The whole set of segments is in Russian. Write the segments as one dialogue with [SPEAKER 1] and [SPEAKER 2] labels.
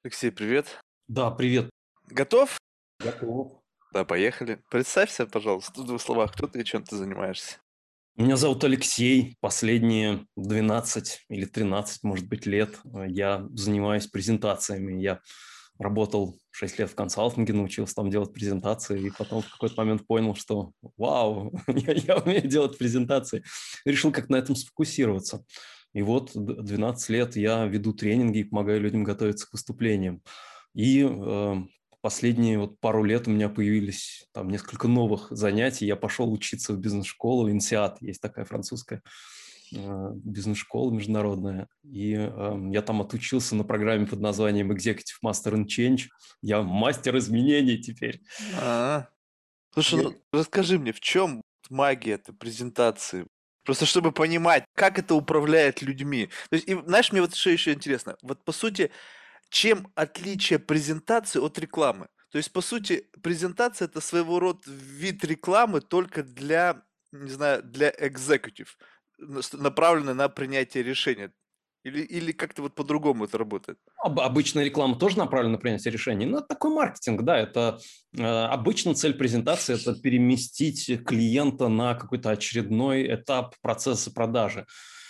[SPEAKER 1] Алексей, привет.
[SPEAKER 2] Да, привет.
[SPEAKER 1] Готов?
[SPEAKER 2] Готов.
[SPEAKER 1] Да, поехали. Представься, пожалуйста, в двух словах, кто ты и чем ты занимаешься.
[SPEAKER 2] Меня зовут Алексей. Последние 12 или 13, может быть, лет я занимаюсь презентациями. Я работал 6 лет в консалтинге, научился там делать презентации, и потом в какой-то момент понял, что вау, я умею делать презентации. Решил как на этом сфокусироваться. И вот 12 лет я веду тренинги и помогаю людям готовиться к выступлениям. И последние вот пару лет у меня появились там несколько новых занятий. Я пошел учиться в бизнес-школу INSEAD, есть такая французская бизнес-школа международная. И я там отучился на программе под названием Executive Master in Change. Я мастер изменений теперь.
[SPEAKER 1] А, Слушай,
[SPEAKER 2] Я-
[SPEAKER 1] ну расскажи мне, в чем магия этой презентации? Просто чтобы понимать, как это управляет людьми. То есть, и, знаешь, мне вот что еще интересно. Вот по сути, чем отличие презентации от рекламы? То есть, по сути, презентация это своего рода вид рекламы только для, не знаю, для executive, направленной на принятие решения. Или как-то вот по-другому это работает?
[SPEAKER 2] Обычная реклама тоже направлена на принятие решений, но это такой маркетинг, да, это обычно цель презентации – это переместить клиента на какой-то очередной этап процесса продажи.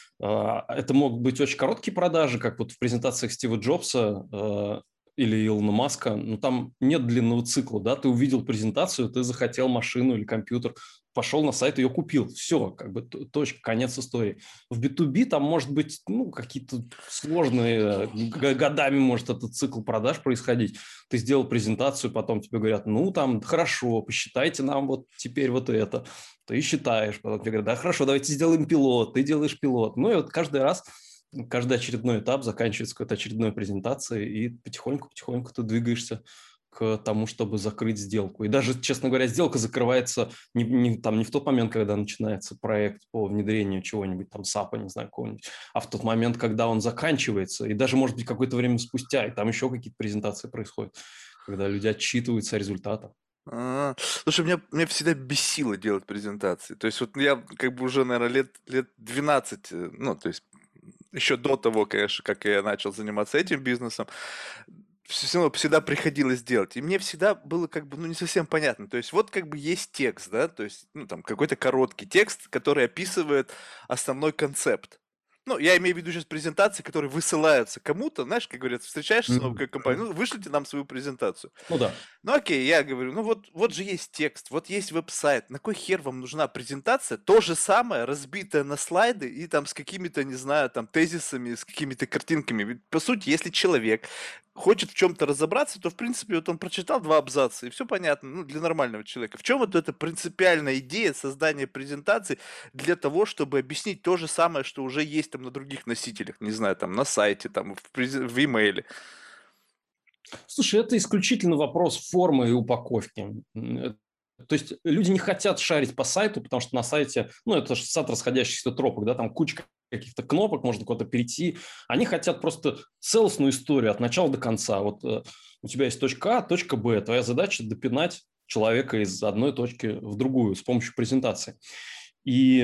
[SPEAKER 2] Это могут быть очень короткие продажи, как вот в презентациях Стива Джобса или Илона Маска, но там нет длинного цикла, да, ты увидел презентацию, ты захотел машину или компьютер, пошел на сайт, ее купил, все, как бы точка, конец истории. В B2B там может быть, ну, какие-то сложные, годами может этот цикл продаж происходить. Ты сделал презентацию, потом тебе говорят, ну, там, хорошо, посчитайте нам вот теперь вот это. Ты считаешь, потом тебе говорят, да, хорошо, давайте сделаем пилот, ты делаешь пилот. Ну, и вот каждый раз, каждый очередной этап заканчивается какой-то очередной презентацией, и потихоньку-потихоньку ты двигаешься к тому, чтобы закрыть сделку. И даже, честно говоря, сделка закрывается там, не в тот момент, когда начинается проект по внедрению чего-нибудь, там, САПа, не знаю, какого-нибудь, а в тот момент, когда он заканчивается, и даже, может быть, какое-то время спустя, и там еще какие-то презентации происходят, когда люди отчитываются о результатах.
[SPEAKER 1] Слушай, меня всегда бесило делать презентации. То есть вот я как бы уже, наверное, лет 12, ну, то есть еще до того, конечно, как я начал заниматься этим бизнесом, все равно всегда приходилось делать. И мне всегда было как бы, ну, не совсем понятно. То есть вот как бы есть текст, да, то есть, ну, там какой-то короткий текст, который описывает основной концепт. Ну, я имею в виду сейчас презентации, которые высылаются кому-то, знаешь, как говорят, встречаешься с новой компанией, ну, вышлите нам свою презентацию.
[SPEAKER 2] Ну да.
[SPEAKER 1] Ну окей, я говорю, ну вот же есть текст, вот есть веб-сайт, на кой хер вам нужна презентация? То же самое, разбитое на слайды и там с какими-то, не знаю, там тезисами, с какими-то картинками. Ведь, по сути, если человек хочет в чем-то разобраться, то, в принципе, вот он прочитал два абзаца, и все понятно, ну, для нормального человека. В чем вот эта принципиальная идея создания презентации для того, чтобы объяснить то же самое, что уже есть там на других носителях, не знаю, там на сайте, там в имейле.
[SPEAKER 2] Слушай, это исключительно вопрос формы и упаковки. То есть люди не хотят шарить по сайту, потому что на сайте, ну, это же сад расходящихся тропок, да, там куча каких-то кнопок, можно куда-то перейти. Они хотят просто целостную историю от начала до конца. Вот у тебя есть точка А, точка Б. Твоя задача допинать человека из одной точки в другую с помощью презентации. И,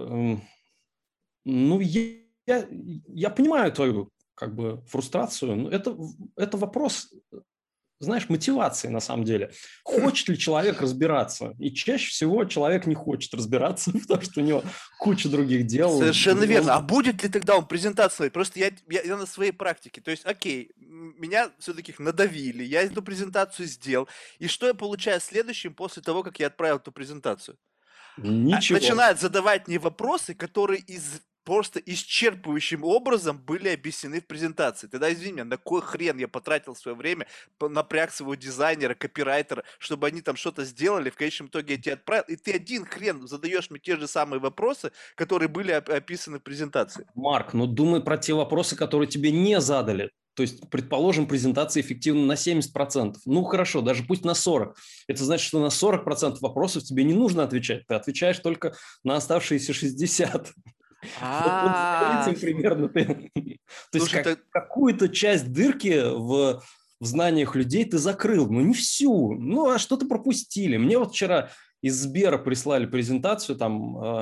[SPEAKER 2] ну, я понимаю твою как бы фрустрацию, но это вопрос, знаешь, мотивации на самом деле. Хочет ли человек разбираться? И чаще всего человек не хочет разбираться, потому что у него куча других дел.
[SPEAKER 1] Совершенно верно. А
[SPEAKER 2] Он
[SPEAKER 1] будет ли тогда он презентацию? Просто я на своей практике. То есть, окей, меня все-таки надавили, я эту презентацию сделал. И что я получаю следующим после того, как я отправил эту презентацию?
[SPEAKER 2] ничего.
[SPEAKER 1] Начинают задавать мне вопросы, которые просто исчерпывающим образом были объяснены в презентации. Тогда извини меня, на кой хрен я потратил свое время, напряг своего дизайнера, копирайтера, чтобы они там что-то сделали, в конечном итоге я тебе отправил, и ты один хрен задаешь мне те же самые вопросы, которые были описаны в презентации.
[SPEAKER 2] Марк, ну думай про те вопросы, которые тебе не задали. То есть, предположим, презентация эффективна на 70%. Ну, хорошо, даже пусть на 40%. Это значит, что на 40% вопросов тебе не нужно отвечать. Ты отвечаешь только на оставшиеся 60%. Вот за
[SPEAKER 1] А,
[SPEAKER 2] этим примерно ты... То есть
[SPEAKER 1] слушай, так
[SPEAKER 2] какую-то часть дырки в знаниях людей ты закрыл, но не всю. Ну, а что-то пропустили. Мне вот вчера из Сбера прислали презентацию, там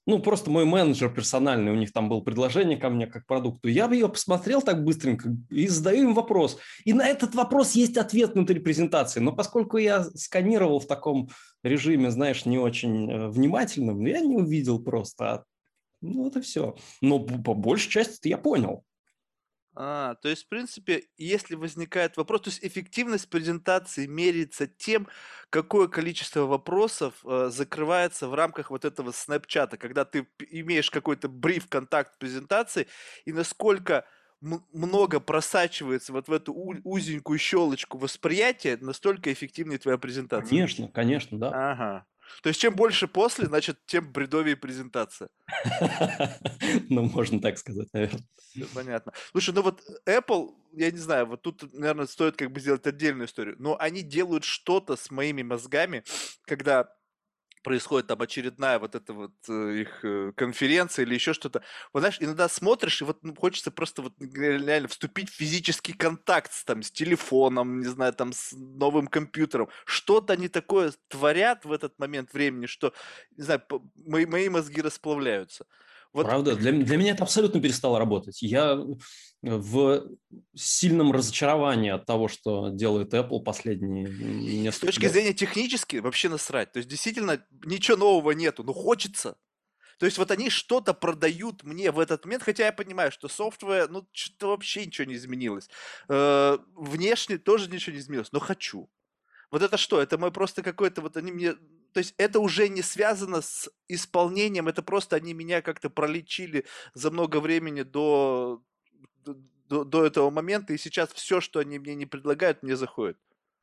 [SPEAKER 2] Ну, просто мой менеджер персональный, у них там было предложение ко мне как к продукту. Я бы ее посмотрел так быстренько и задаю им вопрос. И на этот вопрос есть ответ внутри презентации. Но поскольку я сканировал в таком режиме, знаешь, не очень внимательным, я не увидел просто. Ну, это все. Но по большей части я понял.
[SPEAKER 1] То есть, в принципе, если возникает вопрос, то есть эффективность презентации меряется тем, какое количество вопросов закрывается в рамках вот этого снэпчата, когда ты имеешь какой-то бриф, контакт презентации, и насколько много просачивается вот в эту узенькую щелочку восприятия, настолько эффективнее твоя презентация.
[SPEAKER 2] Конечно, конечно, да.
[SPEAKER 1] Ага. То есть, чем больше после, значит, тем бредовее презентация.
[SPEAKER 2] Ну, можно так сказать, наверное.
[SPEAKER 1] Всё понятно. Слушай, ну вот Apple, я не знаю, вот тут, наверное, стоит как бы сделать отдельную историю, но они делают что-то с моими мозгами, когда происходит там очередная вот эта вот их конференция или еще что-то. Вот знаешь, иногда смотришь, и вот хочется просто вот реально вступить в физический контакт с телефоном, не знаю, там с новым компьютером. Что-то они такое творят в этот момент времени, что, не знаю, мои мозги расплавляются. Вот
[SPEAKER 2] Правда, для меня это абсолютно перестало работать. Я в сильном разочаровании от того, что делает Apple последние
[SPEAKER 1] с
[SPEAKER 2] несколько
[SPEAKER 1] точки
[SPEAKER 2] лет.
[SPEAKER 1] зрения технически вообще насрать. То есть действительно ничего нового нету, но хочется. То есть вот они что-то продают мне в этот момент, хотя я понимаю, что софтвер, ну, что-то вообще ничего не изменилось. Внешне тоже ничего не изменилось, но хочу. Вот это что? Это мой просто какой-то, вот они мне... То есть это уже не связано с исполнением, это просто они меня как-то пролечили за много времени до этого момента, и сейчас все, что они мне не предлагают, мне заходит.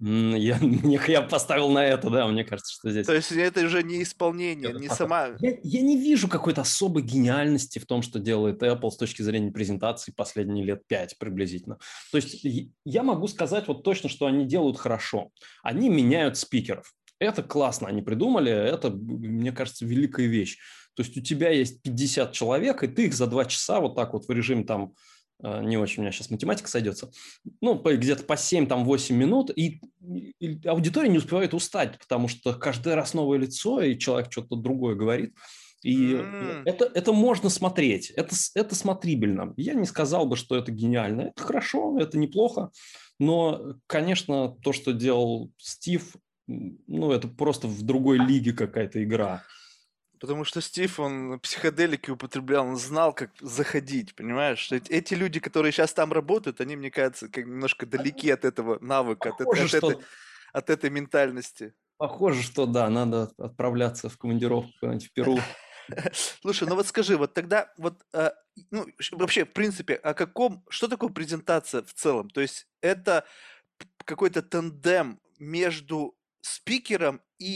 [SPEAKER 2] Я поставил на это, да, мне кажется, что
[SPEAKER 1] То
[SPEAKER 2] здесь
[SPEAKER 1] есть это уже не исполнение,
[SPEAKER 2] это
[SPEAKER 1] не
[SPEAKER 2] факап.
[SPEAKER 1] сама...
[SPEAKER 2] Я не вижу какой-то особой гениальности в том, что делает Apple с точки зрения презентации последние лет 5 приблизительно. То есть я могу сказать вот точно, что они делают хорошо. Они меняют спикеров. Это классно, они придумали, это, мне кажется, великая вещь. То есть у тебя есть 50 человек, и ты их за 2 часа вот так вот в режиме там, не очень у меня сейчас математика сойдется, ну, где-то по 7-8 минут, и аудитория не успевает устать, потому что каждый раз новое лицо, и человек что-то другое говорит. И
[SPEAKER 1] М.
[SPEAKER 2] это можно смотреть, это смотрибельно. Я не сказал бы, что это гениально. Это хорошо, это неплохо. Но, конечно, то, что делал Стив, ну, это просто в другой лиге какая-то игра.
[SPEAKER 1] Потому что Стив, он психоделики употреблял, он знал, как заходить, понимаешь? Эти люди, которые сейчас там работают, они, мне кажется, как немножко далеки от этого навыка,
[SPEAKER 2] Похоже, что,
[SPEAKER 1] от этой ментальности.
[SPEAKER 2] похоже, что да, надо отправляться в командировку куда-нибудь в Перу.
[SPEAKER 1] Слушай, ну вот скажи, вот тогда вот, ну, вообще, в принципе, что такое презентация в целом? То есть это какой-то тандем между спикером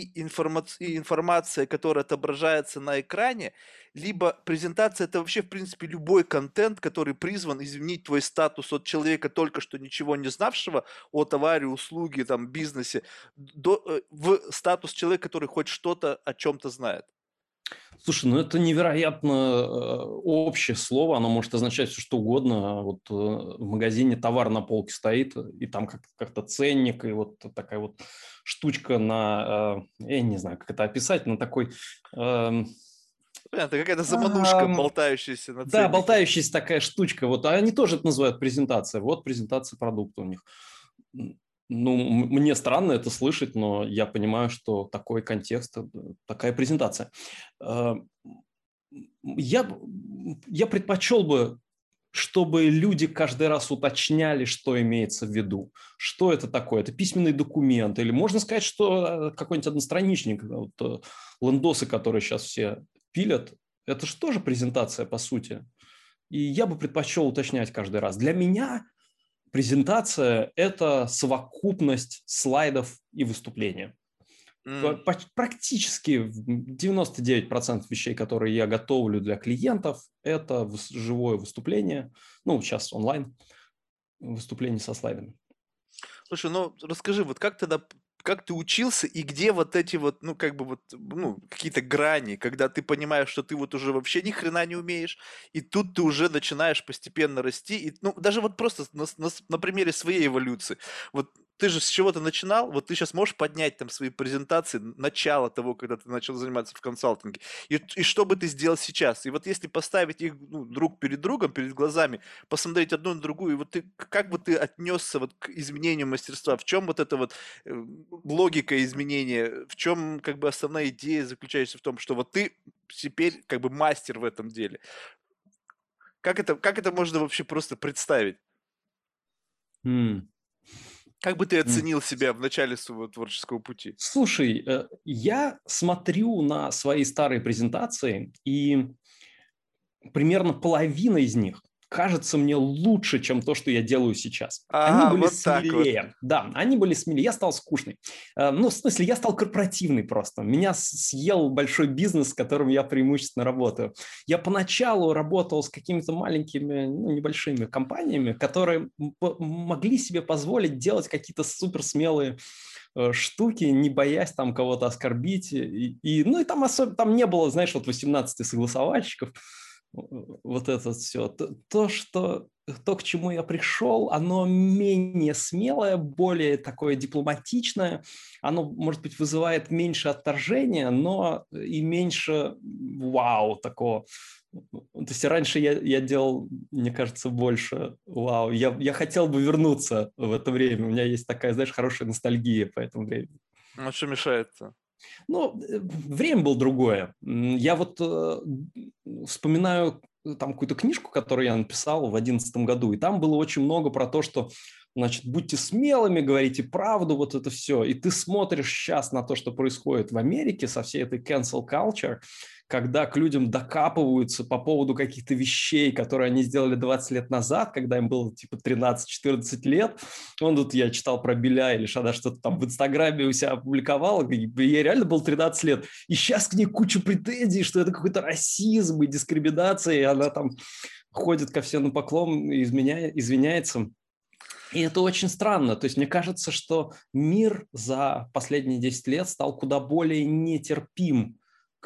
[SPEAKER 1] и информацией, которая отображается на экране, либо презентация это вообще, в принципе, любой контент, который призван изменить твой статус от человека, только что ничего не знавшего о товаре, услуге, там, бизнесе, в статус человека, который хоть что-то о чем-то знает.
[SPEAKER 2] Слушай, ну это невероятно общее слово, оно может означать все что угодно. Вот в магазине товар на полке стоит, и там как-то ценник, и вот такая вот штучка на, я не знаю, как это описать, на такой... эм,
[SPEAKER 1] Понятно, какая-то заманушка,
[SPEAKER 2] ам,
[SPEAKER 1] болтающаяся на
[SPEAKER 2] да,
[SPEAKER 1] ценнике.
[SPEAKER 2] болтающаяся такая штучка. Вот, а они тоже это называют презентация. Вот презентация продукта у них. Ну, мне странно это слышать, но я понимаю, что такой контекст, такая презентация. Э, Я, я предпочел бы, чтобы люди каждый раз уточняли, что имеется в виду. Что это такое? Это письменный документ? Или можно сказать, что какой-нибудь одностраничник, вот, лендосы, которые сейчас все пилят, это же тоже презентация, по сути. И я бы предпочел уточнять каждый раз. Для меня презентация – это совокупность слайдов и выступления.
[SPEAKER 1] М.
[SPEAKER 2] Практически 99% вещей, которые я готовлю для клиентов, это живое выступление, ну, сейчас онлайн, выступление со слайдами.
[SPEAKER 1] Слушай, ну расскажи, вот как ты учился и где вот эти вот, ну, как бы вот, ну, какие-то грани, когда ты понимаешь, что ты вот уже вообще ни хрена не умеешь, и тут ты уже начинаешь постепенно расти, и, ну, даже вот просто на примере своей эволюции. Вот ты же с чего-то начинал, вот ты сейчас можешь поднять там свои презентации, начало того, когда ты начал заниматься в консалтинге, и что бы ты сделал сейчас? И вот если поставить их ну, друг перед другом, перед глазами, посмотреть одну на другую, и вот ты, как бы ты отнесся вот к изменению мастерства, в чем вот эта вот логика изменения, в чем как бы основная идея заключается в том, что вот ты теперь как бы мастер в этом деле. Как это можно вообще просто представить?
[SPEAKER 2] М,
[SPEAKER 1] Как бы ты
[SPEAKER 2] м.
[SPEAKER 1] оценил себя в начале своего творческого пути?
[SPEAKER 2] Слушай, я смотрю на свои старые презентации, и примерно половина из них кажется мне лучше, чем то, что я делаю сейчас. Они
[SPEAKER 1] Ага,
[SPEAKER 2] были
[SPEAKER 1] вот так вот.
[SPEAKER 2] смелее. Да, они были смелее. Я стал скучный. Ну, в смысле, я стал корпоративный просто. Меня съел большой бизнес, с которым я преимущественно работаю. Я поначалу работал с какими-то маленькими, ну, небольшими компаниями, которые могли себе позволить делать какие-то суперсмелые штуки, не боясь там кого-то оскорбить. Ну, и там, там не было, знаешь, вот 18 согласовальщиков, вот это все. То, к чему я пришел, оно менее смелое, более такое дипломатичное, оно, может быть, вызывает меньше отторжения, но и меньше вау такого. То есть раньше я делал, мне кажется, больше вау. Я хотел бы вернуться в это время. У меня есть такая, знаешь, хорошая ностальгия по этому времени.
[SPEAKER 1] Ну, что мешает-то?
[SPEAKER 2] Ну, время было другое. Я вот вспоминаю там какую-то книжку, которую я написал в 2011 году, и там было очень много про то, что, значит, будьте смелыми, говорите правду, вот это все. И ты смотришь сейчас на то, что происходит в Америке со всей этой cancel culture, когда к людям докапываются по поводу каких-то вещей, которые они сделали 20 лет назад, когда им было типа 13-14 лет. Тут я читал про Билли Айлиш, она что-то там в Инстаграме у себя опубликовала, ей реально было 13 лет. И сейчас к ней куча претензий, что это какой-то расизм и дискриминация, и она там ходит ко всем на поклон и извиняется. И это очень странно. То есть мне кажется, что мир за последние 10 лет стал куда более нетерпим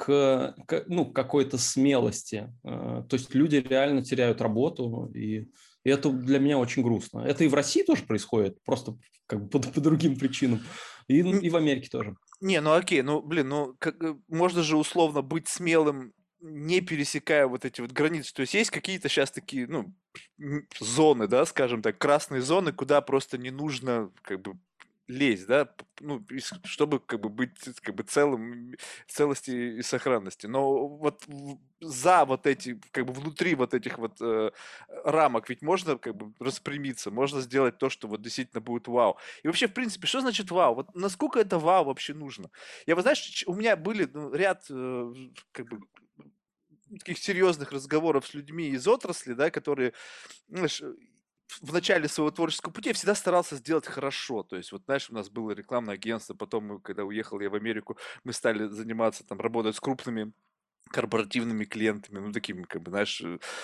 [SPEAKER 2] к какой-то смелости. То есть люди реально теряют работу, и это для меня очень грустно. Это и в России тоже происходит, просто как бы по другим причинам, и в Америке тоже.
[SPEAKER 1] Не, ну окей, ну блин, ну можно же условно быть смелым, не пересекая вот эти вот границы. То есть есть какие-то сейчас такие, ну, зоны, да, скажем так, красные зоны, куда просто не нужно как бы лезть, да, ну, чтобы как бы быть как бы целым, в целости и сохранности. Но вот за вот эти, как бы внутри вот этих вот рамок ведь можно как бы распрямиться, можно сделать то, что вот действительно будет вау. И вообще, в принципе, что значит вау? Вот насколько это вау вообще нужно? Я вот, знаешь, у меня были ну, ряд как бы таких серьезных разговоров с людьми из отрасли, да, которые, знаешь, в начале своего творческого пути я всегда старался сделать хорошо. То есть, вот, знаешь, у нас было рекламное агентство, потом, когда уехал я в Америку, мы стали заниматься, там, работать с крупными корпоративными клиентами, ну, такими, как бы, знаешь,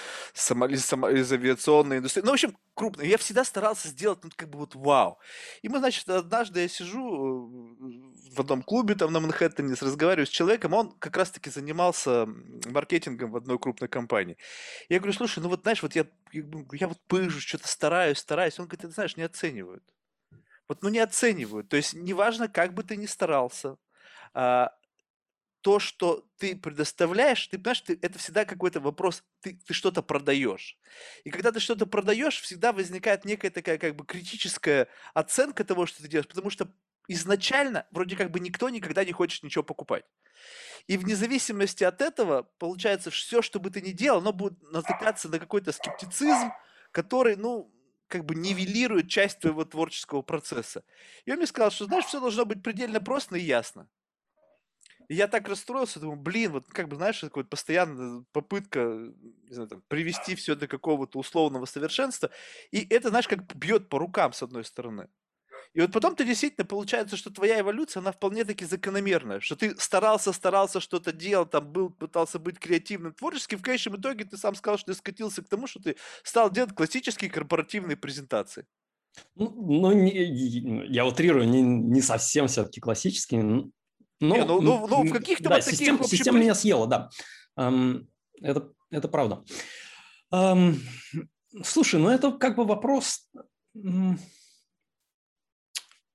[SPEAKER 1] из авиационной индустрии. Ну, в общем, крупные. Я всегда старался сделать, ну, как бы вот вау. И мы, значит, однажды я сижу в одном клубе там на Манхэттене, разговариваю с человеком, он как раз-таки занимался маркетингом в одной крупной компании. Я говорю, слушай, ну вот, знаешь, вот я вот пыжу, что-то стараюсь. Он говорит, ты знаешь, не оценивают. Вот, ну, не оценивают. То есть, неважно, как бы ты ни старался, а, то, что ты предоставляешь, ты понимаешь, это всегда какой-то вопрос, ты что-то продаешь. И когда ты что-то продаешь, всегда возникает некая такая как бы критическая оценка того, что ты делаешь, потому что изначально вроде как бы никто никогда не хочет ничего покупать. И вне зависимости от этого, получается, все, что бы ты ни делал, оно будет натыкаться на какой-то скептицизм, который, ну, как бы нивелирует часть твоего творческого процесса. И он мне сказал, что, знаешь, все должно быть предельно просто и ясно. И я так расстроился, думаю, блин, вот как бы, знаешь, такая вот постоянная попытка, не знаю, там, привести все до какого-то условного совершенства. И это, знаешь, как бьет по рукам, с одной стороны. И вот потом ты действительно получается, что твоя эволюция, она вполне таки закономерная, что ты старался что-то делал, там был, пытался быть креативным, творческим, в конечном итоге ты сам сказал, что ты скатился к тому, что ты стал делать классические корпоративные презентации.
[SPEAKER 2] Я утрирую, не совсем все-таки классический,
[SPEAKER 1] Не,
[SPEAKER 2] но
[SPEAKER 1] ну в каких-то
[SPEAKER 2] да,
[SPEAKER 1] вот таких
[SPEAKER 2] система меня съела, да. Это правда. Ам, Слушай, ну это как бы вопрос,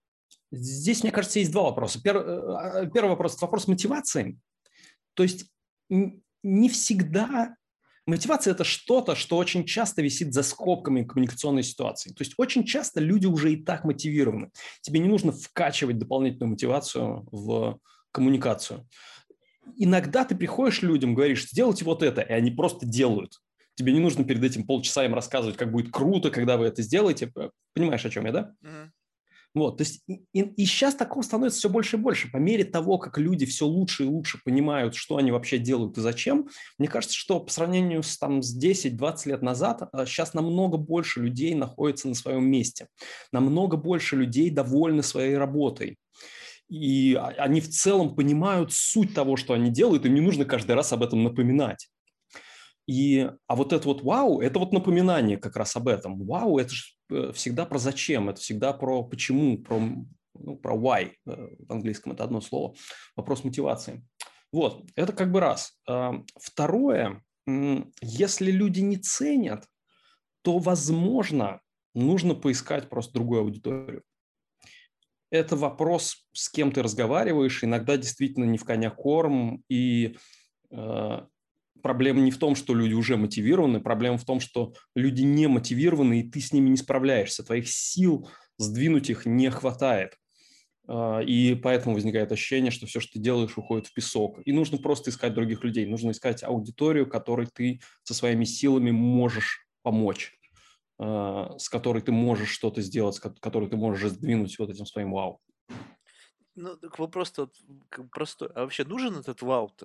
[SPEAKER 2] Здесь, мне кажется, есть два вопроса. Первый вопрос – это вопрос мотивации. То есть не всегда мотивация – это что-то, что очень часто висит за скобками коммуникационной ситуации. То есть очень часто люди уже и так мотивированы. Тебе не нужно вкачивать дополнительную мотивацию в коммуникацию. Иногда ты приходишь людям, говоришь, сделайте вот это, и они просто делают. Тебе не нужно перед этим полчаса им рассказывать, как будет круто, когда вы это сделаете. Понимаешь, о чем я, да?
[SPEAKER 1] Мгм.
[SPEAKER 2] Вот, то есть и сейчас такого становится все больше и больше. По мере того, как люди все лучше и лучше понимают, что они вообще делают и зачем, мне кажется, что по сравнению с 10-20 лет назад, сейчас намного больше людей находится на своем месте. Намного больше людей довольны своей работой. И они в целом понимают суть того, что они делают, им не нужно каждый раз об этом напоминать. А вот это вот вау, это вот напоминание как раз об этом. Вау, это же всегда про зачем, это всегда про почему, про why в английском, это одно слово. Вопрос мотивации. Вот, это как бы раз. Второе, если люди не ценят, то, возможно, нужно поискать просто другую аудиторию. Это вопрос, с кем ты разговариваешь, иногда действительно не в коня корм, и проблема не в том, что люди уже мотивированы, проблема в том, что люди не мотивированы, и ты с ними не справляешься. Твоих сил сдвинуть их не хватает. И поэтому возникает ощущение, что все, что ты делаешь, уходит в песок. И нужно просто искать других людей. Нужно искать аудиторию, которой ты со своими силами можешь помочь, с которой ты можешь что-то сделать, с которой ты можешь сдвинуть вот этим своим вау.
[SPEAKER 1] Ну, так вопрос-то вот как бы простой. А вообще нужен этот вау-то?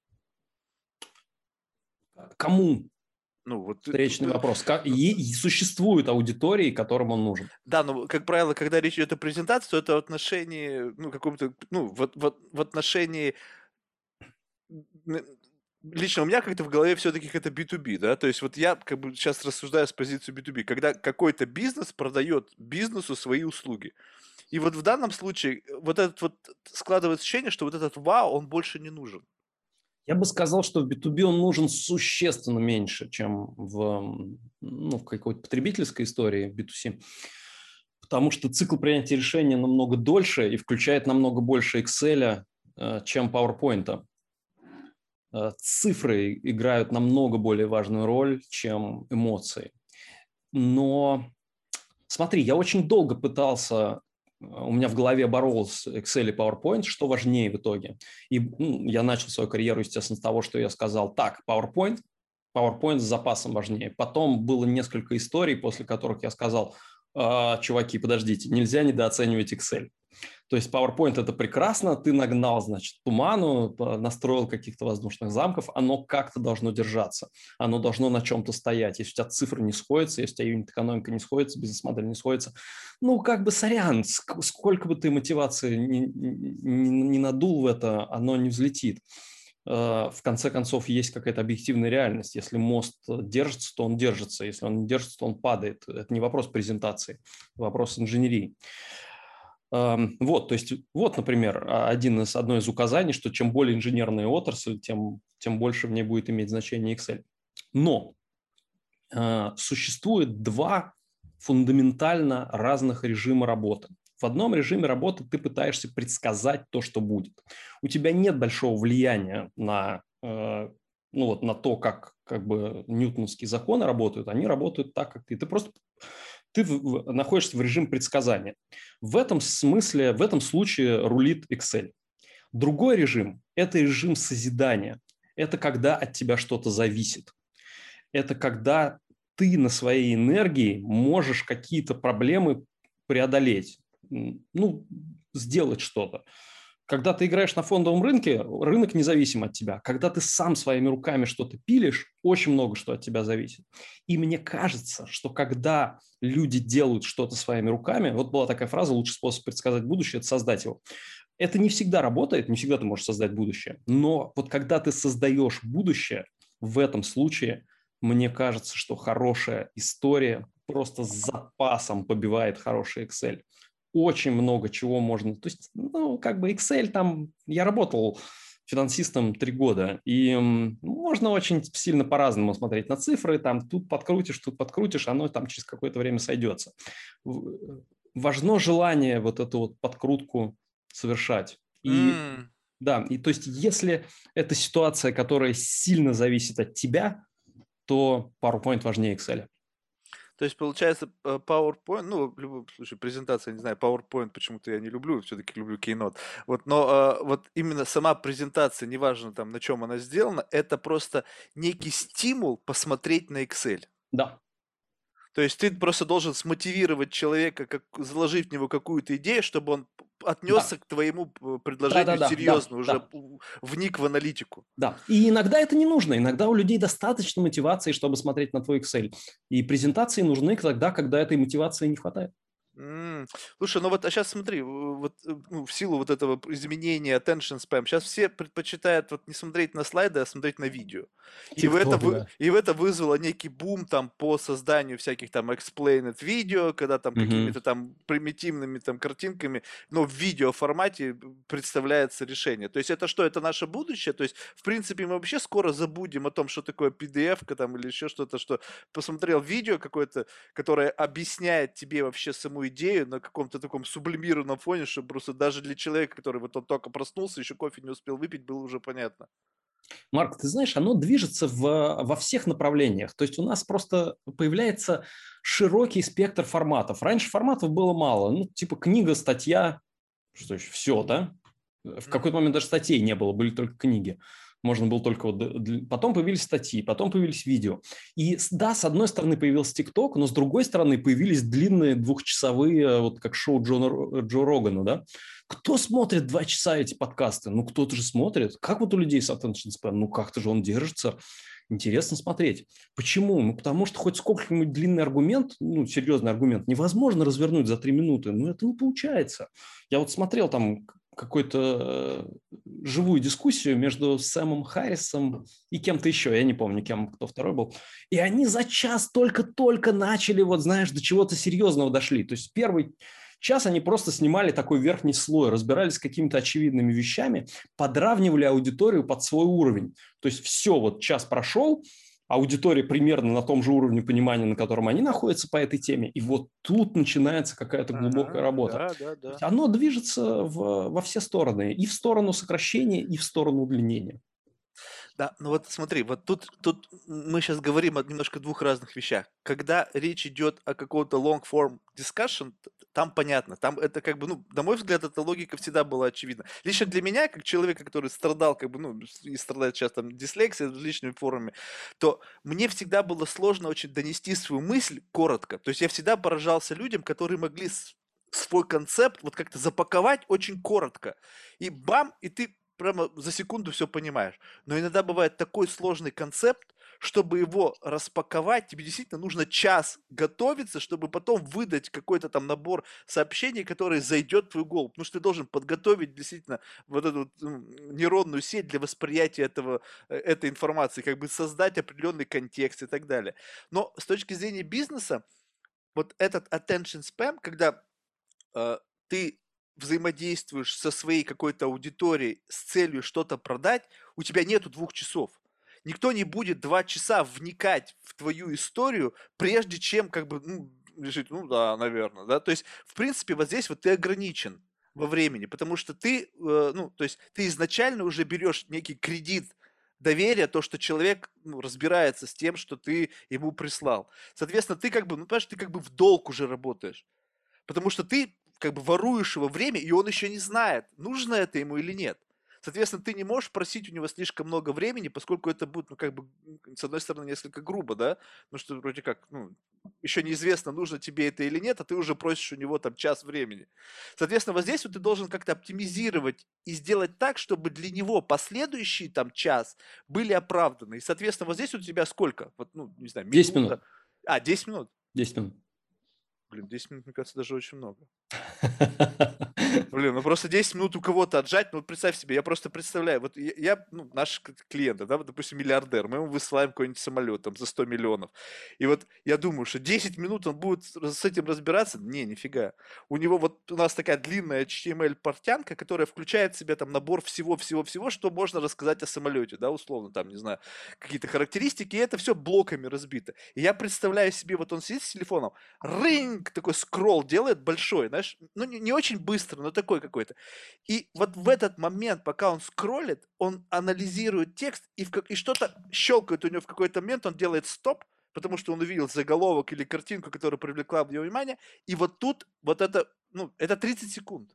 [SPEAKER 2] Кому?
[SPEAKER 1] Ну, вот
[SPEAKER 2] Встречный вопрос.
[SPEAKER 1] ну,
[SPEAKER 2] Существуют аудитории, которым он нужен.
[SPEAKER 1] да, но, как правило, когда речь идет о презентации, то это в отношении, ну, каком-то, ну, в отношении н лично у меня как-то в голове все таки это B2B, да. То есть вот я как бы сейчас рассуждаю с позиции B2B, когда какой-то бизнес продает бизнесу свои услуги. И вот в данном случае, вот этот вот складывается ощущение, что вот этот вау, он больше не нужен.
[SPEAKER 2] Я бы сказал, что в B2B он нужен существенно меньше, чем в какой-то потребительской истории B2C, потому что цикл принятия решения намного дольше и включает намного больше Excel, чем PowerPoint. Цифры играют намного более важную роль, чем эмоции. Но смотри, я очень долго пытался, у меня в голове боролся Excel и PowerPoint, что важнее в итоге. И я начал свою карьеру, естественно, с того, что я сказал, так, PowerPoint с запасом важнее. Потом было несколько историй, после которых я сказал, чуваки, подождите, нельзя недооценивать Excel. То есть PowerPoint – это прекрасно, ты нагнал, значит, туману, настроил каких-то воздушных замков, оно как-то должно держаться, оно должно на чем-то стоять. Если у тебя цифры не сходятся, если у тебя юнит-экономика не сходится, бизнес-модель не сходится, ну, как бы сорян, сколько бы ты мотивации не надул в это, оно не взлетит. В конце концов, есть какая-то объективная реальность. Если мост держится, то он держится. Если он не держится, то он падает. Это не вопрос презентации, это вопрос инженерии. Вот, то есть, вот, например, одно из указаний, что чем более инженерная отрасль, тем больше в ней будет иметь значение Excel. Но существует два фундаментально разных режима работы. В одном режиме работы ты пытаешься предсказать то, что будет. У тебя нет большого влияния на, на то, как бы ньютоновские законы работают. Они работают так, как ты. Ты находишься в режиме предсказания. В этом смысле, в этом случае рулит Excel. Другой режим – это режим созидания. Это когда от тебя что-то зависит. Это когда ты на своей энергии можешь какие-то проблемы преодолеть, сделать что-то. Когда ты играешь на фондовом рынке, рынок независим от тебя. Когда ты сам своими руками что-то пилишь, очень много что от тебя зависит. И мне кажется, что когда люди делают что-то своими руками, вот была такая фраза: лучший способ предсказать будущее – это создать его. Это не всегда работает, не всегда ты можешь создать будущее. Но вот когда ты создаешь будущее, в этом случае, мне кажется, что хорошая история просто с запасом побивает хороший Excel. Очень много чего можно. То есть, как бы Excel там... Я работал финансистом 3 года, и можно очень сильно по-разному смотреть на цифры. Там тут подкрутишь, оно там через какое-то время сойдется. важно желание вот эту вот подкрутку совершать. И
[SPEAKER 1] М.
[SPEAKER 2] да, и то есть если это ситуация, которая сильно зависит от тебя, то PowerPoint важнее Excel.
[SPEAKER 1] То есть, получается, PowerPoint, ну, в любом случае, презентация, не знаю, PowerPoint почему-то я не люблю, все-таки люблю Keynote. Вот, но вот именно сама презентация, неважно там, на чем она сделана, это просто некий стимул посмотреть на Excel.
[SPEAKER 2] Да,
[SPEAKER 1] То есть ты просто должен смотивировать человека, как, заложить в него какую-то идею, чтобы он
[SPEAKER 2] да,
[SPEAKER 1] отнесся к твоему
[SPEAKER 2] да, да,
[SPEAKER 1] предложению
[SPEAKER 2] да, да,
[SPEAKER 1] серьезно, уже
[SPEAKER 2] да.
[SPEAKER 1] вник в аналитику.
[SPEAKER 2] Да, и иногда это не нужно. Иногда у людей достаточно мотивации, чтобы смотреть на твой Excel. И презентации нужны тогда, когда этой мотивации не хватает.
[SPEAKER 1] М. Слушай, ну вот, а сейчас смотри, вот, ну, в силу вот этого изменения attention spam, сейчас все предпочитают вот не смотреть на слайды, а смотреть на видео.
[SPEAKER 2] TikTok, да.
[SPEAKER 1] И в это вызвало некий бум там по созданию всяких там explained видео, когда там
[SPEAKER 2] Мгм.
[SPEAKER 1] какими-то там примитивными там картинками, но в видео формате представляется решение. То есть это что, это наше будущее? То есть, в принципе, мы вообще скоро забудем о том, что такое PDF-ка там или еще что-то, что посмотрел видео какое-то, которая объясняет тебе вообще саму идею на каком-то таком сублимированном фоне, чтобы просто даже для человека, который вот он только проснулся, еще кофе не успел выпить, было уже понятно.
[SPEAKER 2] Марк, ты знаешь, оно движется во всех направлениях. То есть у нас просто появляется широкий спектр форматов. Раньше форматов было мало. Ну, типа книга, статья, что еще, все, да? В какой-то
[SPEAKER 1] Мгм.
[SPEAKER 2] момент даже статей не было, были только книги. Можно было только вот... Потом появились статьи, потом появились видео. И да, с одной стороны появился ТикТок, но с другой стороны появились длинные двухчасовые, вот как шоу Джо Рогана, да? Кто смотрит 2 часа эти подкасты? Ну, кто-то же смотрит. Как вот у людей с attention span? Ну, как-то же он держится. Интересно смотреть. Почему? Ну, потому что хоть сколько-нибудь длинный аргумент, ну, серьезный аргумент, невозможно развернуть за 3 минуты. Ну, это не получается. Я вот смотрел там какую-то живую дискуссию между Сэмом Харрисом и кем-то еще, я не помню, кем, кто второй был, и они за час только-только начали, вот знаешь, до чего-то серьезного дошли. То есть первый час они просто снимали такой верхний слой, разбирались с какими-то очевидными вещами, подравнивали аудиторию под свой уровень. То есть все, вот час прошел, аудитория примерно на том же уровне понимания, на котором они находятся по этой теме, и вот тут начинается какая-то глубокая
[SPEAKER 1] Ага,
[SPEAKER 2] работа.
[SPEAKER 1] да, да,
[SPEAKER 2] То есть
[SPEAKER 1] да.
[SPEAKER 2] оно движется во все стороны, и в сторону сокращения, и в сторону удлинения.
[SPEAKER 1] Да, ну вот смотри, вот тут мы сейчас говорим о немножко двух разных вещах. Когда речь идет о каком-то long form discussion, там понятно, там это как бы, ну, на мой взгляд, эта логика всегда была очевидна. Лично для меня, как человека, который страдал, как бы, ну, и страдает сейчас там дислексией в различными формами, то мне всегда было сложно очень донести свою мысль коротко. То есть я всегда поражался людям, которые могли свой концепт вот как-то запаковать очень коротко. И бам, и ты прямо за секунду все понимаешь. Но иногда бывает такой сложный концепт, чтобы его распаковать, тебе действительно нужно час готовиться, чтобы потом выдать какой-то там набор сообщений, который зайдет в твою голову. Потому что ты должен подготовить действительно вот эту вот, нейронную сеть для восприятия этой информации, как бы создать определенный контекст и так далее. Но с точки зрения бизнеса, вот этот attention spam, когда э, ты взаимодействуешь со своей какой-то аудиторией с целью что-то продать, у тебя нету 2 часов. Никто не будет 2 часа вникать в твою историю, прежде чем как бы ну, решить, ну да, наверное, да. То есть, в принципе, вот здесь вот ты ограничен во времени, потому что ты, ну, то есть ты изначально уже берешь некий кредит доверия, то, что человек ну, разбирается с тем, что ты ему прислал. Соответственно, ты как бы, ну, понимаешь, ты как бы в долг уже работаешь. Потому что ты как бы воруешь его время, и он еще не знает, нужно это ему или нет. Соответственно, ты не можешь просить у него слишком много времени, поскольку это будет, ну, как бы, с одной стороны, несколько грубо, да, потому что вроде как, ну, еще неизвестно, нужно тебе это или нет, а ты уже просишь у него там час времени. Соответственно, вот здесь вот ты должен как-то оптимизировать и сделать так, чтобы для него последующий там час были оправданы. И, соответственно, вот здесь вот у тебя сколько? Вот, ну, не знаю,
[SPEAKER 2] 10
[SPEAKER 1] минута.
[SPEAKER 2] минут.
[SPEAKER 1] 10 минут.
[SPEAKER 2] 10 минут.
[SPEAKER 1] Блин, 10 минут, мне кажется, даже очень много. Блин, ну просто 10 минут у кого-то отжать, ну вот представь себе, я просто представляю, вот ну, наш клиент, да, вот, допустим, миллиардер, мы ему высылаем какой-нибудь самолет там за 100 миллионов, и вот я думаю, что 10 минут он будет с этим разбираться, не, нифига. У него вот у нас такая длинная HTML-портянка, которая включает в себя там набор всего-всего-всего, что можно рассказать о самолете, да, условно, там, не знаю, какие-то характеристики, и это все блоками разбито. И я представляю себе, вот он сидит с телефоном, рынг, такой скролл делает большой, знаешь, ну не очень быстро, но такой какой-то. И вот в этот момент, пока он скроллит, он анализирует текст, и что-то щелкает у него в какой-то момент, он делает стоп, потому что он увидел заголовок или картинку, которая привлекла его внимание, и вот тут вот это, ну, это 30 секунд.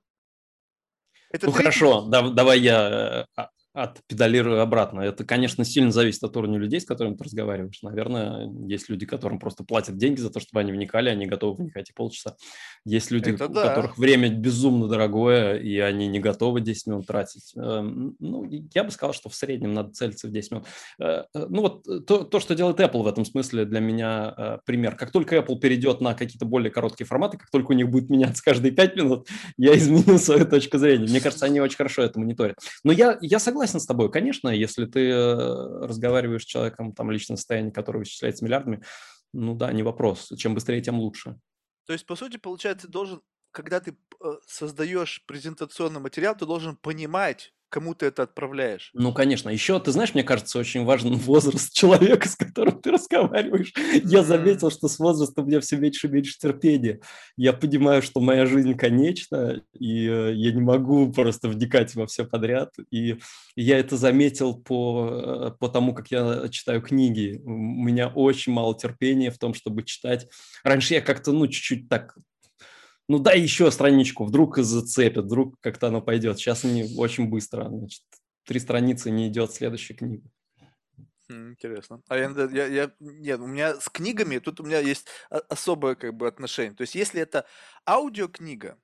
[SPEAKER 1] Это
[SPEAKER 2] Ну
[SPEAKER 1] 30
[SPEAKER 2] хорошо, давай я отпедалирую обратно. Это, конечно, сильно зависит от уровня людей, с которыми ты разговариваешь. Наверное, есть люди, которым просто платят деньги за то, чтобы они вникали, они готовы вникать и полчаса. Есть люди,
[SPEAKER 1] Это
[SPEAKER 2] у
[SPEAKER 1] да.
[SPEAKER 2] которых время безумно дорогое, и они не готовы 10 минут тратить. Ну, я бы сказал, что в среднем надо целиться в 10 минут. Ну вот то, что делает Apple в этом смысле для меня пример. Как только Apple перейдет на какие-то более короткие форматы, как только у них будет меняться каждые 5 минут, я изменил свою точку зрения. Мне кажется, они очень хорошо это мониторят. Но я согласен с тобой. Конечно, если ты разговариваешь с человеком, там, личное состояние которого исчисляется миллиардами, ну да, не вопрос. Чем быстрее, тем лучше.
[SPEAKER 1] То есть, по сути, получается, ты должен, когда ты создаешь презентационный материал, ты должен понимать, кому ты это отправляешь.
[SPEAKER 2] Ну, конечно. Еще, ты знаешь, мне кажется, очень важен возраст человека, с которым ты разговариваешь. Я
[SPEAKER 1] М,
[SPEAKER 2] заметил, что с возрастом у меня все меньше и меньше терпения. Я понимаю, что моя жизнь конечна, и я не могу просто вникать во все подряд. И я это заметил по тому, как я читаю книги. У меня очень мало терпения в том, чтобы читать. Раньше я как-то, ну, чуть-чуть так, ну, дай еще страничку, вдруг зацепит, вдруг как-то оно пойдет. Сейчас не очень быстро, значит, 3 страницы не идет следующая книга.
[SPEAKER 1] Интересно. А нет, у меня с книгами, тут у меня есть особое как бы отношение. То есть, если это аудиокнига,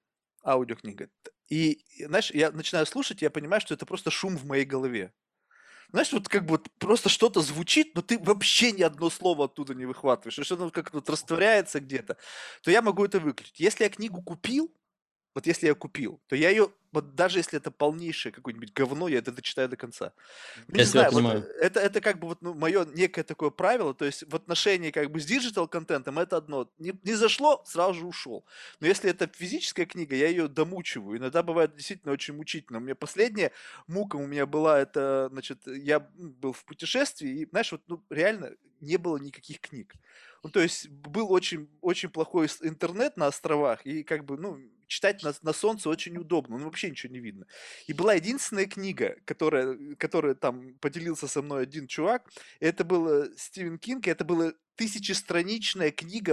[SPEAKER 1] знаешь, я начинаю слушать, я понимаю, что это просто шум в моей голове. Знаешь, вот как бы вот просто что-то звучит, но ты вообще ни одно слово оттуда не выхватываешь, и что оно как-то вот растворяется где-то, то я могу это выключить. Если я книгу купил, вот если я купил, то я ее, вот даже если это полнейшее какое-нибудь говно, я это дочитаю до конца. Ну,
[SPEAKER 2] Я
[SPEAKER 1] не
[SPEAKER 2] тебя
[SPEAKER 1] знаю, вот
[SPEAKER 2] понимаю.
[SPEAKER 1] это как бы вот, ну, мое некое такое правило, то есть в отношении как бы с диджитал-контентом это одно. Не зашло, сразу же ушел. Но если это физическая книга, я ее домучиваю. Иногда бывает действительно очень мучительно. У меня последняя мука у меня была, это, значит, я был в путешествии, и, знаешь, вот, ну, реально не было никаких книг. Ну, то есть был очень, очень плохой интернет на островах, и как бы, ну, читать на солнце очень удобно, ну, вообще ничего не видно. И была единственная книга, которая там поделился со мной один чувак, это был Стивен Кинг, и это была тысячестраничная книга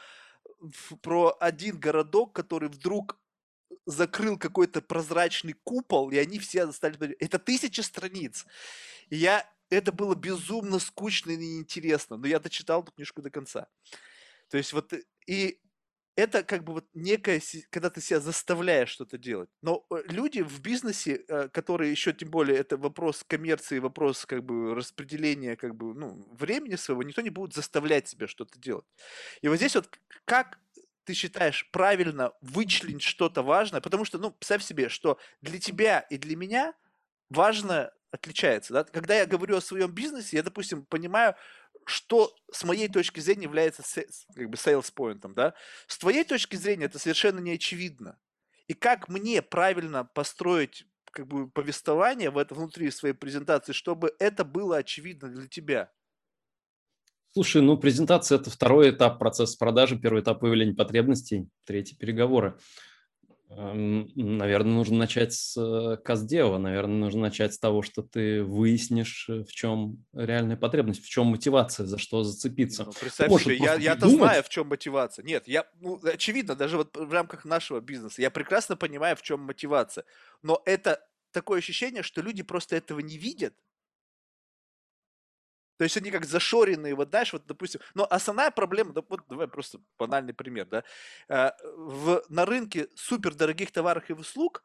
[SPEAKER 1] про один городок, который вдруг закрыл какой-то прозрачный купол, и они все стали... Это 1000 страниц. Это было безумно скучно и неинтересно, но я дочитал эту книжку до конца. То есть вот и это как бы вот некое, когда ты себя заставляешь что-то делать. Но люди в бизнесе, которые еще, тем более, это вопрос коммерции, вопрос как бы распределения как бы, ну, времени своего, никто не будет заставлять себя что-то делать. И вот здесь вот как ты считаешь правильно вычленить что-то важное, потому что, ну, представь себе, что для тебя и для меня важно отличается. Да? Когда я говорю о своем бизнесе, я, допустим, понимаю, что с моей точки зрения является как бы sales point, да? С твоей точки зрения это совершенно не очевидно. И как мне правильно построить как бы повествование в это внутри своей презентации, чтобы это было очевидно для тебя?
[SPEAKER 2] Слушай, ну, презентация – это второй этап процесса продажи, первый этап выявления потребностей, третий – переговоры. Наверное, нужно начать с каздева, наверное, нужно начать с того, что ты выяснишь, в чем реальная потребность, в чем мотивация, за что
[SPEAKER 1] Не,
[SPEAKER 2] зацепиться.
[SPEAKER 1] ну,
[SPEAKER 2] Ты
[SPEAKER 1] представь
[SPEAKER 2] можешь
[SPEAKER 1] себе,
[SPEAKER 2] это просто
[SPEAKER 1] я-то знаю,
[SPEAKER 2] придумать.
[SPEAKER 1] в чем мотивация. Нет, ну, очевидно, даже вот в рамках нашего бизнеса, я прекрасно понимаю, в чем мотивация. Но это такое ощущение, что люди просто этого не видят. То есть они как зашоренные, вот знаешь, вот, допустим, но основная проблема, да, вот давай просто банальный пример, да, на рынке супердорогих товаров и услуг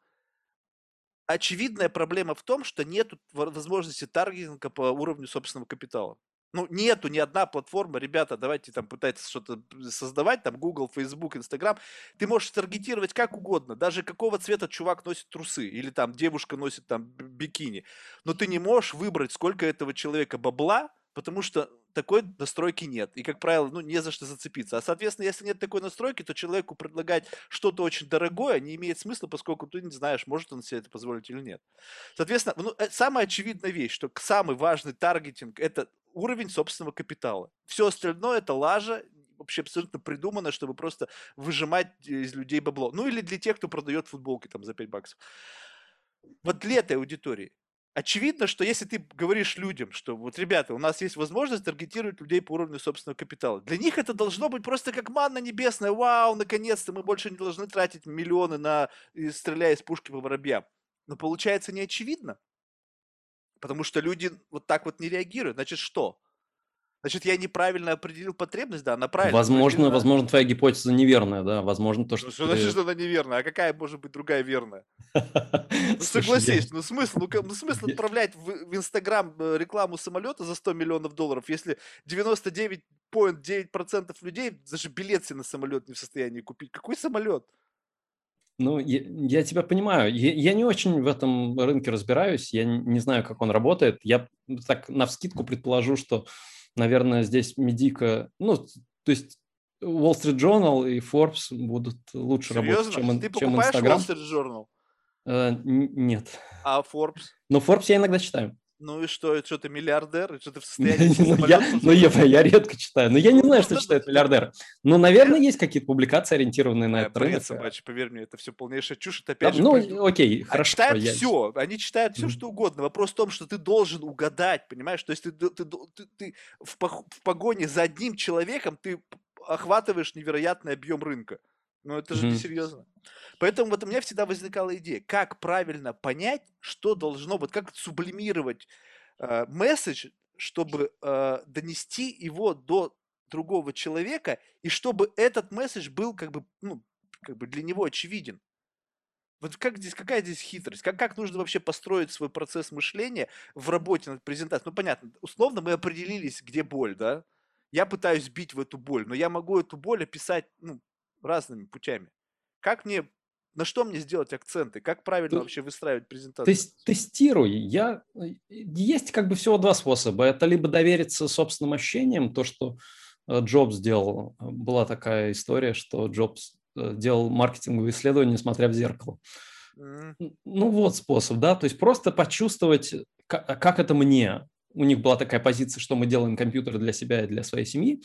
[SPEAKER 1] очевидная проблема в том, что нет возможности таргетинга по уровню собственного капитала. Ну, нету ни одна платформа, ребята, давайте там пытайтесь что-то создавать, там Google, Facebook, Instagram. Ты можешь таргетировать как угодно, даже какого цвета чувак носит трусы или там девушка носит там бикини. Но ты не можешь выбрать, сколько этого человека бабла, потому что такой настройки нет. И, как правило, ну, не за что зацепиться. А, соответственно, если нет такой настройки, то человеку предлагать что-то очень дорогое не имеет смысла, поскольку ты не знаешь, может он себе это позволить или нет. Соответственно, ну, самая очевидная вещь, что самый важный таргетинг – это уровень собственного капитала. Все остальное – это лажа, вообще абсолютно придумано, чтобы просто выжимать из людей бабло. Ну или для тех, кто продает футболки там за 5 баксов. Вот для этой аудитории. Очевидно, что если ты говоришь людям, что вот, ребята, у нас есть возможность таргетировать людей по уровню собственного капитала, для них это должно быть просто как манна небесная. Вау, наконец-то мы больше не должны тратить миллионы на стреляя из пушки по воробьям. Но получается не очевидно. Потому что люди вот так вот не реагируют. Значит, что? Значит, я неправильно определил потребность? Да, она правильно
[SPEAKER 2] Возможно,
[SPEAKER 1] определена.
[SPEAKER 2] возможно, твоя гипотеза неверная, да, возможно, то,
[SPEAKER 1] Ну,
[SPEAKER 2] что
[SPEAKER 1] что значит,
[SPEAKER 2] ты...
[SPEAKER 1] что она неверная? А какая может быть другая верная? Ну,
[SPEAKER 2] Слушай,
[SPEAKER 1] согласись, ну смысл, ну смысл
[SPEAKER 2] я-
[SPEAKER 1] отправлять в Инстаграм рекламу самолета за 100 миллионов долларов, если 99,9% людей даже билет себе на самолет не в состоянии купить. Какой самолет?
[SPEAKER 2] Ну, я тебя понимаю. Я не очень в этом рынке разбираюсь, я не знаю, как он работает. Я так навскидку предположу, что, наверное, здесь медийка, ну, то есть Wall Street Journal и Forbes будут лучше работать,
[SPEAKER 1] Серьезно? Ты
[SPEAKER 2] чем
[SPEAKER 1] покупаешь Wall
[SPEAKER 2] Instagram.
[SPEAKER 1] Street Journal?
[SPEAKER 2] Нет.
[SPEAKER 1] А Forbes?
[SPEAKER 2] Но Forbes я иногда читаю.
[SPEAKER 1] Ну и что, это что ты миллиардер? И что ты в состоянии себе
[SPEAKER 2] Ну,
[SPEAKER 1] самолет позволить?
[SPEAKER 2] я редко читаю. Но я не
[SPEAKER 1] Ну,
[SPEAKER 2] знаю,
[SPEAKER 1] ну,
[SPEAKER 2] что
[SPEAKER 1] да,
[SPEAKER 2] читают
[SPEAKER 1] да,
[SPEAKER 2] миллиардеры. Но, наверное, есть какие-то публикации, ориентированные на этот
[SPEAKER 1] бред
[SPEAKER 2] рынок.
[SPEAKER 1] собачий, поверь мне, это все полнейшая чушь. Это
[SPEAKER 2] Да,
[SPEAKER 1] опять же
[SPEAKER 2] ну, окей, хорошо.
[SPEAKER 1] читают все, они читают все,
[SPEAKER 2] Мгм.
[SPEAKER 1] что угодно. Вопрос в том, что ты должен угадать, понимаешь? То есть ты в погоне за одним человеком ты охватываешь невероятный объем рынка. Ну, это же
[SPEAKER 2] Мгм.
[SPEAKER 1] несерьезно. Поэтому вот у меня всегда возникала идея, как правильно понять, что должно быть, как сублимировать месседж, чтобы донести его до другого человека, и чтобы этот месседж был как бы, ну, как бы для него очевиден. Вот как здесь, какая здесь хитрость? Как нужно вообще построить свой процесс мышления в работе над презентацией? Ну, понятно, условно мы определились, где боль, да? Я пытаюсь бить в эту боль, но я могу эту боль описать, ну, разными путями. Как мне, на что мне сделать акценты? Как правильно вообще выстраивать презентацию?
[SPEAKER 2] Тестируй. Есть как бы всего два способа. Это либо довериться собственным ощущениям, то, что Джобс делал. Была такая история, что Джобс делал маркетинговые исследования, смотря в зеркало.
[SPEAKER 1] М,
[SPEAKER 2] Ну вот способ, да, то есть просто почувствовать, как это мне. У них была такая позиция, что мы делаем компьютеры для себя и для своей семьи.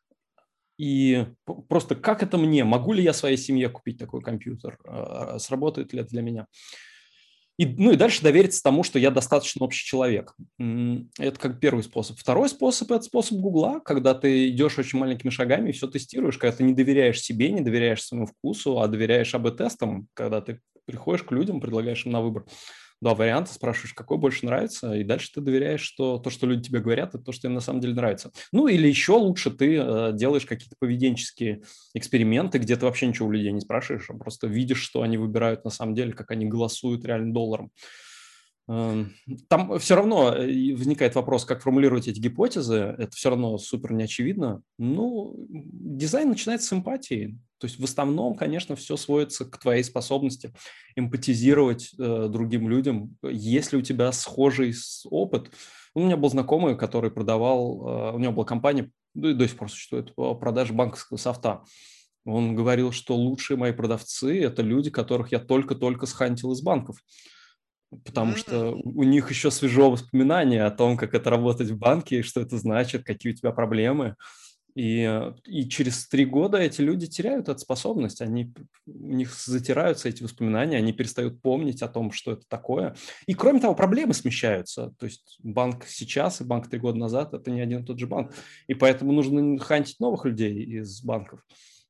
[SPEAKER 2] И просто как это мне? Могу ли я своей семье купить такой компьютер? Сработает ли это для меня? Ну и дальше довериться тому, что я достаточно общий человек. Это как первый способ. Второй способ – это способ Гугла, когда ты идешь очень маленькими шагами и все тестируешь, когда ты не доверяешь себе, не доверяешь своему вкусу, а доверяешь АБ-тестам, когда ты приходишь к людям, предлагаешь им на выбор два варианта, спрашиваешь, какой больше нравится, и дальше ты доверяешь, что то, что люди тебе говорят, это то, что им на самом деле нравится. Ну или еще лучше ты делаешь какие-то поведенческие эксперименты, где ты вообще ничего у людей не спрашиваешь, а просто видишь, что они выбирают на самом деле, как они голосуют реально долларом. Там все равно возникает вопрос, как формулировать эти гипотезы. Это все равно супер неочевидно. Ну, дизайн начинается с эмпатии. То есть в основном, конечно, все сводится к твоей способности эмпатизировать другим людям, если у тебя схожий опыт. У меня был знакомый, который продавал, у него была компания, ну и до сих пор существует, по продаже банковского софта. Он говорил, что лучшие мои продавцы – это люди, которых я только-только схантил из банков, потому что
[SPEAKER 1] м.
[SPEAKER 2] у них еще свежо воспоминание о том, как это работать в банке, что это значит, какие у тебя проблемы. И через 3 года эти люди теряют эту способность, у них затираются эти воспоминания, они перестают помнить о том, что это такое. И кроме того, проблемы смещаются. То есть банк сейчас и банк 3 года назад – это не один и тот же банк. И поэтому нужно хантить новых людей из банков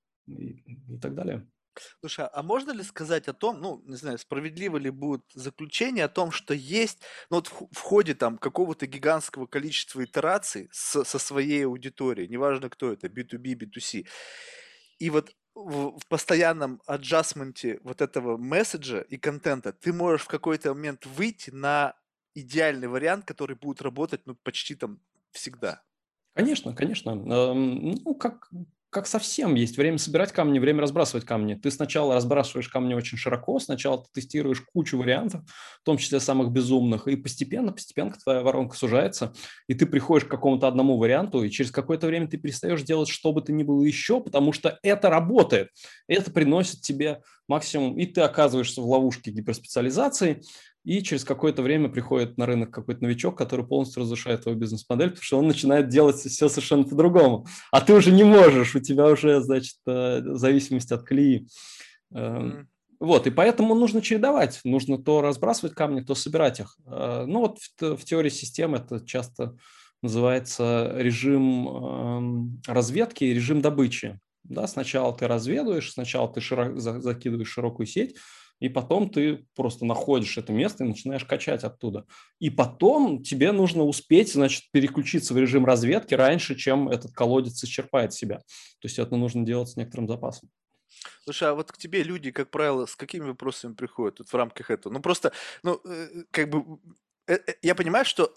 [SPEAKER 2] и так далее.
[SPEAKER 1] Слушай, а можно ли сказать о том, ну, не знаю, справедливо ли будет заключение о том, что есть, ну, вот в ходе там какого-то гигантского количества итераций со своей аудиторией, неважно кто это, B2B, B2C, и вот в постоянном аджастменте вот этого месседжа и контента ты можешь в какой-то момент выйти на идеальный вариант, который будет работать, ну, почти там всегда.
[SPEAKER 2] Конечно, конечно. Ну, как совсем есть время собирать камни, время разбрасывать камни. Ты сначала разбрасываешь камни очень широко, сначала ты тестируешь кучу вариантов, в том числе самых безумных, и постепенно твоя воронка сужается, и ты приходишь к какому-то одному варианту, и через какое-то время ты перестаешь делать что бы то ни было еще, потому что это работает, это приносит тебе максимум, и ты оказываешься в ловушке гиперспециализации, и через какое-то время приходит на рынок какой-то новичок, который полностью разрушает твою бизнес-модель, потому что он начинает делать все совершенно по-другому. А ты уже не можешь, у тебя уже, значит, зависимость от колеи.
[SPEAKER 1] Мгм.
[SPEAKER 2] Вот, и поэтому нужно чередовать. Нужно то разбрасывать камни, то собирать их. Ну вот в теории систем это часто называется режим разведки и режим добычи. Да, сначала ты разведываешь, сначала ты закидываешь широкую сеть, и потом ты просто находишь это место и начинаешь качать оттуда. И потом тебе нужно успеть, значит, переключиться в режим разведки раньше, чем этот колодец исчерпает себя. То есть это нужно делать с некоторым запасом.
[SPEAKER 1] Слушай, а вот к тебе люди, как правило, с какими вопросами приходят вот в рамках этого? Ну, просто, ну, как бы, я понимаю, что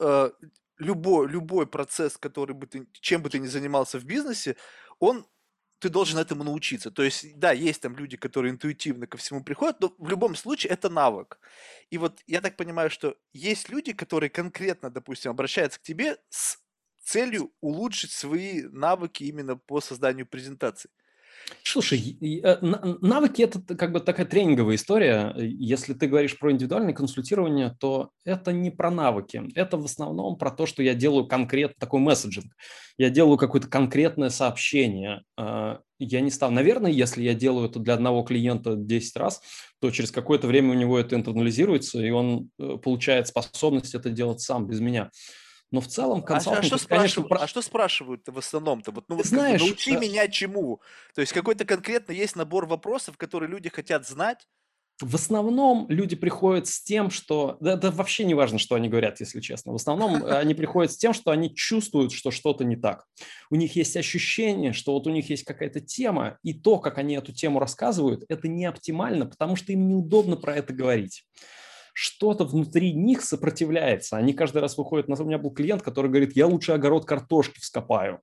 [SPEAKER 1] любой процесс, который бы ты, чем бы ты ни занимался в бизнесе, он, ты должен этому научиться. То есть, да, есть там люди, которые интуитивно ко всему приходят, но в любом случае это навык. И вот я так понимаю, что есть люди, которые конкретно, допустим, обращаются к тебе с целью улучшить свои навыки именно по созданию презентаций.
[SPEAKER 2] Слушай, навыки – это как бы такая тренинговая история. Если ты говоришь про индивидуальное консультирование, то это не про навыки. Это в основном про то, что я делаю конкретно такой месседжинг. Я делаю какое-то конкретное сообщение. Я не ставлю. Наверное, если я делаю это для одного клиента 10 раз, то через какое-то время у него это интернализируется, и он получает способность это делать сам, без меня. Но в целом консалтинг – это, конечно,
[SPEAKER 1] А что спрашивают-то в основном-то? Вот, ну
[SPEAKER 2] ты
[SPEAKER 1] вот как бы
[SPEAKER 2] знаешь,
[SPEAKER 1] научи меня чему? То есть какой-то конкретно есть набор вопросов, которые люди хотят знать.
[SPEAKER 2] в основном люди приходят с тем, что… Да вообще не важно, что они говорят, если честно. В основном они приходят с тем, что они чувствуют, что что-то не так. У них есть ощущение, что вот у них есть какая-то тема, и то, как они эту тему рассказывают, это не оптимально, потому что им неудобно про это говорить. Что-то внутри них сопротивляется. Они каждый раз выходят… У меня был клиент, который говорит, я лучше огород картошки вскопаю.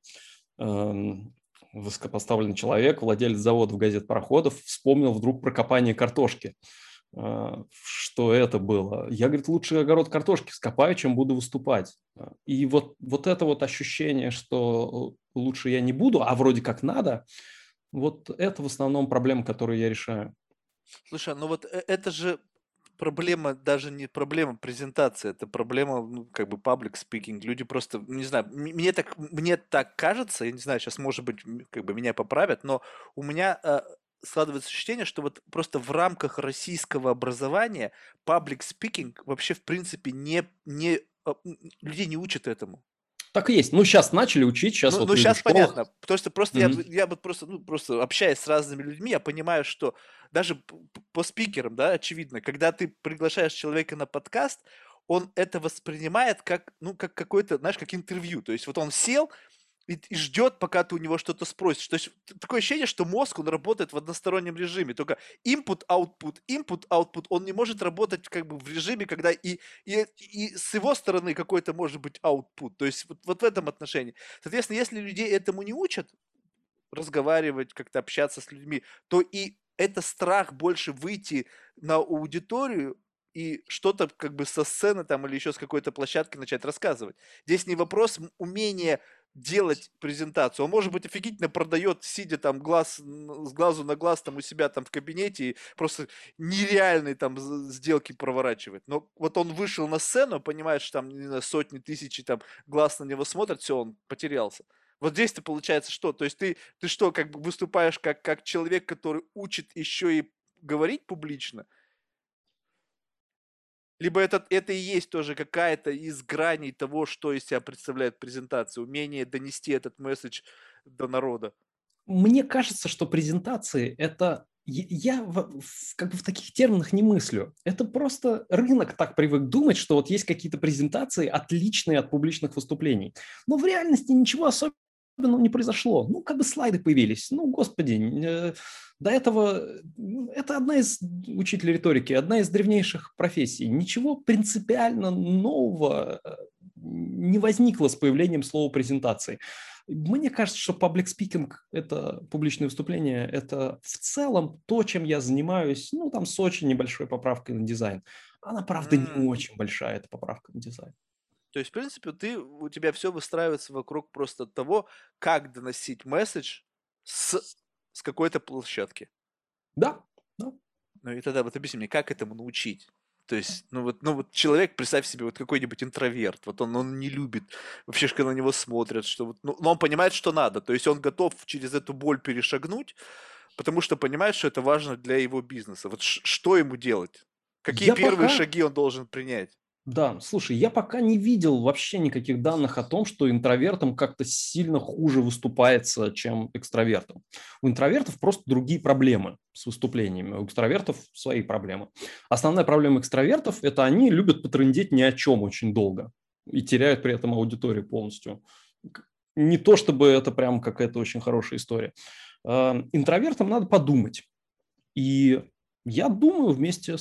[SPEAKER 2] Высокопоставленный человек, владелец заводов газет-пароходов, вспомнил вдруг про копание картошки. Что это было? Я, говорит, лучше огород картошки вскопаю, чем буду выступать. И вот это вот ощущение, что лучше я не буду, а вроде как надо, вот это в основном проблема, которую я решаю.
[SPEAKER 1] Слушай, ну вот это же проблема, даже не проблема презентации, это проблема, ну, как бы public speaking. Люди просто, ну, не знаю, мне так кажется, я не знаю, сейчас, может быть, как бы меня поправят, но у меня складывается ощущение, что вот просто в рамках российского образования public speaking вообще, в принципе, людей не учат этому.
[SPEAKER 2] Так и есть. Ну, сейчас начали учить, сейчас вот
[SPEAKER 1] Ну,
[SPEAKER 2] люди в
[SPEAKER 1] сейчас
[SPEAKER 2] школах.
[SPEAKER 1] понятно, потому что просто
[SPEAKER 2] Мгм.
[SPEAKER 1] я вот просто, ну, просто общаясь с разными людьми, я понимаю, что даже по спикерам, да, очевидно, когда ты приглашаешь человека на подкаст, он это воспринимает как, ну, как какой-то, знаешь, как интервью. То есть вот он сел, и ждет, пока ты у него что-то спросишь. То есть такое ощущение, что мозг, он работает в одностороннем режиме. Только input, output. Он не может работать как бы в режиме, когда и с его стороны какой-то может быть output. То есть вот в этом отношении. Соответственно, если людей этому не учат, разговаривать, как-то общаться с людьми, то и это страх больше выйти на аудиторию и что-то как бы со сцены там или еще с какой-то площадки начать рассказывать. Здесь не вопрос умения делать презентацию. Он, может быть, офигительно продает, сидя там с глазу на глаз там у себя там в кабинете и просто нереальные там сделки проворачивает. Но вот он вышел на сцену, понимает, что там, не знаю, сотни, тысячи там глаз на него смотрят, все, он потерялся. Вот здесь-то получается что? То есть ты что, как бы выступаешь как человек, который учит еще и говорить публично? Либо это и есть тоже какая-то из граней того, что из себя представляет презентация, умение донести этот месседж до народа.
[SPEAKER 2] Мне кажется, что презентации – это… Я как бы в таких терминах не мыслю. Это просто рынок так привык думать, что вот есть какие-то презентации, отличные от публичных выступлений. Но в реальности ничего особенного не произошло. Ну, как бы слайды появились. Ну, господи, до этого… Это одна из… Учитель риторики, одна из древнейших профессий. Ничего принципиально нового не возникло с появлением слова презентации. Мне кажется, что public speaking, это публичное выступление, это в целом то, чем я занимаюсь, ну, там с очень небольшой поправкой на дизайн. Она, правда, не
[SPEAKER 1] М.
[SPEAKER 2] очень большая, эта поправка на дизайн.
[SPEAKER 1] То есть, в принципе, у тебя все выстраивается вокруг просто того, как доносить месседж с с какой-то площадки.
[SPEAKER 2] Да, да.
[SPEAKER 1] Ну и тогда вот объясни мне, как этому научить? То есть, ну вот человек, представь себе, вот какой-нибудь интроверт, вот он не любит вообще, когда на него смотрят, что вот, ну, но он понимает, что надо, то есть он готов через эту боль перешагнуть, потому что понимает, что это важно для его бизнеса. Вот что ему делать? Какие
[SPEAKER 2] Я
[SPEAKER 1] первые
[SPEAKER 2] пока
[SPEAKER 1] шаги он должен принять?
[SPEAKER 2] Да, слушай, я пока не видел вообще никаких данных о том, что интровертам как-то сильно хуже выступается, чем экстравертам. У интровертов просто другие проблемы с выступлениями, у экстравертов свои проблемы. Основная проблема экстравертов – это они любят потрындеть ни о чем очень долго и теряют при этом аудиторию полностью. Не то чтобы это прям какая-то очень хорошая история. Интровертам надо подумать. И я думаю вместе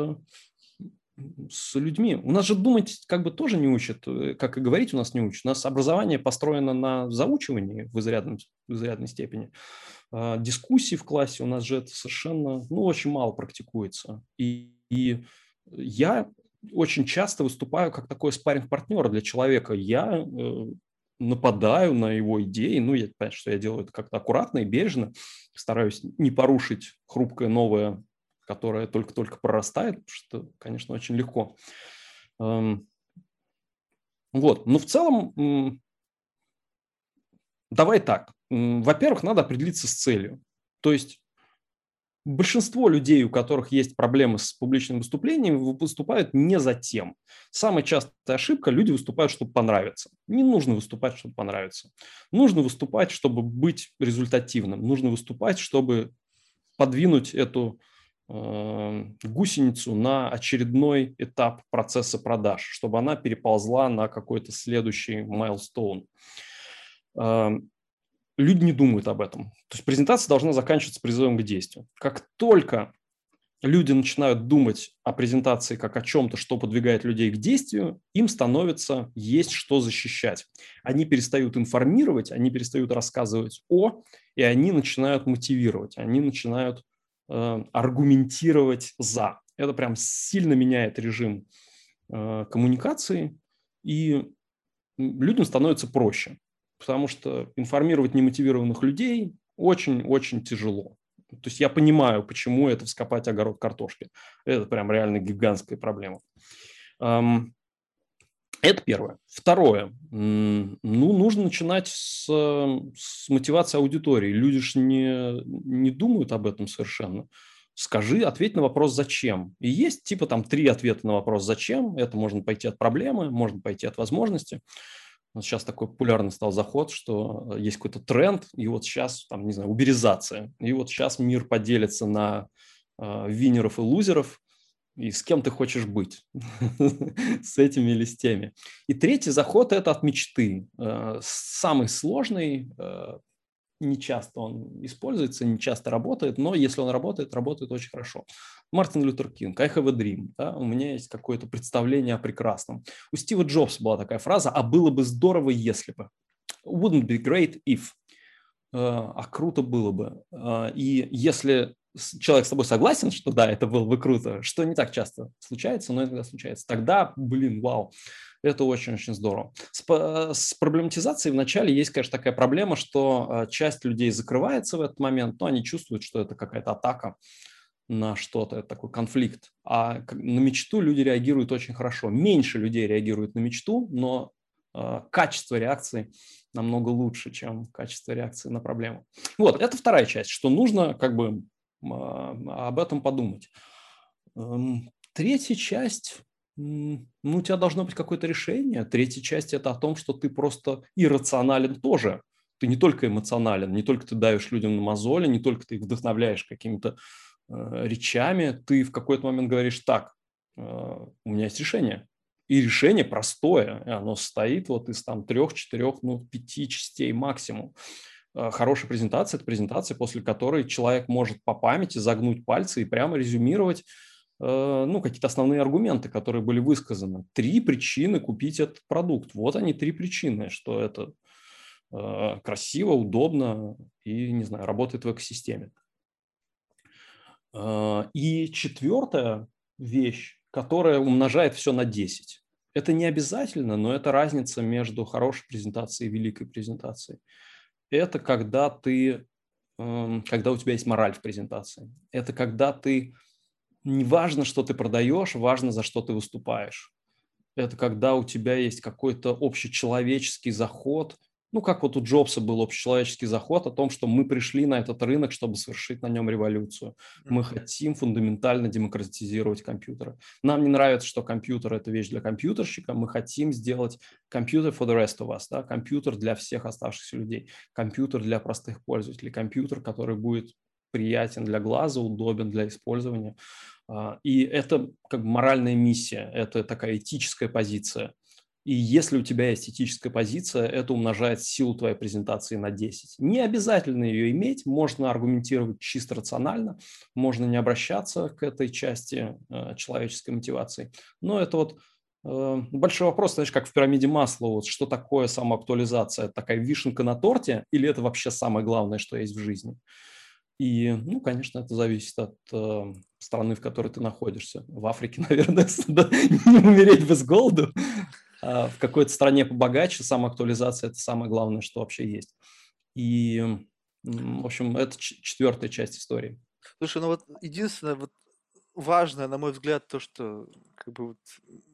[SPEAKER 2] с людьми. У нас же думать как бы тоже не учат, как и говорить у нас не учат. У нас образование построено на заучивании в изрядной степени. Дискуссии в классе у нас же это совершенно, ну, очень мало практикуется. И я очень часто выступаю как такой спарринг-партнер для человека. Я нападаю на его идеи. Ну, я понимаю, что я делаю это как-то аккуратно и бережно. Стараюсь не порушить хрупкое новое, которое только-только прорастает, что, конечно, очень легко. Эм, Вот. Но в целом, давай так. Во-первых, надо определиться с целью. То есть большинство людей, у которых есть проблемы с публичным выступлением, выступают не за тем. Самая частая ошибка – люди выступают, чтобы понравиться. Не нужно выступать, чтобы понравиться. Нужно выступать, чтобы быть результативным. Нужно выступать, чтобы подвинуть эту гусеницу на очередной этап процесса продаж, чтобы она переползла на какой-то следующий майлстоун. Люди не думают об этом. То есть презентация должна заканчиваться призывом к действию. Как только люди начинают думать о презентации как о чем-то, что подвигает людей к действию, им становится есть что защищать. Они перестают информировать, они перестают рассказывать и они начинают мотивировать, они начинают аргументировать за. Это прям сильно меняет режим коммуникации, и людям становится проще, потому что информировать немотивированных людей очень-очень тяжело. То есть я понимаю, почему это вскопать огород картошки. Это прям реально гигантская проблема. Это первое. Второе. Ну, нужно начинать с мотивации аудитории. Люди же не думают об этом совершенно. Скажи, ответь на вопрос «зачем?». И есть типа там 3 ответа на вопрос «зачем?». Это можно пойти от проблемы, можно пойти от возможности. Вот сейчас такой популярный стал заход, что есть какой-то тренд, и вот сейчас, там, не знаю, уберизация. И вот сейчас мир поделится на винеров и лузеров, и с кем ты хочешь быть, с этими или с теми. И третий заход – это от мечты. Самый сложный, не часто он используется, не часто работает, но если он работает, работает очень хорошо. Мартин Лютер Кинг, I have a dream. Да? У меня есть какое-то представление о прекрасном. У Стива Джобса была такая фраза, а было бы здорово, если бы. Wouldn't be great if. А круто было бы. И если человек с тобой согласен, что да, это было бы круто, что не так часто случается, но иногда случается, тогда, блин, вау, это очень-очень здорово. С проблематизацией вначале есть, конечно, такая проблема, что часть людей закрывается в этот момент, но они чувствуют, что это какая-то атака на что-то, это такой конфликт. А на мечту люди реагируют очень хорошо. Меньше людей реагируют на мечту, но качество реакции намного лучше, чем качество реакции на проблему. Вот, это вторая часть, что нужно как бы об этом подумать. Третья часть, ну, у тебя должно быть какое-то решение. Третья часть – это о том, что ты просто иррационален тоже. Ты не только эмоционален, не только ты давишь людям на мозоли, не только ты их вдохновляешь какими-то речами, ты в какой-то момент говоришь: так, у меня есть решение. И решение простое, оно состоит вот из там 3, 4, ну, 5 частей максимум. Хорошая презентация – это презентация, после которой человек может по памяти загнуть пальцы и прямо резюмировать ну, какие-то основные аргументы, которые были высказаны. 3 причины купить этот продукт. Вот они 3 причины, что это красиво, удобно и, не знаю, работает в экосистеме. И четвертая вещь, которая умножает все на 10. Это не обязательно, но это разница между хорошей презентацией и великой презентацией. Это когда когда у тебя есть мораль в презентации. Это когда не важно, что ты продаешь, важно, за что ты выступаешь. Это когда у тебя есть какой-то общечеловеческий заход, ну, как вот у Джобса был общечеловеческий заход о том, что мы пришли на этот рынок, чтобы совершить на нем революцию. Мы хотим фундаментально демократизировать компьютеры. Нам не нравится, что компьютер – это вещь для компьютерщика. Мы хотим сделать компьютер for the rest of us, да? Компьютер для всех оставшихся людей, компьютер для простых пользователей, компьютер, который будет приятен для глаза, удобен для использования. И это как бы моральная миссия, это такая этическая позиция. И если у тебя есть этическая позиция, это умножает силу твоей презентации на 10. Не обязательно ее иметь, можно аргументировать чисто рационально, можно не обращаться к этой части человеческой мотивации. Но это вот большой вопрос, знаешь, как в пирамиде Маслоу, вот что такое самоактуализация? Это такая вишенка на торте или это вообще самое главное, что есть в жизни? И, ну, конечно, это зависит от страны, в которой ты находишься. В Африке, наверное, не умереть без голоду. А в какой-то стране побогаче самоактуализация – это самое главное, что вообще есть. И, в общем, это четвертая часть истории.
[SPEAKER 1] Слушай, ну вот единственное вот важное, на мой взгляд, то, что как бы вот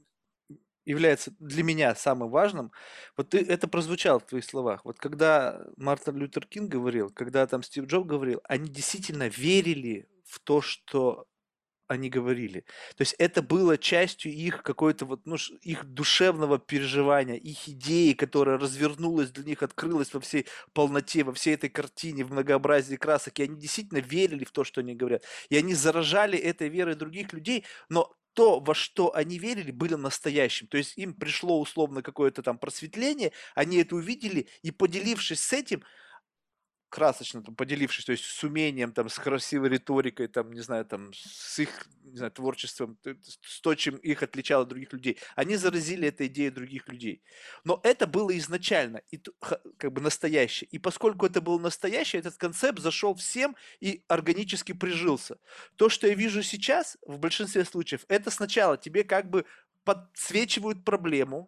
[SPEAKER 1] является для меня самым важным, вот это прозвучало в твоих словах. Вот когда Мартин Лютер Кинг говорил, когда там Стив Джобс говорил, они действительно верили в то, что они говорили. То есть это было частью их какой-то вот, ну, их душевного переживания, их идеи, которая развернулась для них, открылась во всей полноте, во всей этой картине, в многообразии красок. И они действительно верили в то, что они говорят. И они заражали этой верой других людей, но то, во что они верили, было настоящим. То есть им пришло условно какое-то там просветление, они это увидели, и поделившись с этим, красочно там поделившись, то есть с умением, там, с красивой риторикой, там, не знаю, там, с их, не знаю, творчеством, с то, чем их отличало от других людей. Они заразили этой идеей других людей. Но это было изначально, и, как бы настоящее. И поскольку это было настоящее, этот концепт зашел всем и органически прижился. То, что я вижу сейчас, в большинстве случаев, это сначала тебе как бы подсвечивают проблему,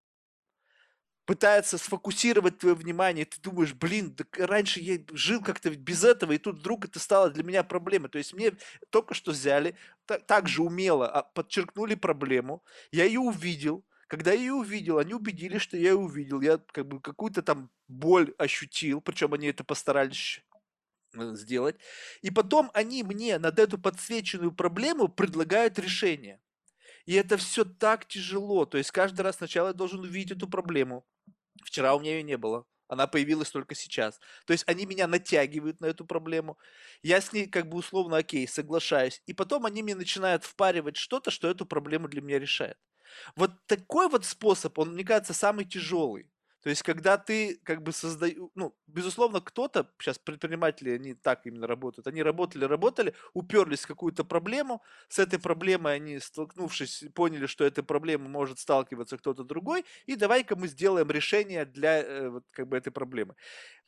[SPEAKER 1] пытается сфокусировать твое внимание, ты думаешь, блин, так раньше я жил как-то без этого, и тут вдруг это стало для меня проблемой. То есть мне только что взяли, так же умело подчеркнули проблему, я ее увидел, когда я ее увидел, они убедились, что я ее увидел, я как бы какую-то там боль ощутил, причем они это постарались сделать, и потом они мне над эту подсвеченную проблему предлагают решение. И это все так тяжело, то есть каждый раз сначала я должен увидеть эту проблему, вчера у меня ее не было. Она появилась только сейчас. То есть они меня натягивают на эту проблему. Я с ней как бы условно окей, соглашаюсь. И потом они мне начинают впаривать что-то, что эту проблему для меня решает. Вот такой вот способ, он, мне кажется, самый тяжелый. То есть, когда ты как бы создаешь, ну, безусловно, кто-то, сейчас предприниматели, они так именно работают, они работали, уперлись в какую-то проблему, с этой проблемой они, столкнувшись, поняли, что этой проблемой может сталкиваться кто-то другой, и давай-ка мы сделаем решение для вот, как бы этой проблемы.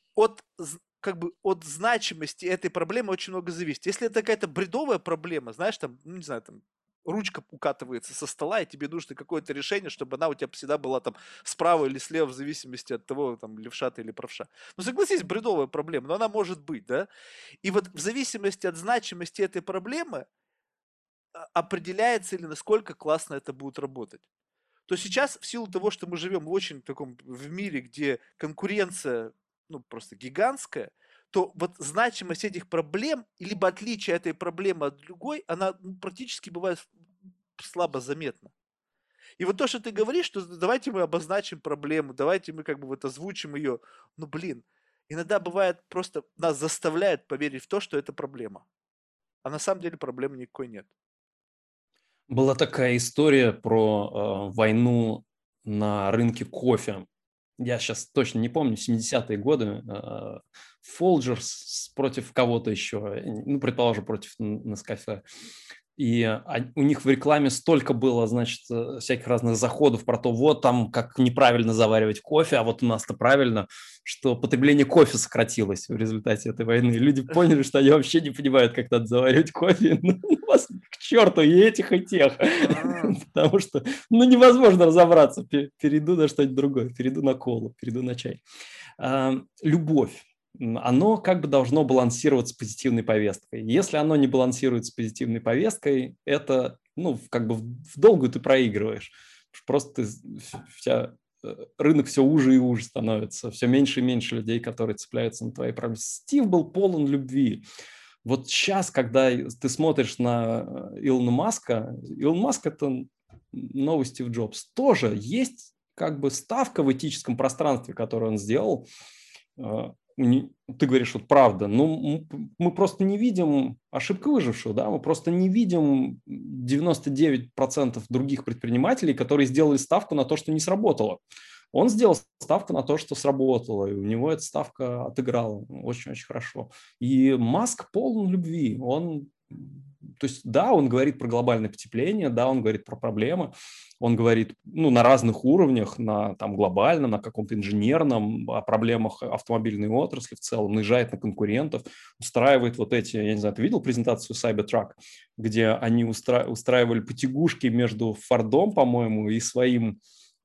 [SPEAKER 1] Как бы от значимости этой проблемы очень много зависит. Если это какая-то бредовая проблема, знаешь, там, ну, не знаю, там, ручка укатывается со стола, и тебе нужно какое-то решение, чтобы она у тебя всегда была там справа или слева, в зависимости от того, там, левша ты или правша. Ну, согласись, бредовая проблема, но она может быть, да? И вот в зависимости от значимости этой проблемы определяется или насколько классно это будет работать. То сейчас в силу того, что мы живем в очень таком в мире, где конкуренция, ну, просто гигантская, то вот значимость этих проблем, либо отличие этой проблемы от другой, она ну, практически бывает слабо заметна. И вот то, что ты говоришь, что давайте мы обозначим проблему, давайте мы как бы вот озвучим ее. Ну, блин, иногда бывает просто нас заставляет поверить в то, что это проблема. А на самом деле проблемы никакой нет.
[SPEAKER 2] Была такая история про войну на рынке кофе. Я сейчас точно не помню, 70-е годы. Folgers против кого-то еще, ну, предположим, против Nescafe. И у них в рекламе столько было, значит, всяких разных заходов про то, вот там как неправильно заваривать кофе, а вот у нас-то правильно, что потребление кофе сократилось в результате этой войны. И люди поняли, что они вообще не понимают, как надо заваривать кофе. Ну, у вас к черту и этих, и тех.
[SPEAKER 1] А,
[SPEAKER 2] Потому что, ну, невозможно разобраться. Перейду на что-нибудь другое, перейду на колу, перейду на чай. Любовь. Оно как бы должно балансировать с позитивной повесткой. Если оно не балансирует с позитивной повесткой, это, ну, как бы в долгую ты проигрываешь. Просто рынок все уже и уже становится, все меньше и меньше людей, которые цепляются на твои проблемы. Стив был полон любви. Вот сейчас, когда ты смотришь на Илона Маска, Илон Маск – это новый Стив Джобс. Тоже есть как бы ставка в этическом пространстве, которую он сделал. Ты говоришь, вот правда, ну мы просто не видим ошибку выжившего, да, мы просто не видим 99% других предпринимателей, которые сделали ставку на то, что не сработало. Он сделал ставку на то, что сработало, и у него эта ставка отыграла очень-очень хорошо. И Маск полон любви. То есть, да, он говорит про глобальное потепление, да, он говорит про проблемы, он говорит, ну, на разных уровнях, на там глобальном, на каком-то инженерном, о проблемах автомобильной отрасли в целом, наезжает на конкурентов, устраивает вот эти, я не знаю, ты видел презентацию Cybertruck, где они устраивали потягушки между Фордом, по-моему, и своим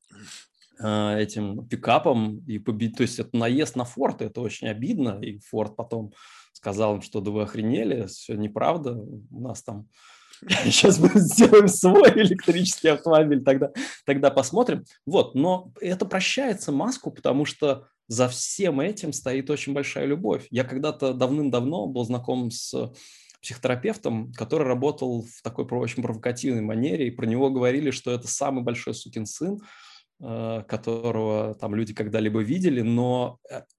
[SPEAKER 2] этим пикапом, и то есть это наезд на Форд, это очень обидно, и Форд потом сказал им, что да вы охренели, все неправда, у нас там сейчас мы сделаем свой электрический автомобиль, тогда посмотрим. Вот, но это прощается Маску, потому что за всем этим стоит очень большая любовь. Я когда-то давным-давно был знаком с психотерапевтом, который работал в такой очень провокативной манере, и про него говорили, что это самый большой сукин сын, которого там люди когда-либо видели, но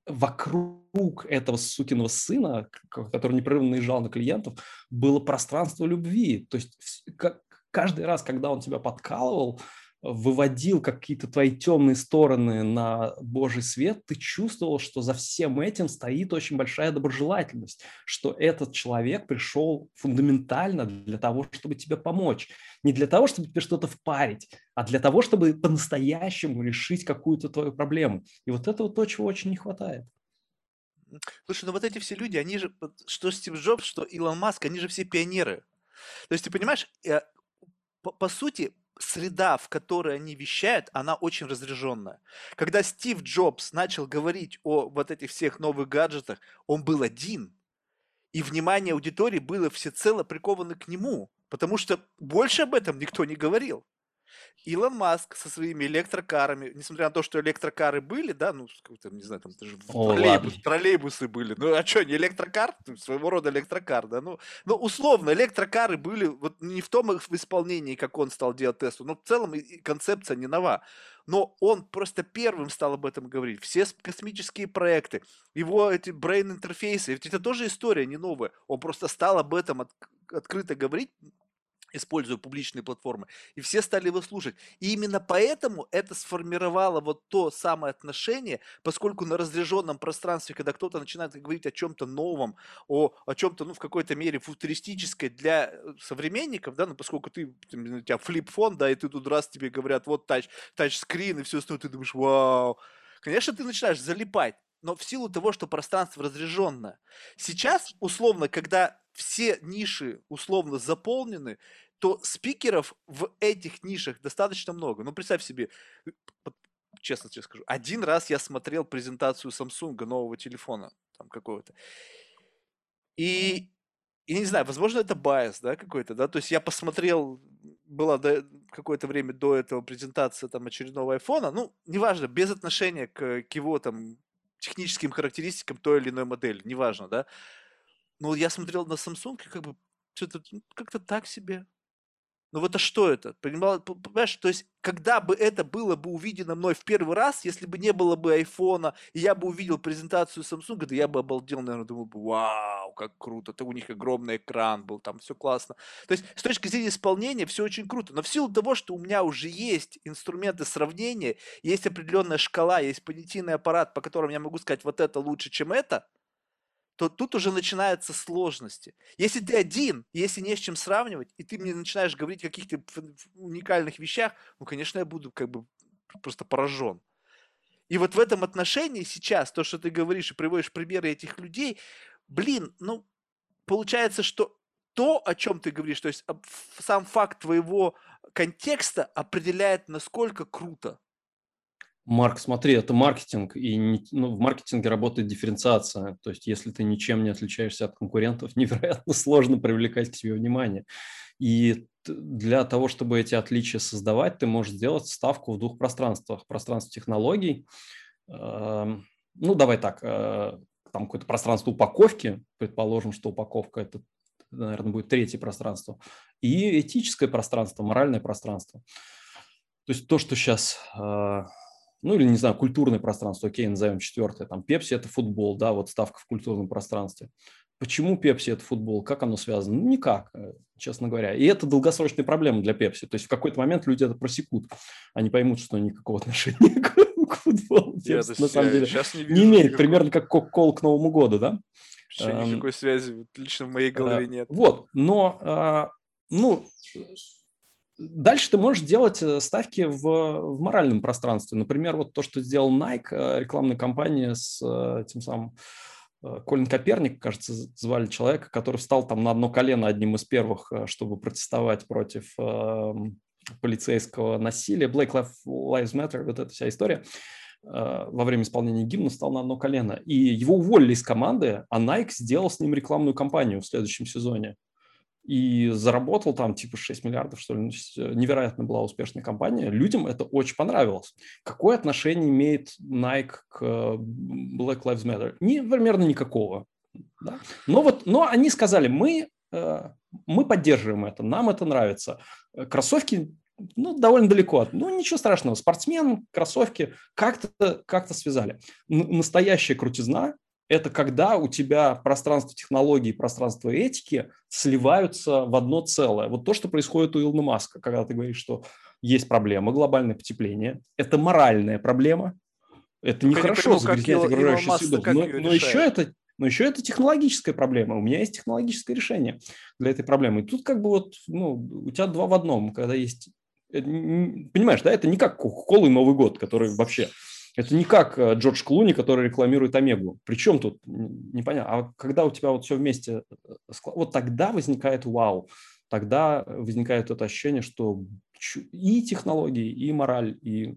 [SPEAKER 2] вокруг этого сукиного сына, который непрерывно наезжал на клиентов, было пространство любви. То есть каждый раз, когда он тебя подкалывал, выводил какие-то твои темные стороны на Божий свет, ты чувствовал, что за всем этим стоит очень большая доброжелательность, что этот человек пришел фундаментально для того, чтобы тебе помочь. Не для того, чтобы тебе что-то впарить, а для того, чтобы по-настоящему решить какую-то твою проблему. И вот это вот то, чего очень не хватает.
[SPEAKER 1] Слушай, ну вот эти все люди, они же, что Стив Джобс, что Илон Маск, они же все пионеры. То есть ты понимаешь, по сути, среда, в которой они вещают, она очень разряженная. Когда Стив Джобс начал говорить о вот этих всех новых гаджетах, он был один, и внимание аудитории было всецело приковано к нему, потому что больше об этом никто не говорил. Илон Маск со своими электрокарами, несмотря на то, что электрокары были, да, ну, какой-то, не знаю, там даже
[SPEAKER 2] О, ладно.
[SPEAKER 1] троллейбусы были, ну, а что, не электрокар? Ну, своего рода электрокар, да, ну, условно, электрокары были вот не в том их в исполнении, как он стал делать Теслу, но в целом и концепция не нова. Но он просто первым стал об этом говорить. Все космические проекты, его эти брейн-интерфейсы, ведь это тоже история не новая. Он просто стал об этом открыто говорить, используя публичные платформы, и все стали его слушать. И именно поэтому это сформировало вот то самое отношение, поскольку на разряженном пространстве, когда кто-то начинает говорить о чем-то новом, о чем-то, ну, в какой-то мере футуристическое для современников, да, ну, поскольку у тебя флип-фон, да, и ты тут раз тебе говорят, вот тачскрин и все остальное, ты думаешь, вау. Конечно, ты начинаешь залипать, но в силу того, что пространство разряженное. Сейчас, условно, когда все ниши условно заполнены, то спикеров в этих нишах достаточно много. Ну, представь себе, вот честно тебе скажу, один раз я смотрел презентацию Samsung нового телефона, там какого-то, и я не знаю, возможно, это байс, да, какой-то, да, то есть я посмотрел, была какое-то время до этого презентация там очередного айфона, ну, неважно, без отношения к его там техническим характеристикам той или иной модели, неважно, да, но я смотрел на Samsung и как бы что-то как-то так себе. Ну вот а что это? Понимаешь, то есть, когда бы это было бы увидено мной в первый раз, если бы не было бы айфона, и я бы увидел презентацию Samsung, да я бы обалдел, наверное, думал бы, вау, как круто, то у них огромный экран был, там все классно. То есть, с точки зрения исполнения, все очень круто, но в силу того, что у меня уже есть инструменты сравнения, есть определенная шкала, есть понятийный аппарат, по которому я могу сказать, вот это лучше, чем это, то тут уже начинаются сложности. Если ты один, если не с чем сравнивать, и ты мне начинаешь говорить о каких-то уникальных вещах, ну, конечно, я буду как бы просто поражен. И вот в этом отношении сейчас то, что ты говоришь и приводишь примеры этих людей, блин, ну, получается, что то, о чем ты говоришь, то есть сам факт твоего контекста определяет, насколько круто.
[SPEAKER 2] Марк, смотри, это маркетинг, и в маркетинге работает дифференциация. То есть, если ты ничем не отличаешься от конкурентов, невероятно сложно привлекать к себе внимание. И для того, чтобы эти отличия создавать, ты можешь сделать ставку в двух пространствах. Пространство технологий, ну, давай так, там какое-то пространство упаковки, предположим, что упаковка – это, наверное, будет третье пространство, и этическое пространство, моральное пространство. То есть то, что сейчас, ну или, не знаю, культурное пространство, окей, назовем четвертое, там, Пепси – это футбол, да, вот ставка в культурном пространстве. Почему Пепси – это футбол? Как оно связано? Ну, никак, честно говоря. И это долгосрочная проблема для Пепси. То есть в какой-то момент люди это просекут. Они поймут, что никакого отношения к футболу
[SPEAKER 1] Я,
[SPEAKER 2] Пепси на самом
[SPEAKER 1] я
[SPEAKER 2] деле
[SPEAKER 1] сейчас не
[SPEAKER 2] не
[SPEAKER 1] вижу
[SPEAKER 2] имеет.
[SPEAKER 1] никакой,
[SPEAKER 2] Примерно как Кока-Кола к Новому году, да?
[SPEAKER 1] вообще
[SPEAKER 2] Эм,
[SPEAKER 1] никакой связи, вот лично в моей голове нет.
[SPEAKER 2] Вот, но, ну, дальше ты можешь делать ставки в моральном пространстве. Например, вот то, что сделал Nike, рекламная кампания с тем самым Колин Коперник, кажется, звали человека, который встал там на одно колено одним из первых, чтобы протестовать против полицейского насилия. Black Lives Matter, вот эта вся история. Во время исполнения гимна встал на одно колено. И его уволили из команды, а Nike сделал с ним рекламную кампанию в следующем сезоне. И заработал там типа 6 миллиардов, что ли. Невероятно была успешная компания. Людям это очень понравилось. Какое отношение имеет Nike к Black Lives Matter? Примерно никакого. Да? Но они сказали, мы поддерживаем это, нам это нравится. Кроссовки, ну, довольно далеко от. Ну, ничего страшного. Спортсмен, кроссовки как-то связали. Настоящая крутизна – это когда у тебя пространство технологий, пространство этики сливаются в одно целое. Вот то, что происходит у Илона Маска, когда ты говоришь, что есть проблема, глобальное потепление, это моральная проблема, это
[SPEAKER 1] Только я не
[SPEAKER 2] нехорошо,
[SPEAKER 1] пойму, как
[SPEAKER 2] загрязнять
[SPEAKER 1] Илон
[SPEAKER 2] окружающую
[SPEAKER 1] Маск
[SPEAKER 2] среду,
[SPEAKER 1] как ее решает.
[SPEAKER 2] но еще это технологическая проблема. У меня есть технологическое решение для этой проблемы. И тут как бы вот, ну, у тебя два в одном, когда есть... Понимаешь, да, это не как Кока-Кола и Новый год, который вообще... Это не как Джордж Клуни, который рекламирует Омегу. Причем тут непонятно. А когда у тебя вот все вместе, вот тогда возникает вау. Тогда возникает это ощущение, что и технологии, и мораль, и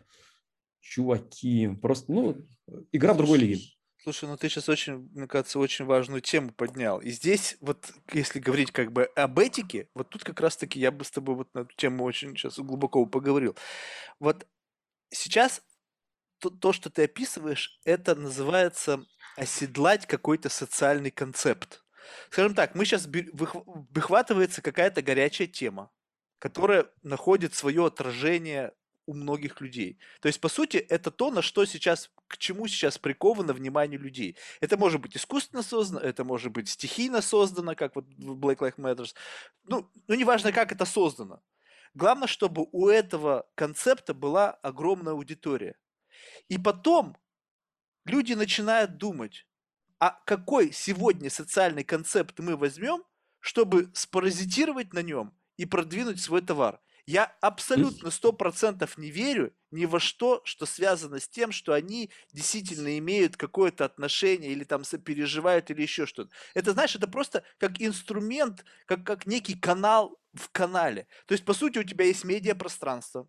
[SPEAKER 2] чуваки. Просто, ну, игра в другой
[SPEAKER 1] Слушай,
[SPEAKER 2] лиге.
[SPEAKER 1] слушай, ну ты сейчас очень, мне кажется, очень важную тему поднял. И здесь вот, если говорить как бы об этике, вот тут как раз-таки я бы с тобой вот на эту тему очень сейчас глубоко поговорил. Вот сейчас то, что ты описываешь, это называется оседлать какой-то социальный концепт. Скажем так, мы сейчас выхватывается какая-то горячая тема, которая находит свое отражение у многих людей. То есть, по сути, это то, на что сейчас, к чему сейчас приковано внимание людей. Это может быть искусственно создано, это может быть стихийно создано, как вот в Black Lives Matter. Ну, неважно, как это создано. Главное, чтобы у этого концепта была огромная аудитория. И потом люди начинают думать, а какой сегодня социальный концепт мы возьмем, чтобы спаразитировать на нем и продвинуть свой товар. Я абсолютно 100% не верю ни во что, что связано с тем, что они действительно имеют какое-то отношение или там сопереживают или еще что-то. Это, знаешь, это просто как инструмент, как некий канал в канале. То есть, по сути, у тебя есть медиапространство,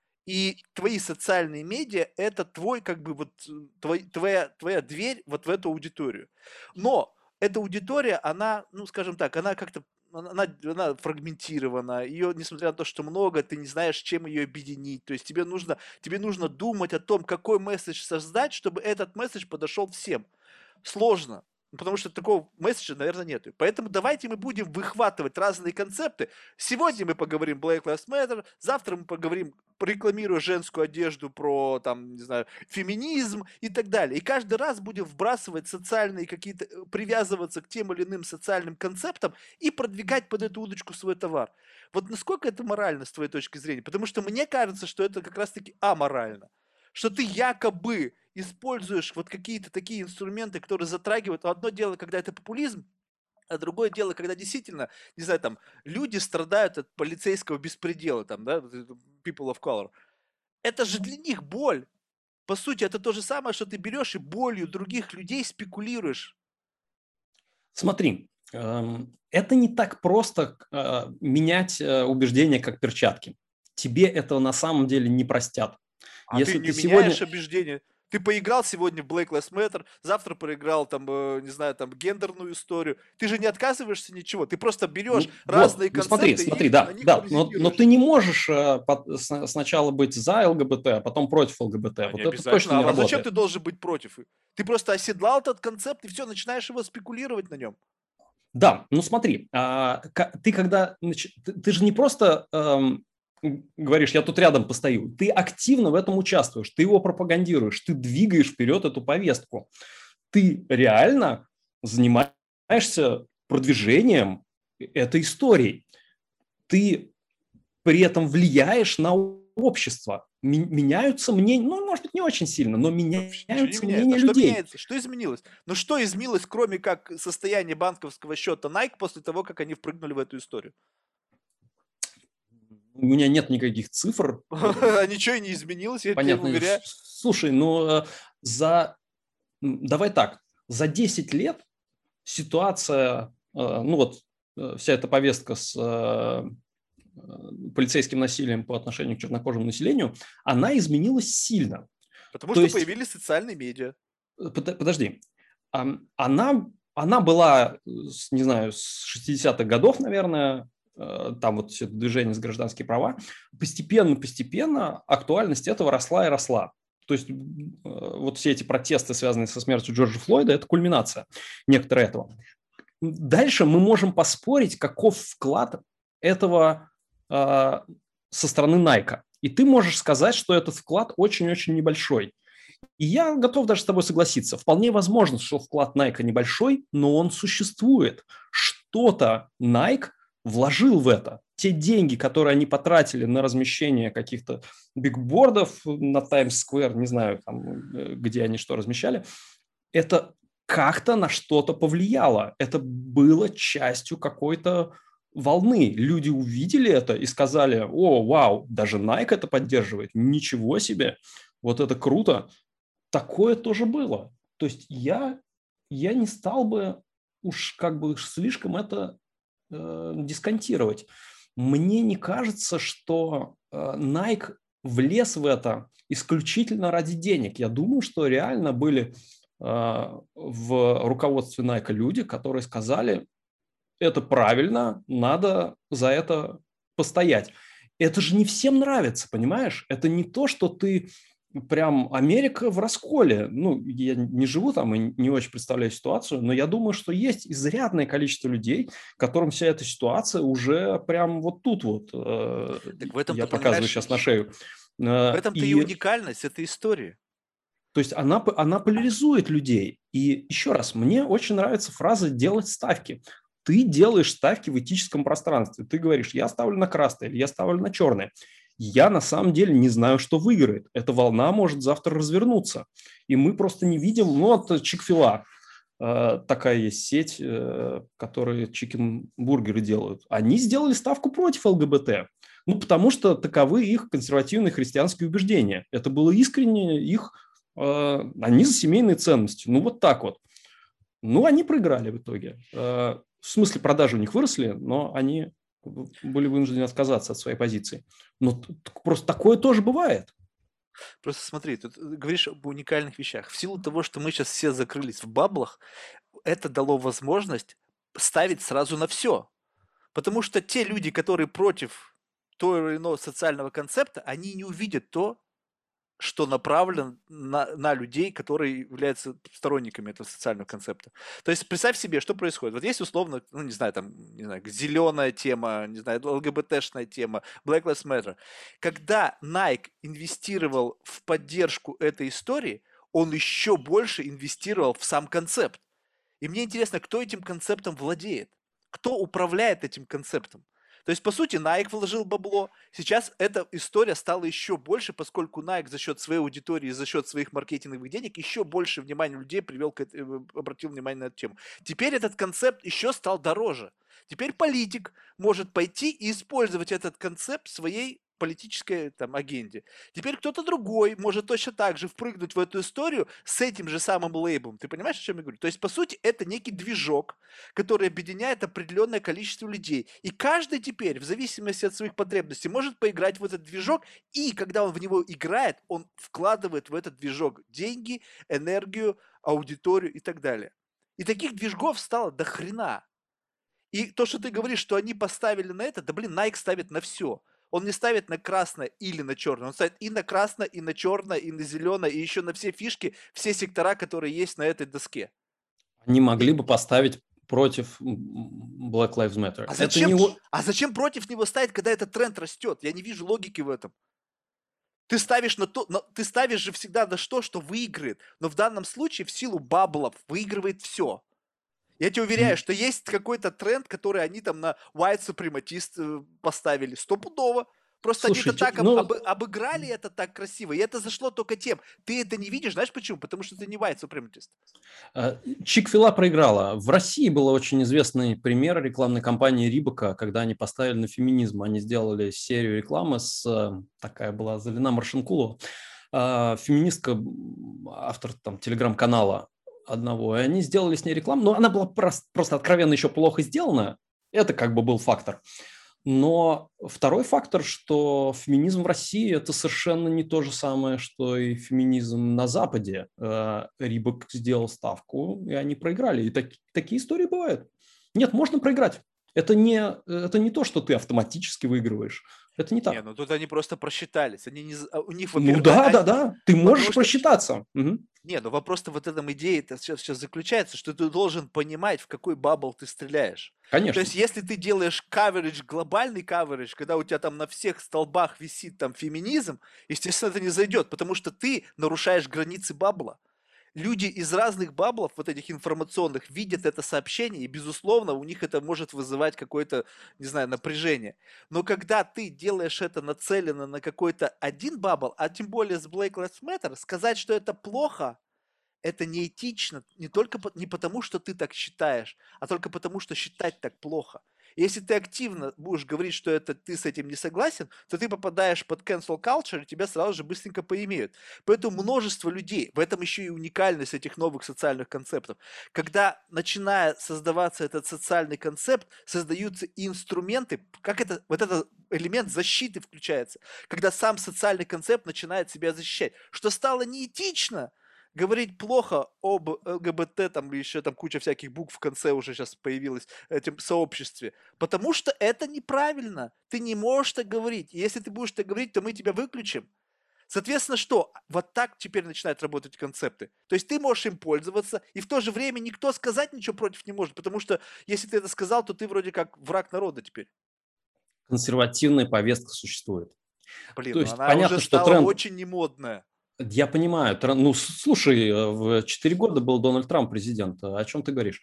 [SPEAKER 1] и твои социальные медиа – это твой, как бы, вот, твоя дверь вот в эту аудиторию. Но эта аудитория, она, ну, скажем так, она как-то, она фрагментирована, ее, несмотря на то, что много, ты не знаешь, чем ее объединить. То есть тебе нужно думать о том, какой месседж создать, чтобы этот месседж подошел всем. Сложно. Потому что такого месседжа, наверное, нету. Поэтому давайте мы будем выхватывать разные концепты. Сегодня мы поговорим Black Lives Matter, завтра мы поговорим, рекламируя женскую одежду, про, там, не знаю, феминизм и так далее. И каждый раз будем вбрасывать социальные какие-то, привязываться к тем или иным социальным концептам и продвигать под эту удочку свой товар. Вот насколько это морально с твоей точки зрения? Потому что мне кажется, что это как раз-таки аморально. что ты якобы используешь вот какие-то такие инструменты, которые затрагивают. Одно дело, когда это популизм, а другое дело, когда действительно, не знаю, там, люди страдают от полицейского беспредела, там, да, people of color. Это же для них боль. По сути, это то же самое, что ты берешь и болью других людей спекулируешь.
[SPEAKER 2] Смотри, это не так просто менять убеждения как перчатки. Тебе этого на самом деле не простят.
[SPEAKER 1] А ты
[SPEAKER 2] Если
[SPEAKER 1] не
[SPEAKER 2] ты
[SPEAKER 1] меняешь
[SPEAKER 2] сегодня...
[SPEAKER 1] убеждения. Ты поиграл сегодня в Black Lives Matter, завтра проиграл там, не знаю, там гендерную историю. Ты же не отказываешься ничего. Ты просто берешь
[SPEAKER 2] Ну вот,
[SPEAKER 1] разные
[SPEAKER 2] ну смотри,
[SPEAKER 1] концепты и
[SPEAKER 2] смотри,
[SPEAKER 1] на
[SPEAKER 2] да,
[SPEAKER 1] них
[SPEAKER 2] да, но
[SPEAKER 1] паразитируешь.
[SPEAKER 2] ты не можешь сначала быть за ЛГБТ, а потом против ЛГБТ.
[SPEAKER 1] А не
[SPEAKER 2] Вот это точно
[SPEAKER 1] обязательно.
[SPEAKER 2] не
[SPEAKER 1] А зачем
[SPEAKER 2] работает.
[SPEAKER 1] ты должен быть против? Ты просто оседлал этот концепт и все, начинаешь его спекулировать на нем.
[SPEAKER 2] Да, ну смотри, ты когда... Ты же не просто говоришь, я тут рядом постою. Ты активно в этом участвуешь, ты его пропагандируешь, ты двигаешь вперед эту повестку. Ты реально занимаешься продвижением этой истории. Ты при этом влияешь на общество. Меняются мнения, ну, может быть, не очень сильно, но
[SPEAKER 1] Вообще ничего не
[SPEAKER 2] меняются
[SPEAKER 1] меняется.
[SPEAKER 2] мнения
[SPEAKER 1] А что
[SPEAKER 2] людей.
[SPEAKER 1] меняется? Что изменилось? Ну что изменилось, кроме как состояние банковского счета Nike после того, как они впрыгнули в эту историю?
[SPEAKER 2] У меня нет никаких цифр.
[SPEAKER 1] А ничего и не изменилось, я тебе
[SPEAKER 2] Понятно.
[SPEAKER 1] уверяю.
[SPEAKER 2] Слушай, ну, давай так, за 10 лет ситуация, ну вот вся эта повестка с полицейским насилием по отношению к чернокожему населению, она изменилась сильно.
[SPEAKER 1] Потому
[SPEAKER 2] То
[SPEAKER 1] что
[SPEAKER 2] есть,
[SPEAKER 1] появились социальные медиа.
[SPEAKER 2] подожди, она была, не знаю, с 60-х годов, наверное, там вот все это движение за гражданские права, постепенно актуальность этого росла и росла. То есть вот все эти протесты, связанные со смертью Джорджа Флойда, это кульминация некоторого этого. Дальше мы можем поспорить, каков вклад этого со стороны Nike. И ты можешь сказать, что этот вклад очень-очень небольшой. И я готов даже с тобой согласиться. Вполне возможно, что вклад Nike небольшой, но он существует. Что-то Nike вложил в это. Те деньги, которые они потратили на размещение каких-то бигбордов на Таймс-сквер, не знаю, там, где они что размещали, это как-то на что-то повлияло. Это было частью какой-то волны. Люди увидели это и сказали: о, вау, даже Nike это поддерживает, ничего себе, вот это круто. Такое тоже было. То есть я не стал бы уж как бы слишком это дисконтировать. Мне не кажется, что Nike влез в это исключительно ради денег. Я думаю, что реально были в руководстве Nike люди, которые сказали: это правильно, надо за это постоять. Это же не всем нравится, понимаешь? Это не то, что ты прям Америка в расколе. Ну, я не живу там и не очень представляю ситуацию, но я думаю, что есть изрядное количество людей, которым вся эта ситуация уже прям вот тут вот.
[SPEAKER 1] Так в
[SPEAKER 2] Я
[SPEAKER 1] этом-то,
[SPEAKER 2] показываю
[SPEAKER 1] понимаешь,
[SPEAKER 2] сейчас на шею.
[SPEAKER 1] в этом-то и
[SPEAKER 2] И
[SPEAKER 1] уникальность этой истории.
[SPEAKER 2] то есть она поляризует людей. И еще раз, мне очень нравится фраза «делать ставки». Ты делаешь ставки в этическом пространстве. Ты говоришь: я ставлю на красное или я ставлю на черное. Я на самом деле не знаю, что выиграет. Эта волна может завтра развернуться. И мы просто не видим. Ну, вот Чик-фила. Такая есть сеть, которые чикен-бургеры делают. Они сделали ставку против ЛГБТ. Ну, потому что таковы их консервативные христианские убеждения. Это было искренне их... Они за семейные ценности. Ну, вот так вот. Ну, они проиграли в итоге. В смысле, продажи у них выросли, но они были вынуждены отказаться от своей позиции. Но просто такое тоже бывает.
[SPEAKER 1] Просто смотри, тут говоришь об уникальных вещах. В силу того, что мы сейчас все закрылись в баблах, это дало возможность ставить сразу на все. Потому что те люди, которые против того или иного социального концепта, они не увидят то, что направлен на людей, которые являются сторонниками этого социального концепта. То есть представь себе, что происходит. Вот есть условно, ну не знаю, там, не знаю, зеленая тема, не знаю, ЛГБТшная тема, Black Lives Matter. Когда Nike инвестировал в поддержку этой истории, он еще больше инвестировал в сам концепт. И мне интересно, кто этим концептом владеет? Кто управляет этим концептом? То есть, по сути, Nike вложил бабло. Сейчас эта история стала еще больше, поскольку Nike за счет своей аудитории, за счет своих маркетинговых денег еще больше внимания людей обратил внимание на эту тему. Теперь этот концепт еще стал дороже. Теперь политик может пойти и использовать этот концепт в своей политической там агенде. Теперь кто-то другой может точно так же впрыгнуть в эту историю с этим же самым лейблом. Ты понимаешь, о чем я говорю? То есть, по сути, это некий движок, который объединяет определенное количество людей. И каждый теперь, в зависимости от своих потребностей, может поиграть в этот движок, и когда он в него играет, он вкладывает в этот движок деньги, энергию, аудиторию и так далее. И таких движков стало до хрена. И то, что ты говоришь, что они поставили на это, да блин, Nike ставит на все. Он не ставит на красное или на черное, он ставит и на красное, и на черное, и на зеленое, и еще на все фишки, все сектора, которые есть на этой доске.
[SPEAKER 2] Они могли
[SPEAKER 1] И-
[SPEAKER 2] бы поставить против Black Lives Matter.
[SPEAKER 1] А
[SPEAKER 2] Это не...
[SPEAKER 1] зачем против него ставить, когда этот тренд растет? Я не вижу логики в этом. Ты ставишь ты ставишь же всегда на что выиграет. Но в данном случае в силу баблов выигрывает все. Я тебе уверяю, что есть какой-то тренд, который они там на white supremacist поставили. Стопудово. Просто они это
[SPEAKER 2] Слушайте,
[SPEAKER 1] так
[SPEAKER 2] ну,
[SPEAKER 1] обыграли это так красиво. И это зашло только тем. Ты это не видишь, знаешь почему? Потому что ты не white supremacist.
[SPEAKER 2] Чик-фила проиграла. В России был очень известный пример рекламной кампании Рибака, когда они поставили на феминизм. Они сделали серию рекламы такая была Залина Маршинкулова, феминистка, автор там телеграм-канала одного. И они сделали с ней рекламу, но она была просто откровенно еще плохо сделана. Это как бы был фактор. Но второй фактор, что феминизм в России – это совершенно не то же самое, что и феминизм на Западе. Рибок сделал ставку, и они проиграли. И такие истории бывают. Нет, можно проиграть. Это не то, что ты автоматически выигрываешь. Это не
[SPEAKER 1] Не,
[SPEAKER 2] так.
[SPEAKER 1] ну тут они просто просчитались. Они у них,
[SPEAKER 2] Ну
[SPEAKER 1] во-первых,
[SPEAKER 2] да. Ты можешь
[SPEAKER 1] потому что
[SPEAKER 2] просчитаться. Угу.
[SPEAKER 1] не, ну вопрос-то вот этом идее это сейчас заключается, что ты должен понимать, в какой бабл ты стреляешь. То
[SPEAKER 2] Конечно.
[SPEAKER 1] есть, если ты делаешь каверидж, глобальный каверидж, когда у тебя там на всех столбах висит там феминизм, естественно, это не зайдет, потому что ты нарушаешь границы бабла. Люди из разных баблов, вот этих информационных, видят это сообщение, и, безусловно, у них это может вызывать какое-то, не знаю, напряжение. Но когда ты делаешь это нацеленно на какой-то один бабл, а тем более с Black Lives Matter, сказать, что это плохо, это неэтично не только не потому, что ты так считаешь, а только потому, что считать так плохо. И если ты активно будешь говорить, что это ты с этим не согласен, то ты попадаешь под cancel culture, и тебя сразу же быстренько поимеют. Поэтому множество людей, в этом еще и уникальность этих новых социальных концептов, когда, начиная создаваться этот социальный концепт, создаются и инструменты, как это, вот этот элемент защиты включается, когда сам социальный концепт начинает себя защищать, что стало неэтично, говорить плохо об ЛГБТ, там еще там куча всяких букв в конце уже сейчас появилась, этим сообществе, потому что это неправильно. Ты не можешь так говорить. И если ты будешь так говорить, то мы тебя выключим. Соответственно, что? Вот так теперь начинают работать концепты. То есть ты можешь им пользоваться, и в то же время никто сказать ничего против не может, потому что если ты это сказал, то ты вроде как враг народа теперь.
[SPEAKER 2] Консервативная повестка существует.
[SPEAKER 1] Блин,
[SPEAKER 2] То
[SPEAKER 1] ну
[SPEAKER 2] есть
[SPEAKER 1] она уже
[SPEAKER 2] понятно, что
[SPEAKER 1] стала
[SPEAKER 2] тренд...
[SPEAKER 1] очень немодная.
[SPEAKER 2] Я понимаю. Ну, слушай, в 4 года был Дональд Трамп президент. О чем ты говоришь?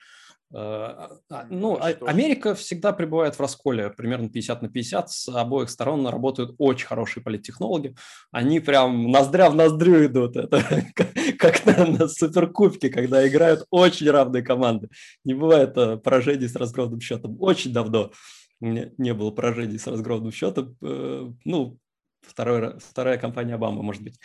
[SPEAKER 2] Ну,
[SPEAKER 1] Ну и что?
[SPEAKER 2] Америка всегда пребывает в расколе, примерно 50/50. С обоих сторон работают очень хорошие политтехнологи. Они прям ноздря в ноздрю идут. Это как на Суперкубке, когда играют очень равные команды. Не бывает поражений с разгромным счетом. Очень давно не было поражений с разгромным счетом. Ну, вторая кампания Обамы, может быть.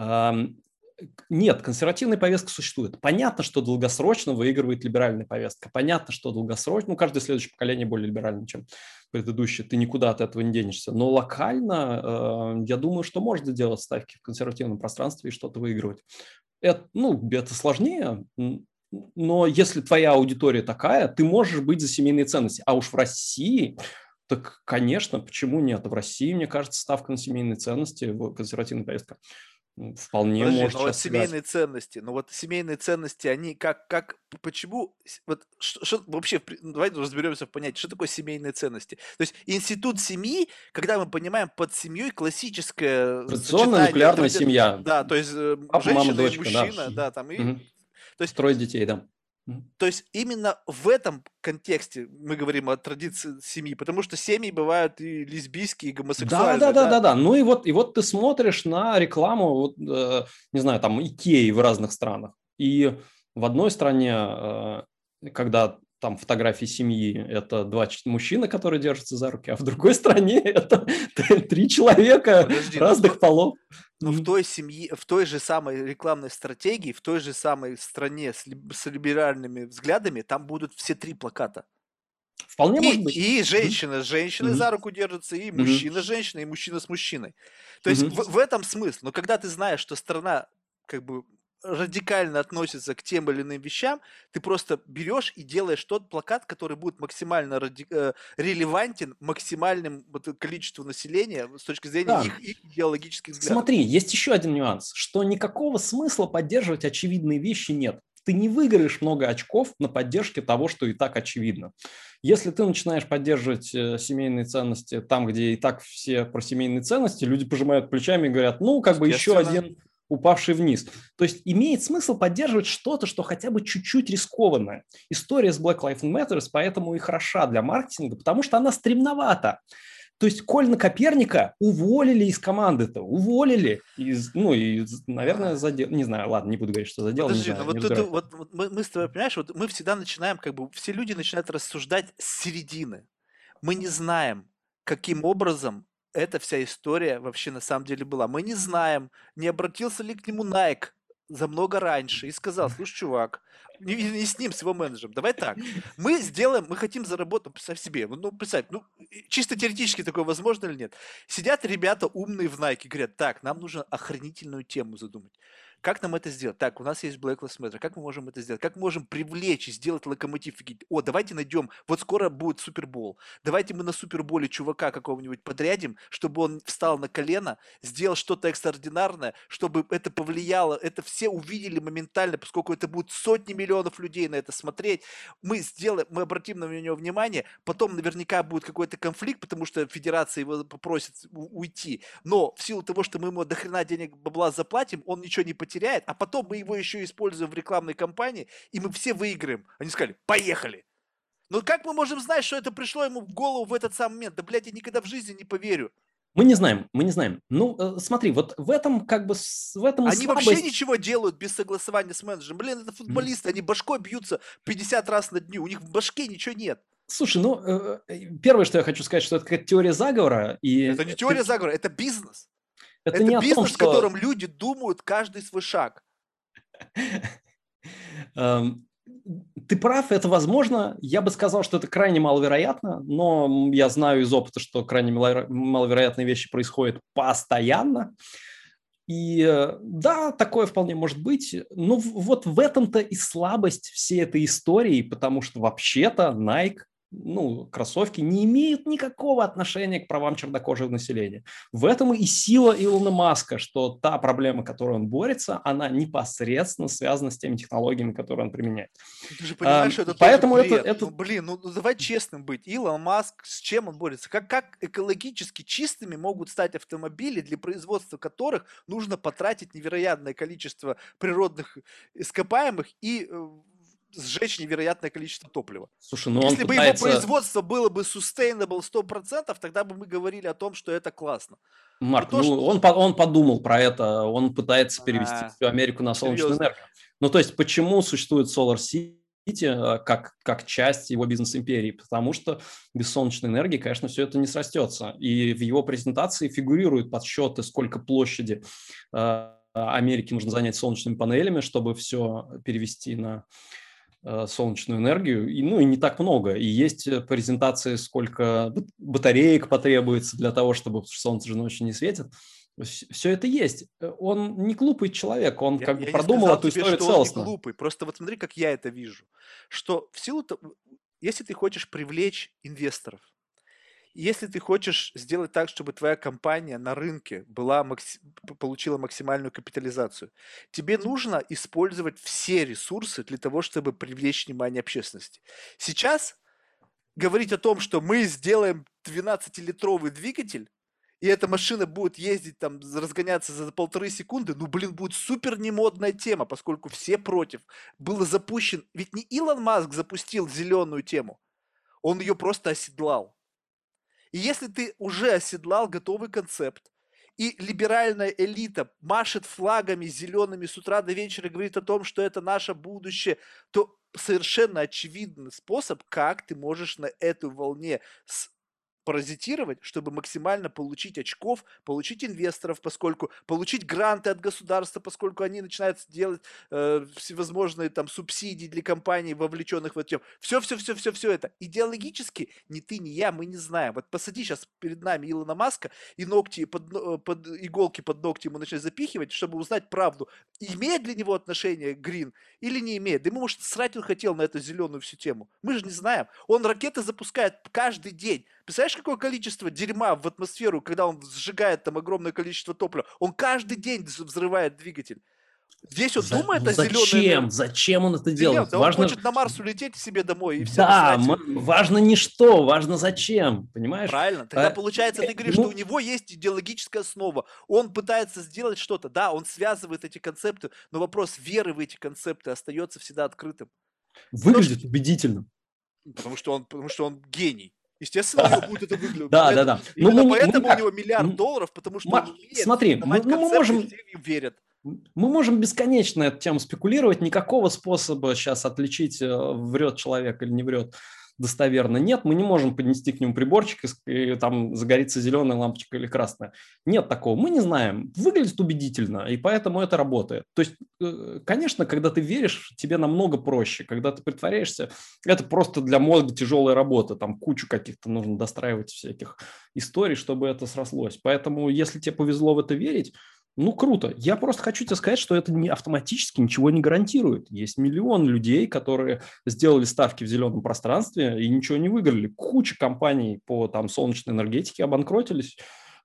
[SPEAKER 2] Нет, консервативная повестка существует. Понятно, что долгосрочно выигрывает либеральная повестка. Понятно, что долгосрочно, ну, каждое следующее поколение более либеральное, чем предыдущее. Ты никуда от этого не денешься. Но локально, я думаю, что можно делать ставки в консервативном пространстве и что-то выигрывать. Это сложнее, но если твоя аудитория такая, ты можешь быть за семейные ценности. А уж в России, так, конечно, почему нет? В России, мне кажется, ставка на семейные ценности, консервативная повестка вполне
[SPEAKER 1] Подожди,
[SPEAKER 2] может
[SPEAKER 1] но вот
[SPEAKER 2] сейчас сыграть.
[SPEAKER 1] семейные ценности, они почему, вот вообще, давайте разберемся в понятии, что такое семейные ценности. То есть институт семьи, когда мы понимаем под семьей классическое
[SPEAKER 2] Традиционная
[SPEAKER 1] сочетание,
[SPEAKER 2] нуклеарная семья.
[SPEAKER 1] да, то есть
[SPEAKER 2] Папа, мама,
[SPEAKER 1] женщина и
[SPEAKER 2] дочка, да.
[SPEAKER 1] мужчина, да, там, и,
[SPEAKER 2] Мгм.
[SPEAKER 1] то есть
[SPEAKER 2] Трое детей, да.
[SPEAKER 1] То есть именно в этом контексте мы говорим о традиции семьи, потому что семьи бывают и лесбийские, и
[SPEAKER 2] Да, да,
[SPEAKER 1] гомосексуальные,
[SPEAKER 2] да,
[SPEAKER 1] да?
[SPEAKER 2] да, да. Ну и вот ты смотришь на рекламу, вот, не знаю, там Икеи в разных странах. И в одной стране, когда там фотографии семьи, это два мужчины, которые держатся за руки, а в другой стране это три человека
[SPEAKER 1] Подожди,
[SPEAKER 2] разных полов.
[SPEAKER 1] но в той семье, в той же самой рекламной стратегии, в той же самой стране с либеральными взглядами, там будут все три плаката.
[SPEAKER 2] Вполне
[SPEAKER 1] И,
[SPEAKER 2] может быть.
[SPEAKER 1] и
[SPEAKER 2] Мгм.
[SPEAKER 1] женщина с женщиной
[SPEAKER 2] Мгм.
[SPEAKER 1] за руку держится, и
[SPEAKER 2] Мгм.
[SPEAKER 1] мужчина с женщиной, и мужчина с мужчиной. То есть
[SPEAKER 2] Мгм.
[SPEAKER 1] в этом смысл. Но когда ты знаешь, что страна как бы радикально относится к тем или иным вещам, ты просто берешь и делаешь тот плакат, который будет максимально релевантен максимальным количеству населения с точки зрения
[SPEAKER 2] Да.
[SPEAKER 1] их идеологических взглядов.
[SPEAKER 2] Смотри, есть еще один нюанс, что никакого смысла поддерживать очевидные вещи нет. Ты не выиграешь много очков на поддержке того, что и так очевидно. Если ты начинаешь поддерживать семейные ценности там, где и так все про семейные ценности, люди пожимают плечами и говорят, ну, как бы еще
[SPEAKER 1] Естественно.
[SPEAKER 2] один упавший вниз. То есть имеет смысл поддерживать что-то, что хотя бы чуть-чуть рискованное. История с Black Lives Matter поэтому и хороша для маркетинга, потому что она стремновата. То есть Кольна Коперника уволили из команды-то, уволили. Ну, и, наверное, задел, не знаю, ладно, не буду говорить, что задел, не
[SPEAKER 1] Подожди, ну
[SPEAKER 2] знаю, не
[SPEAKER 1] вот
[SPEAKER 2] разбираюсь.
[SPEAKER 1] вот мы с тобой, понимаешь, вот мы всегда начинаем, как бы, все люди начинают рассуждать с середины. Мы не знаем, каким образом эта вся история вообще на самом деле была. Мы не знаем, не обратился ли к нему Nike за много раньше и сказал, слушай, чувак, не с ним, с его менеджером, давай так, мы хотим заработать, представь себе, ну, представь, ну, чисто теоретически такое возможно или нет. Сидят ребята умные в Nike, говорят, так, нам нужно охранительную тему задумать. Как нам это сделать? Так, у нас есть Black Lives Matter. Как мы можем это сделать? Как мы можем привлечь и сделать локомотив? И говорить, о, давайте найдем, вот скоро будет Супербол. Давайте мы на Суперболе чувака какого-нибудь подрядим, чтобы он встал на колено, сделал что-то экстраординарное, чтобы это повлияло, это все увидели моментально, поскольку это будут сотни миллионов людей на это смотреть. Мы сделаем, мы обратим на него внимание, потом наверняка будет какой-то конфликт, потому что федерация его попросит уйти. Но в силу того, что мы ему дохрена денег бабла заплатим, он ничего не потеряет, а потом мы его еще используем в рекламной кампании, и мы все выиграем. Они сказали, поехали. Но как мы можем знать, что это пришло ему в голову в этот самый момент? Да, блядь, я никогда в жизни не поверю.
[SPEAKER 2] Мы не знаем, мы не знаем. Ну, смотри, вот в этом как бы, в этом и
[SPEAKER 1] Они вообще
[SPEAKER 2] слабость.
[SPEAKER 1] ничего делают без согласования с менеджером. Блин, это
[SPEAKER 2] Мгм.
[SPEAKER 1] футболисты, они башкой бьются 50 раз на дню. У них в башке ничего нет.
[SPEAKER 2] Слушай, ну, первое, что я хочу сказать, что это какая-то теория заговора, и
[SPEAKER 1] Это не теория заговора, это бизнес.
[SPEAKER 2] это
[SPEAKER 1] Это
[SPEAKER 2] не о том,
[SPEAKER 1] бизнес, в
[SPEAKER 2] что
[SPEAKER 1] котором люди думают каждый свой шаг.
[SPEAKER 2] Эм, Ты прав, это возможно. Я бы сказал, что это крайне маловероятно, но я знаю из опыта, что крайне маловероятные вещи происходят постоянно. И да, такое вполне может быть. Но вот в этом-то и слабость всей этой истории, потому что вообще-то Nike, ну, кроссовки не имеют никакого отношения к правам чернокожего населения. В этом и сила Илона Маска, что та проблема, которой он борется, она непосредственно связана с теми технологиями, которые он применяет.
[SPEAKER 1] Ну, ты же понимаешь, что это тоже
[SPEAKER 2] Поэтому
[SPEAKER 1] бред.
[SPEAKER 2] это
[SPEAKER 1] Ну, блин, ну давай честным быть. Илон Маск, с чем он борется? Как экологически чистыми могут стать автомобили, для производства которых нужно потратить невероятное количество природных ископаемых и сжечь невероятное количество топлива.
[SPEAKER 2] Слушай, ну он
[SPEAKER 1] Если бы его
[SPEAKER 2] пытается...
[SPEAKER 1] производство было бы sustainable 100%, тогда бы мы говорили о том, что это классно. Но
[SPEAKER 2] Марк,
[SPEAKER 1] то,
[SPEAKER 2] ну
[SPEAKER 1] что...
[SPEAKER 2] он подумал про это, он пытается перевести
[SPEAKER 1] А,
[SPEAKER 2] всю Америку на солнечную
[SPEAKER 1] серьезно.
[SPEAKER 2] энергию. Ну, то есть, почему существует Solar City как часть его бизнес-империи? Потому что без солнечной энергии, конечно, все это не срастется. И в его презентации фигурируют подсчеты, сколько площади Америки нужно занять солнечными панелями, чтобы все перевести на солнечную энергию, и, ну, и не так много. И есть презентации, сколько батареек потребуется для того, чтобы солнце же ночью не светит. Все это есть. Он не глупый человек, он как бы
[SPEAKER 1] Я не
[SPEAKER 2] продумал
[SPEAKER 1] сказал
[SPEAKER 2] эту
[SPEAKER 1] тебе,
[SPEAKER 2] историю
[SPEAKER 1] что он не
[SPEAKER 2] целостно.
[SPEAKER 1] глупый. Просто вот смотри, как я это вижу. Что в силу того, если ты хочешь привлечь инвесторов, если ты хочешь сделать так, чтобы твоя компания на рынке получила максимальную капитализацию, тебе нужно использовать все ресурсы для того, чтобы привлечь внимание общественности. Сейчас говорить о том, что мы сделаем 12-литровый двигатель, и эта машина будет ездить там, разгоняться за 1,5 секунды, ну, блин, будет супер немодная тема, поскольку все против. Было запущен, ведь не Илон Маск запустил зеленую тему, он ее просто оседлал. И если ты уже оседлал готовый концепт, и либеральная элита машет флагами зелеными с утра до вечера и говорит о том, что это наше будущее, то совершенно очевидный способ, как ты можешь на этой волне паразитировать, чтобы максимально получить очков, получить инвесторов, поскольку получить гранты от государства, поскольку они начинают делать всевозможные там субсидии для компаний, вовлеченных в эту тему. Все это. Идеологически ни ты, ни я, мы не знаем. Вот посади сейчас перед нами Илона Маска и ногти под иголки под ногти ему начать запихивать, чтобы узнать правду. Имеет для него отношение Грин или не имеет? Да ему, может, срать он хотел на эту зеленую всю тему. Мы же не знаем. Он ракеты запускает каждый день. Представляешь, какое количество дерьма в атмосферу, когда он сжигает там огромное количество топлива? Он каждый день взрывает двигатель. Здесь он думает о зеленой
[SPEAKER 2] Зачем?
[SPEAKER 1] энергии.
[SPEAKER 2] Зачем он это
[SPEAKER 1] Зелен,
[SPEAKER 2] делает?
[SPEAKER 1] да он
[SPEAKER 2] Важно,
[SPEAKER 1] хочет на Марс улететь себе домой и всем
[SPEAKER 2] да,
[SPEAKER 1] срать.
[SPEAKER 2] важно не что, важно зачем, понимаешь?
[SPEAKER 1] Правильно. Тогда получается, ты говоришь, что у
[SPEAKER 2] Ему
[SPEAKER 1] него есть идеологическая основа. Он пытается сделать что-то. Да, он связывает эти концепты, но вопрос веры в эти концепты остается всегда открытым. То, что
[SPEAKER 2] выглядит убедительно.
[SPEAKER 1] потому что он гений. Естественно, у него будет это выглядеть.
[SPEAKER 2] Да, да, да. Но
[SPEAKER 1] Именно
[SPEAKER 2] мы
[SPEAKER 1] поэтому у
[SPEAKER 2] как?
[SPEAKER 1] него миллиард долларов, потому что он умеет
[SPEAKER 2] Смотри,
[SPEAKER 1] давать
[SPEAKER 2] мы
[SPEAKER 1] концепты, и
[SPEAKER 2] можем
[SPEAKER 1] все им верят.
[SPEAKER 2] мы можем бесконечно эту тему спекулировать. Никакого способа сейчас отличить, врет человек или не врет достоверно. Нет, мы не можем поднести к нему приборчик, и там загорится зеленая лампочка или красная. Нет такого. Мы не знаем. Выглядит убедительно, и поэтому это работает. То есть, конечно, когда ты веришь, тебе намного проще. Когда ты притворяешься, это просто для мозга тяжелая работа. Там кучу каких-то нужно достраивать всяких историй, чтобы это срослось. Поэтому, если тебе повезло в это верить, ну, круто. Я просто хочу тебе сказать, что это не автоматически ничего не гарантирует. Есть миллион людей, которые сделали ставки в зеленом пространстве и ничего не выиграли. Куча компаний по там, солнечной энергетике обанкротились,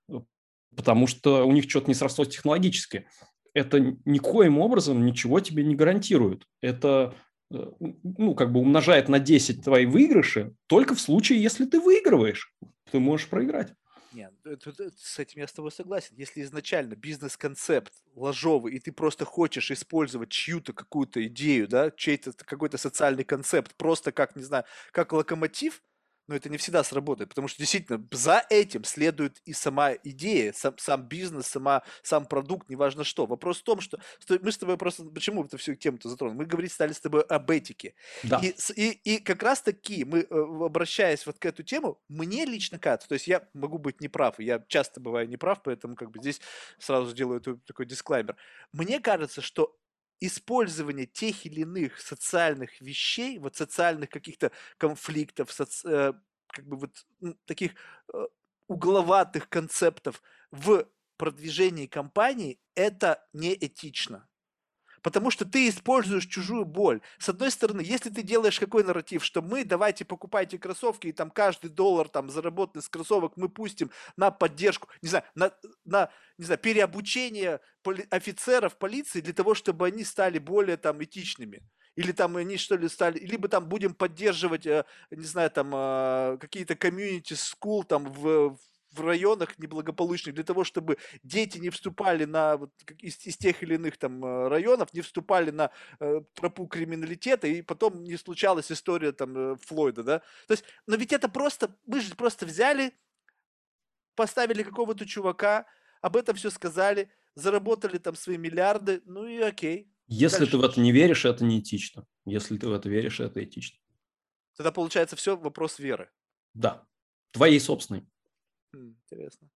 [SPEAKER 2] потому что у них что-то не срослось технологически. Это никоим образом ничего тебе не гарантирует. Это ну, как бы умножает на 10 твои выигрыши только в случае, если ты выигрываешь. Ты можешь проиграть.
[SPEAKER 1] Нет, с этим я с тобой согласен. Если изначально бизнес-концепт ложовый, и ты просто хочешь использовать чью-то какую-то идею, да, чей-то какой-то социальный концепт, просто как, не знаю, как локомотив, но это не всегда сработает, потому что действительно за этим следует и сама идея, сам бизнес, сам продукт, неважно что. Вопрос в том, что мы с тобой просто, почему это всю тему-то затронули? Мы говорить стали с тобой об этике.
[SPEAKER 2] Да.
[SPEAKER 1] И как раз таки мы, обращаясь вот к эту тему, мне лично кажется, то есть я могу быть неправ, я часто бываю неправ, поэтому как бы здесь сразу сделаю такой дисклаймер. Мне кажется, что использование тех или иных социальных вещей, вот социальных каких-то конфликтов, как бы вот таких э, угловатых концептов в продвижении компании, это неэтично. Потому что ты используешь чужую боль. С одной стороны, если ты делаешь какой нарратив, что мы давайте покупайте кроссовки, и там каждый доллар там заработанный с кроссовок мы пустим на поддержку, не знаю, не знаю, переобучение офицеров полиции для того, чтобы они стали более там этичными. Или там они что ли стали, либо там будем поддерживать, не знаю, там какие-то комьюнити school там в районах неблагополучных для того, чтобы дети не вступали на вот, из тех или иных там районов, не вступали на тропу криминалитета, и потом не случалась история там Флойда, да? То есть, но ведь это просто, мы же просто взяли, поставили какого-то чувака, об этом все сказали, заработали там свои миллиарды, ну и окей.
[SPEAKER 2] Если ты
[SPEAKER 1] Дальше
[SPEAKER 2] в это не веришь, это не этично. Если ты в это веришь, это этично.
[SPEAKER 1] тогда получается все вопрос веры.
[SPEAKER 2] Да. Твоей собственной.
[SPEAKER 1] Интересно.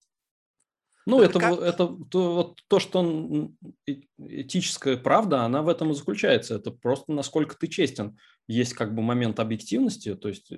[SPEAKER 2] Ну,
[SPEAKER 1] Тогда
[SPEAKER 2] это,
[SPEAKER 1] как?
[SPEAKER 2] вот то, что этическая правда, она в этом и заключается. Это просто насколько ты честен. Есть как бы момент объективности. То есть,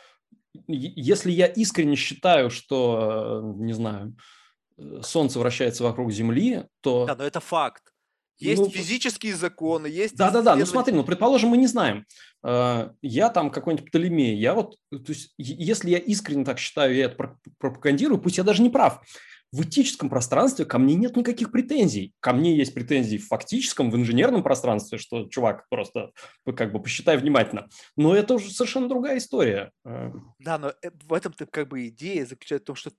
[SPEAKER 2] если я искренне считаю, что, не знаю, Солнце вращается вокруг Земли,
[SPEAKER 1] Да,
[SPEAKER 2] то,
[SPEAKER 1] но это факт. Есть
[SPEAKER 2] ну,
[SPEAKER 1] физические законы, есть
[SPEAKER 2] да-да-да, ну
[SPEAKER 1] исследования.
[SPEAKER 2] смотри, ну, предположим, мы не знаем. Я там какой-нибудь Птолемей, я вот, то есть, если я искренне так считаю, я это пропагандирую, пусть я даже не прав, в этическом пространстве ко мне нет никаких претензий. Ко мне есть претензии в фактическом, в инженерном пространстве, что, чувак, просто как бы посчитай внимательно. Но это уже совершенно другая история.
[SPEAKER 1] Да, но в этом-то как бы идея заключается в том, что ты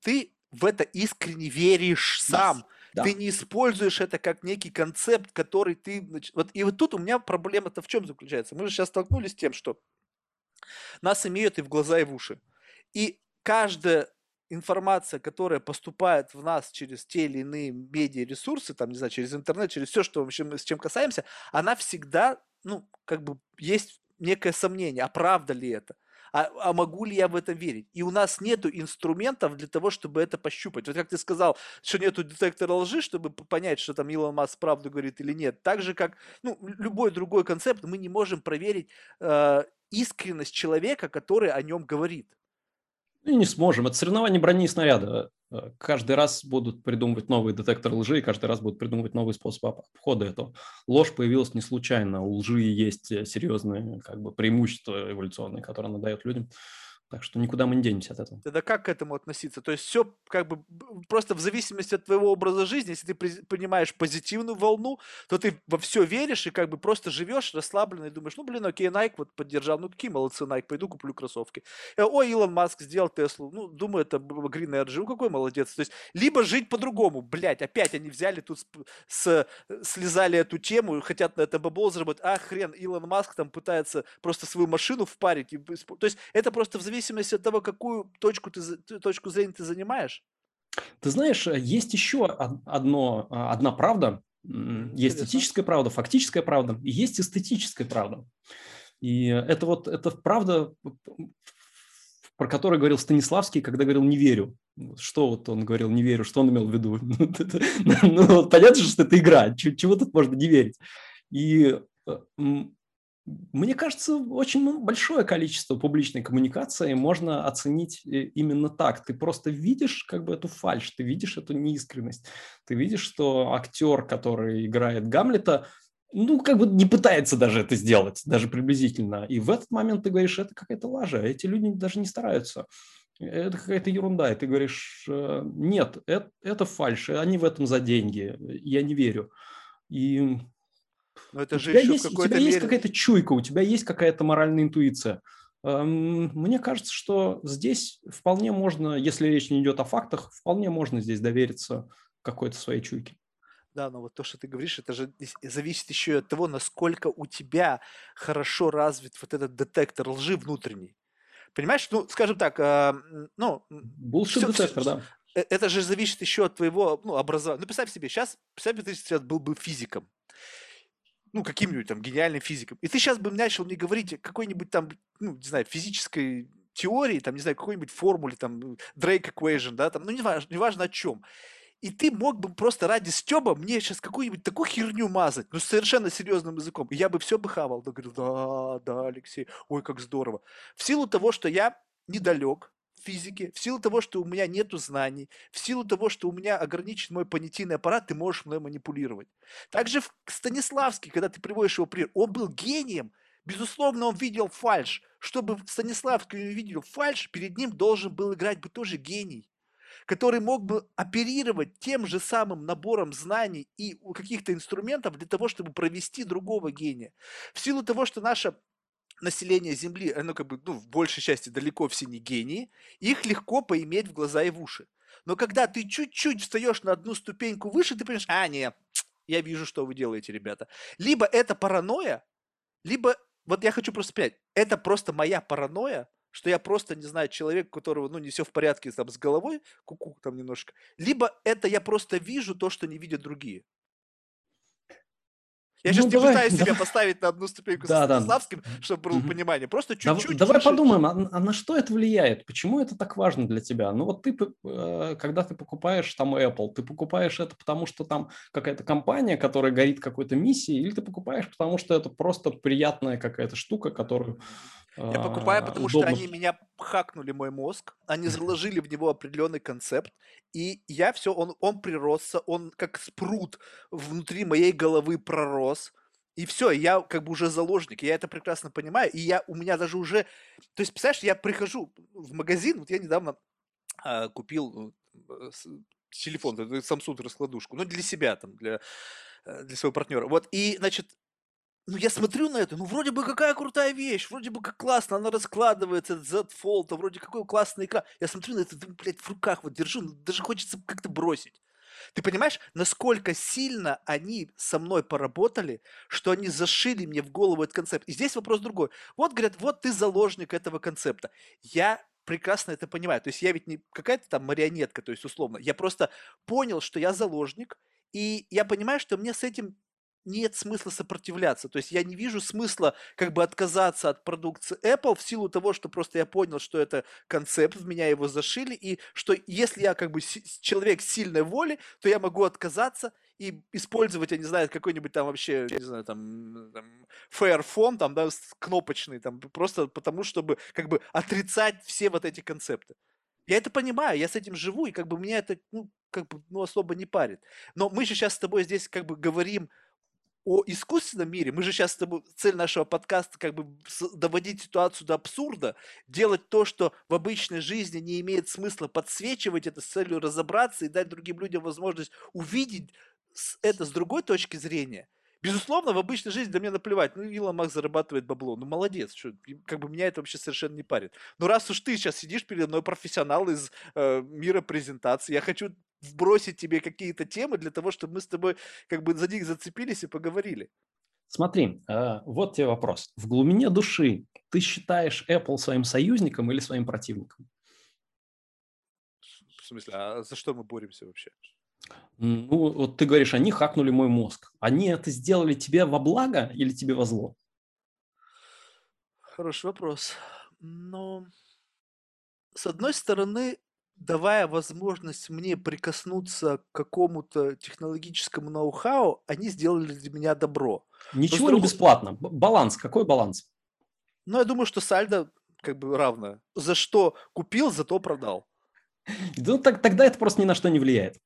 [SPEAKER 1] в это искренне веришь
[SPEAKER 2] Да,
[SPEAKER 1] сам. Ты
[SPEAKER 2] да.
[SPEAKER 1] не используешь это как некий концепт, который ты... Вот, и вот тут у меня проблема-то в чем заключается? Мы же сейчас столкнулись с тем, что нас имеют и в глаза, и в уши. И каждая информация, которая поступает в нас через те или иные медиаресурсы, там, не знаю, через интернет, через все, что вообще мы с чем касаемся, она всегда, ну, как бы есть некое сомнение, а правда ли это? А могу ли я в это верить? И у нас нету инструментов для того, чтобы это пощупать. Вот как ты сказал, что нету детектора лжи, чтобы понять, что там Илон Маск правду говорит или нет. Так же, как ну, любой другой концепт, мы не можем проверить искренность человека, который о нем говорит.
[SPEAKER 2] И не сможем. Это соревнование брони и снаряда. Каждый раз будут придумывать новые детекторы лжи, и каждый раз будут придумывать новый способ обхода этого. Ложь появилась не случайно. У лжи есть серьезные как бы, преимущества эволюционные, которые она дает людям. Так что никуда мы не денемся от этого.
[SPEAKER 1] Тогда как к этому относиться? То есть все как бы просто в зависимости от твоего образа жизни, если ты понимаешь позитивную волну, то ты во все веришь и как бы просто живешь расслабленно и думаешь, ну блин, окей, Nike вот поддержал, ну какие молодцы Nike, пойду куплю кроссовки. Ой, Илон Маск сделал Теслу, ну думаю, это Green Energy, ну какой молодец. То есть либо жить по-другому, блядь, опять они взяли тут слезали эту тему, хотят на это бабло заработать, а хрен, Илон Маск там пытается просто свою машину впарить. То есть это просто в зависимости от того, какую точку зрения ты занимаешь.
[SPEAKER 2] Ты знаешь, есть еще одна правда. Есть
[SPEAKER 1] Интересно.
[SPEAKER 2] этическая правда, фактическая правда, и есть эстетическая правда. И это правда, про которую говорил Станиславский, когда говорил «не верю». Что вот он говорил «не верю», что он имел в виду? Ну, понятно, что это игра, чего тут можно не верить. И мне кажется, очень большое количество публичной коммуникации можно оценить именно так. Ты просто видишь как бы эту фальшь, ты видишь эту неискренность. Ты видишь, что актер, который играет Гамлета, ну, как бы не пытается даже это сделать, даже приблизительно. И в этот момент ты говоришь, это какая-то лажа. Эти люди даже не стараются. Это какая-то ерунда. И ты говоришь, нет, это фальшь, они в этом за деньги. Я не верю. И
[SPEAKER 1] Но это
[SPEAKER 2] у
[SPEAKER 1] же
[SPEAKER 2] тебя
[SPEAKER 1] еще в
[SPEAKER 2] есть, у тебя
[SPEAKER 1] какой-то
[SPEAKER 2] есть
[SPEAKER 1] мере...
[SPEAKER 2] какая-то чуйка, у тебя есть какая-то моральная интуиция. Мне кажется, что здесь вполне можно, если речь не идет о фактах, вполне можно здесь довериться какой-то своей чуйке.
[SPEAKER 1] Да, но вот то, что ты говоришь, это же зависит еще и от того, насколько у тебя хорошо развит вот этот детектор лжи внутренний. Понимаешь, ну, скажем так, ну, все,
[SPEAKER 2] Булшит-детектор, да.
[SPEAKER 1] это же зависит еще от твоего, ну, образования. Ну, представь себе, представь, ты сейчас был бы физиком, ну, каким-нибудь там гениальным физиком, и ты сейчас бы начал мне говорить о какой-нибудь там, ну, не знаю, физической теории, там, не знаю, какой-нибудь формуле, там, Drake equation, да, там, ну, неважно о чем. И ты мог бы просто ради стёба мне сейчас какую-нибудь такую херню мазать, ну, совершенно серьезным языком. И я бы все бы хавал. Да, говорю, да, да, Алексей, ой, как здорово. В силу того, что я недалек в физике, в силу того, что у меня нету знаний, в силу того, что у меня ограничен мой понятийный аппарат, ты можешь мной манипулировать. Также Станиславский, когда ты приводишь его пример, он был гением, безусловно, он видел фальшь. Чтобы Станиславский увидел фальшь, перед ним должен был играть бы тоже гений, который мог бы оперировать тем же самым набором знаний и каких-то инструментов для того, чтобы провести другого гения. В силу того, что наше население Земли, оно как бы, ну, в большей части далеко все не гении, их легко поиметь в глаза и в уши. Но когда ты чуть-чуть встаешь на одну ступеньку выше, ты понимаешь, а, нет, я вижу, что вы делаете, ребята. Либо это паранойя, либо, вот я хочу просто понять, это просто моя паранойя, что я просто, не знаю, человек, у которого, ну, не все в порядке там с головой, куку там немножко, либо это я просто вижу то, что не видят другие. Я сейчас
[SPEAKER 2] Ну,
[SPEAKER 1] не
[SPEAKER 2] давай,
[SPEAKER 1] пытаюсь себя
[SPEAKER 2] давай.
[SPEAKER 1] поставить на одну ступеньку со
[SPEAKER 2] Да, да.
[SPEAKER 1] Станиславским, чтобы было
[SPEAKER 2] Мгм.
[SPEAKER 1] понимание. Просто чуть-чуть
[SPEAKER 2] Давай
[SPEAKER 1] выше.
[SPEAKER 2] подумаем, а на что это влияет? Почему это так важно для тебя? Ну вот когда ты покупаешь там Apple, ты покупаешь это потому, что там какая-то компания, которая горит какой-то миссией, или ты покупаешь потому, что это просто приятная какая-то штука, которую
[SPEAKER 1] Я покупаю, потому что
[SPEAKER 2] удобно.
[SPEAKER 1] они меня хакнули мой мозг, они заложили в него определенный концепт, и я все, он приросся, он как спрут внутри моей головы пророс, и все, я как бы уже заложник, я это прекрасно понимаю, и у меня даже уже, то есть, представляешь, я прихожу в магазин, вот я недавно купил телефон, Samsung раскладушку, ну, для себя, там, для своего партнера. Вот, и, значит, ну, я смотрю на это, ну, вроде бы какая крутая вещь, вроде бы как классно, она раскладывается, этот Z Fold, а вроде какой классный экран. Я смотрю на это, думаю, блядь, в руках вот держу, ну, даже хочется как-то бросить. Ты понимаешь, насколько сильно они со мной поработали, что они зашили мне в голову этот концепт. И здесь вопрос другой. Вот, говорят, вот ты заложник этого концепта. Я прекрасно это понимаю. То есть я ведь не какая-то там марионетка, то есть условно. Я просто понял, что я заложник, и я понимаю, что мне с этим нет смысла сопротивляться. То есть я не вижу смысла как бы отказаться от продукции Apple в силу того, что просто я понял, что это концепт, в меня его зашили, и что если я как бы человек сильной воли, то я могу отказаться и использовать, я не знаю, какой-нибудь там вообще, не знаю, там Fairphone, там, да, кнопочный, там, просто потому, чтобы как бы отрицать все вот эти концепты. Я это понимаю, я с этим живу, и как бы меня это, ну, как бы, ну, особо не парит. Но мы же сейчас с тобой здесь как бы говорим о искусственном мире. Мы же сейчас с тобой, цель нашего подкаста как бы доводить ситуацию до абсурда, делать то, что в обычной жизни не имеет смысла, подсвечивать это с целью разобраться и дать другим людям возможность увидеть это с другой точки зрения. Безусловно, в обычной жизни для меня наплевать. Ну, Илон Маск зарабатывает бабло. Ну, молодец. Что, как бы меня это вообще совершенно не парит. Но раз уж ты сейчас сидишь передо мной, профессионал из мира презентации, я хочу вбросить тебе какие-то темы для того, чтобы мы с тобой как бы за них зацепились и поговорили.
[SPEAKER 2] Смотри, вот тебе вопрос. В глубине души ты считаешь Apple своим союзником или своим противником?
[SPEAKER 1] В смысле, а за что мы боремся вообще?
[SPEAKER 2] Ну, вот ты говоришь, они хакнули мой мозг. Они это сделали тебе во благо или тебе во зло?
[SPEAKER 1] Хороший вопрос. Но, с одной стороны, давая возможность мне прикоснуться к какому-то технологическому ноу-хау, они сделали для меня добро. Но с
[SPEAKER 2] Ничего не
[SPEAKER 1] другой...
[SPEAKER 2] бесплатно. Баланс. Какой баланс?
[SPEAKER 1] Но я думаю, что сальдо как бы равно. За что купил, зато продал.
[SPEAKER 2] Ну, тогда это просто ни на что не влияет.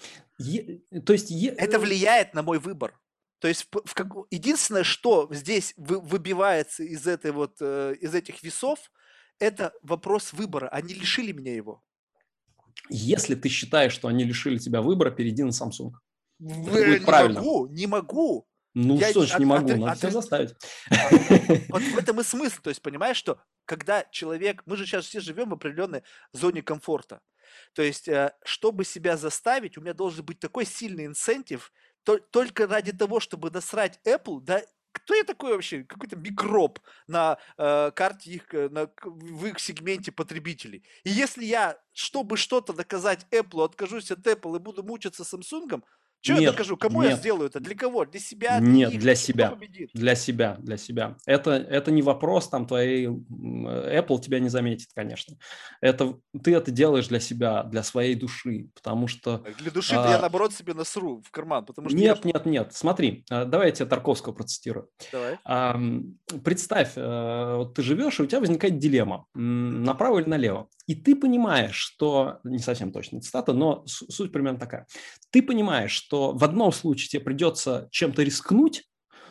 [SPEAKER 2] То есть,
[SPEAKER 1] Это влияет на мой выбор. То есть единственное, что здесь выбивается из этой вот из этих весов, это вопрос выбора. Они лишили меня его.
[SPEAKER 2] если ты считаешь, что они лишили тебя выбора, перейди на Samsung. Это будет правильно.
[SPEAKER 1] Не могу.
[SPEAKER 2] Ну,
[SPEAKER 1] Я
[SPEAKER 2] что значит не могу? Надо тебя заставить.
[SPEAKER 1] вот в этом и смысл. То есть, понимаешь, что когда человек... Мы же сейчас все живем в определенной зоне комфорта. То есть, чтобы себя заставить, у меня должен быть такой сильный инсентив, только ради того, чтобы насрать Apple, да, кто я такой вообще? Какой-то микроб на карте их, в их сегменте потребителей. И если я, чтобы что-то доказать Apple, откажусь от Apple и буду мучиться Samsung, что я
[SPEAKER 2] Нет,
[SPEAKER 1] докажу? Кому я
[SPEAKER 2] нет,
[SPEAKER 1] сделаю это? Для кого? Для себя, для
[SPEAKER 2] нет,
[SPEAKER 1] них?
[SPEAKER 2] для
[SPEAKER 1] Кто
[SPEAKER 2] себя.
[SPEAKER 1] победит?
[SPEAKER 2] Для себя, для себя. Это не вопрос там твоей... Apple тебя не заметит, конечно. Ты это делаешь для себя, для своей души, потому что...
[SPEAKER 1] Для души-то я, наоборот, себе насру в карман, потому что я...
[SPEAKER 2] Нет, нет, нет. Смотри, давай я тебе Тарковского процитирую.
[SPEAKER 1] Давай.
[SPEAKER 2] Представь, вот ты живешь, и у тебя возникает дилемма, направо или налево. И ты понимаешь, что, не совсем точно цитата, но суть примерно такая. Ты понимаешь, что в одном случае тебе придется чем-то рискнуть,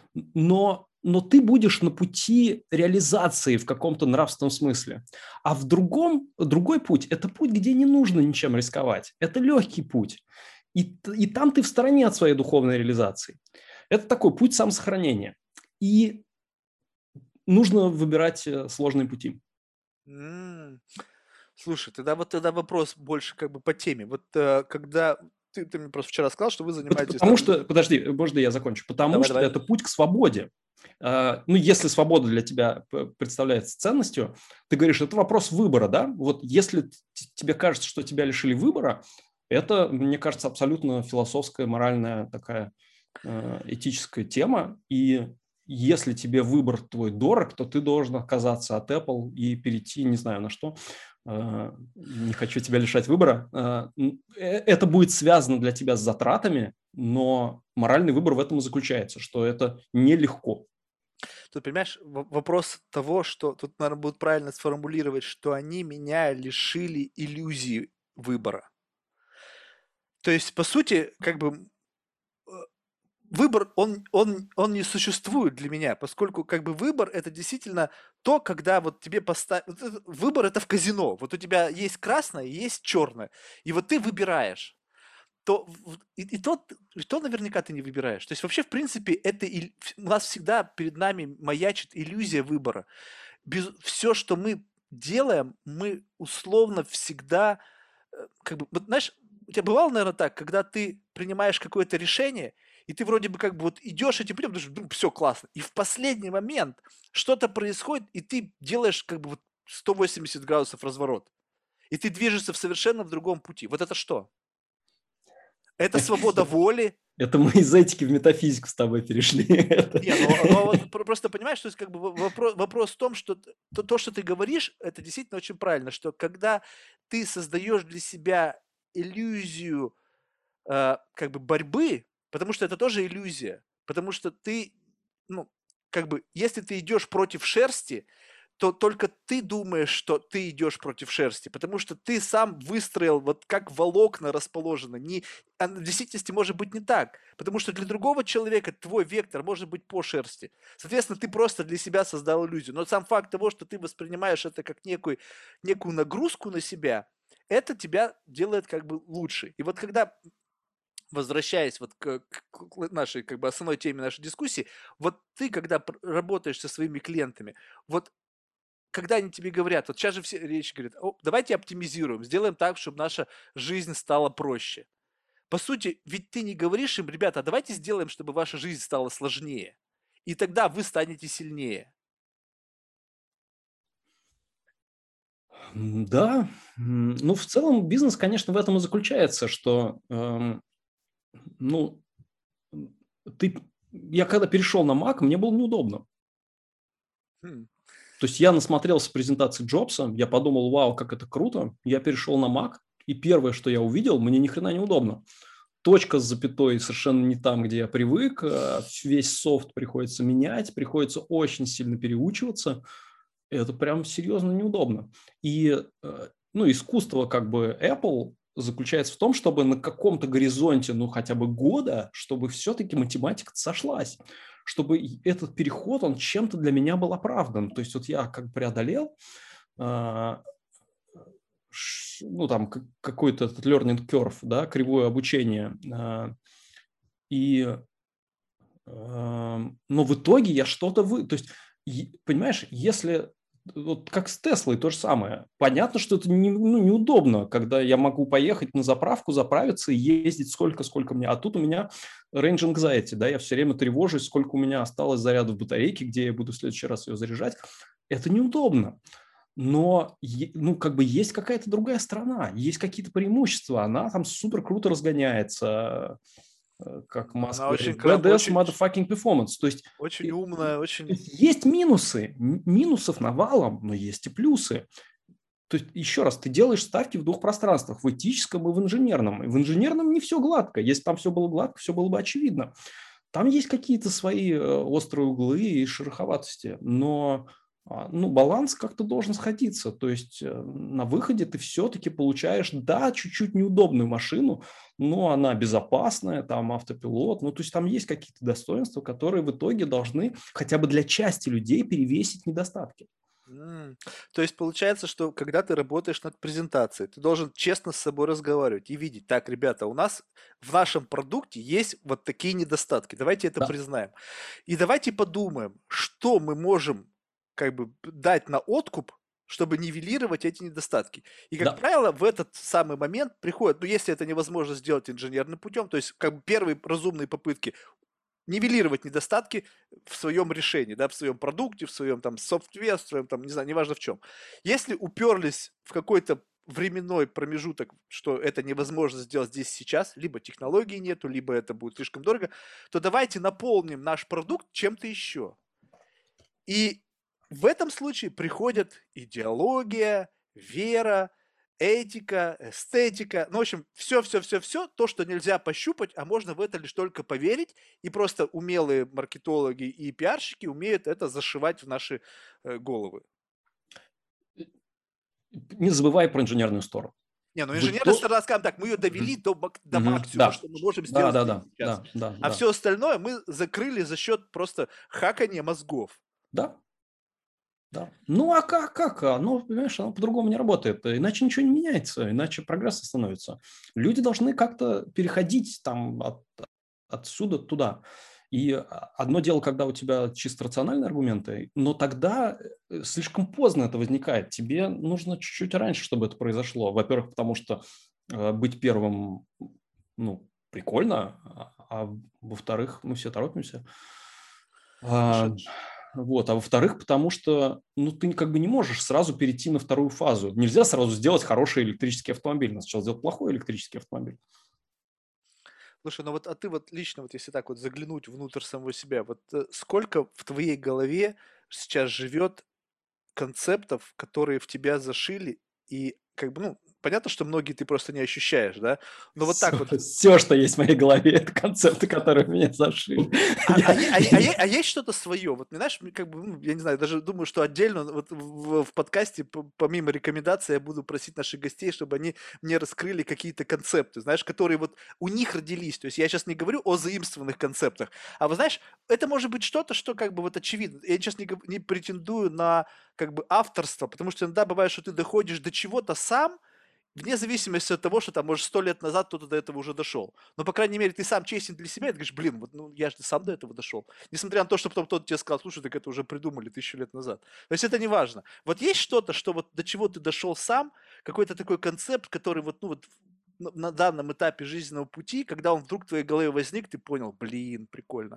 [SPEAKER 2] но ты будешь на пути реализации в каком-то нравственном смысле. А другой путь – это путь, где не нужно ничем рисковать. Это легкий путь. И там ты в стороне от своей духовной реализации. Это такой путь самосохранения. И нужно выбирать сложные пути.
[SPEAKER 1] Слушай, тогда вопрос больше как бы по теме. Вот когда ты мне просто вчера сказал, что вы занимаетесь
[SPEAKER 2] Потому
[SPEAKER 1] там...
[SPEAKER 2] что, подожди, можно я закончу? Потому
[SPEAKER 1] Давай,
[SPEAKER 2] что
[SPEAKER 1] давай.
[SPEAKER 2] это путь к свободе. Ну, если свобода для тебя представляется ценностью, ты говоришь, это вопрос выбора, да? Вот если тебе кажется, что тебя лишили выбора, это, мне кажется, абсолютно философская, моральная такая этическая тема. И если тебе выбор твой дорог, то ты должен отказаться от Apple и перейти, не знаю на что. Не хочу тебя лишать выбора. Это будет связано для тебя с затратами, но моральный выбор в этом и заключается, что это нелегко.
[SPEAKER 1] Тут, понимаешь, вопрос того, что тут, наверное, будет правильно сформулировать, что они меня лишили иллюзии выбора. То есть, по сути, как бы выбор, он не существует для меня, поскольку как бы выбор это действительно то, когда вот тебе поставят... Выбор это в казино. Вот у тебя есть красное, есть черное. И вот ты выбираешь. то и то наверняка ты не выбираешь. То есть вообще, в принципе, у нас всегда перед нами маячит иллюзия выбора. Все, что мы делаем, мы условно всегда, как бы, вот знаешь, у тебя бывало, наверное, так, когда ты принимаешь какое-то решение, и ты вроде бы как бы вот идешь этим путем, потому что все классно, и в последний момент что-то происходит, и ты делаешь как бы вот 180 градусов разворот, и ты движешься в другом пути. Вот это что? Это свобода воли.
[SPEAKER 2] Это мы из этики в метафизику с тобой перешли.
[SPEAKER 1] Не, ну вот просто понимаешь, что есть как бы вопрос в том, что то, что ты говоришь, это действительно очень правильно, что когда ты создаешь для себя иллюзию, как бы борьбы, потому что это тоже иллюзия, потому что ты, ну, как бы, если ты идешь против шерсти, то только ты думаешь, что ты идешь против шерсти, потому что ты сам выстроил, вот как волокна расположены. В действительности может быть не так, потому что для другого человека твой вектор может быть по шерсти. Соответственно, ты просто для себя создал иллюзию. Но сам факт того, что ты воспринимаешь это как некую нагрузку на себя, это тебя делает как бы лучше. И вот когда, возвращаясь вот к нашей как бы основной теме нашей дискуссии, вот ты, когда работаешь со своими клиентами, вот когда они тебе говорят, вот сейчас же все речь говорят: давайте оптимизируем, сделаем так, чтобы наша жизнь стала проще. По сути, ведь ты не говоришь им: ребята, а давайте сделаем, чтобы ваша жизнь стала сложнее. И тогда вы станете сильнее.
[SPEAKER 2] Да, ну, в целом бизнес, конечно, в этом и заключается, что, ну, ты я когда перешел на Mac, мне было неудобно.
[SPEAKER 1] Хм.
[SPEAKER 2] То есть я насмотрелся презентации Джобса, я подумал: вау, как это круто. Я перешел на Mac, и первое, что я увидел, мне ни хрена неудобно. Точка с запятой совершенно не там, где я привык, весь софт приходится менять, приходится очень сильно переучиваться. Это прям серьезно неудобно. И, ну, искусство как бы Apple заключается в том, чтобы на каком-то горизонте, ну, хотя бы года, чтобы все-таки математика сошлась, чтобы этот переход, он чем-то для меня был оправдан. То есть вот я как бы преодолел, а, ну, там какой-то этот learning curve, да, кривое обучение, и но в итоге я что-то то есть, понимаешь, если вот как с Теслой то же самое. Понятно, что это ну, неудобно, когда я могу поехать на заправку, заправиться и ездить сколько мне. А тут у меня range anxiety, да, я все время тревожусь, сколько у меня осталось заряда в батарейке, где я буду в следующий раз ее заряжать. Это неудобно. Но, ну, как бы есть какая-то другая сторона, есть какие-то преимущества, она там супер круто разгоняется, как Маск
[SPEAKER 1] Она
[SPEAKER 2] говорит,
[SPEAKER 1] очень,
[SPEAKER 2] badass
[SPEAKER 1] очень,
[SPEAKER 2] motherfucking performance. То есть
[SPEAKER 1] очень умная, очень...
[SPEAKER 2] есть минусы, минусов навалом, но есть и плюсы. То есть, еще раз, ты делаешь ставки в двух пространствах, в этическом и в инженерном. И в инженерном не все гладко. Если там все было гладко, все было бы очевидно. Там есть какие-то свои острые углы и шероховатости, но ну, баланс как-то должен сходиться. То есть на выходе ты все-таки получаешь, да, чуть-чуть неудобную машину, но она безопасная, там автопилот. Ну, то есть там есть какие-то достоинства, которые в итоге должны хотя бы для части людей перевесить недостатки.
[SPEAKER 1] То есть получается, что когда ты работаешь над презентацией, ты должен честно с собой разговаривать и видеть: так, ребята, у нас в нашем продукте есть вот такие недостатки, давайте это
[SPEAKER 2] Да,
[SPEAKER 1] признаем. И давайте подумаем, что мы можем как бы дать на откуп, чтобы нивелировать эти недостатки. И, как
[SPEAKER 2] да.
[SPEAKER 1] правило, в этот самый момент приходит, ну, если это невозможно сделать инженерным путем, то есть как бы первые разумные попытки нивелировать недостатки в своем решении, да, в своем продукте, в своем там софтвер, в своем там, не знаю, неважно в чем. Если уперлись в какой-то временной промежуток, что это невозможно сделать здесь сейчас, либо технологии нету, либо это будет слишком дорого, то давайте наполним наш продукт чем-то еще. И в этом случае приходят идеология, вера, этика, эстетика, ну, в общем, все, то, что нельзя пощупать, а можно в это лишь только поверить, и просто умелые маркетологи и пиарщики умеют это зашивать в наши головы.
[SPEAKER 2] Не забывай про инженерную сторону.
[SPEAKER 1] Не, ну
[SPEAKER 2] Вы
[SPEAKER 1] инженерная
[SPEAKER 2] то...
[SPEAKER 1] сторона, скажем так, мы ее довели
[SPEAKER 2] Мгм.
[SPEAKER 1] до
[SPEAKER 2] Мгм.
[SPEAKER 1] максимума,
[SPEAKER 2] Да,
[SPEAKER 1] что мы можем
[SPEAKER 2] да,
[SPEAKER 1] сделать
[SPEAKER 2] да,
[SPEAKER 1] здесь
[SPEAKER 2] да,
[SPEAKER 1] сейчас.
[SPEAKER 2] да, да,
[SPEAKER 1] А
[SPEAKER 2] да.
[SPEAKER 1] все остальное мы закрыли за счет просто хакания мозгов.
[SPEAKER 2] Да, Да. Ну, а как? Оно, понимаешь, оно по-другому не работает. Иначе ничего не меняется, иначе прогресс остановится. Люди должны как-то переходить там отсюда туда. И одно дело, когда у тебя чисто рациональные аргументы, но тогда слишком поздно это возникает. Тебе нужно чуть-чуть раньше, чтобы это произошло. Во-первых, потому что быть первым, ну, прикольно, а во-вторых, мы все торопимся.
[SPEAKER 1] Слушай,
[SPEAKER 2] Вот. А во-вторых, потому что ну, ты как бы не можешь сразу перейти на вторую фазу. Нельзя сразу сделать хороший электрический автомобиль. Надо сначала сделать плохой электрический автомобиль.
[SPEAKER 1] слушай, ну вот, а ты вот лично, вот если так вот заглянуть внутрь самого себя, вот сколько в твоей голове сейчас живет концептов, которые в тебя зашили, и как бы, ну, понятно, что многие ты просто не ощущаешь, да, но вот так вот.
[SPEAKER 2] Все, что есть в моей голове, это концепты, которые меня зашили.
[SPEAKER 1] А есть что-то свое? Вот, знаешь, как бы, ну, я не знаю, даже думаю, что отдельно вот в подкасте, помимо рекомендаций, я буду просить наших гостей, чтобы они мне раскрыли какие-то концепты, знаешь, которые вот у них родились. То есть я сейчас не говорю о заимствованных концептах, а вот знаешь, это может быть что-то, что как бы вот очевидно. Я сейчас не претендую на как бы авторство, потому что иногда бывает, что ты доходишь до чего-то сам, вне зависимости от того, что там, может, 100 лет назад кто-то до этого уже дошел. Но, по крайней мере, ты сам честен для себя, и ты говоришь, блин, вот, ну, я же сам до этого дошел. Несмотря на то, что потом кто-то тебе сказал, слушай, так это уже придумали 1000 лет назад. То есть это не важно. Вот есть что-то, что вот до чего ты дошел сам, какой-то такой концепт, который вот, ну, вот на данном этапе жизненного пути, когда он вдруг в твоей голове возник, ты понял, блин, прикольно.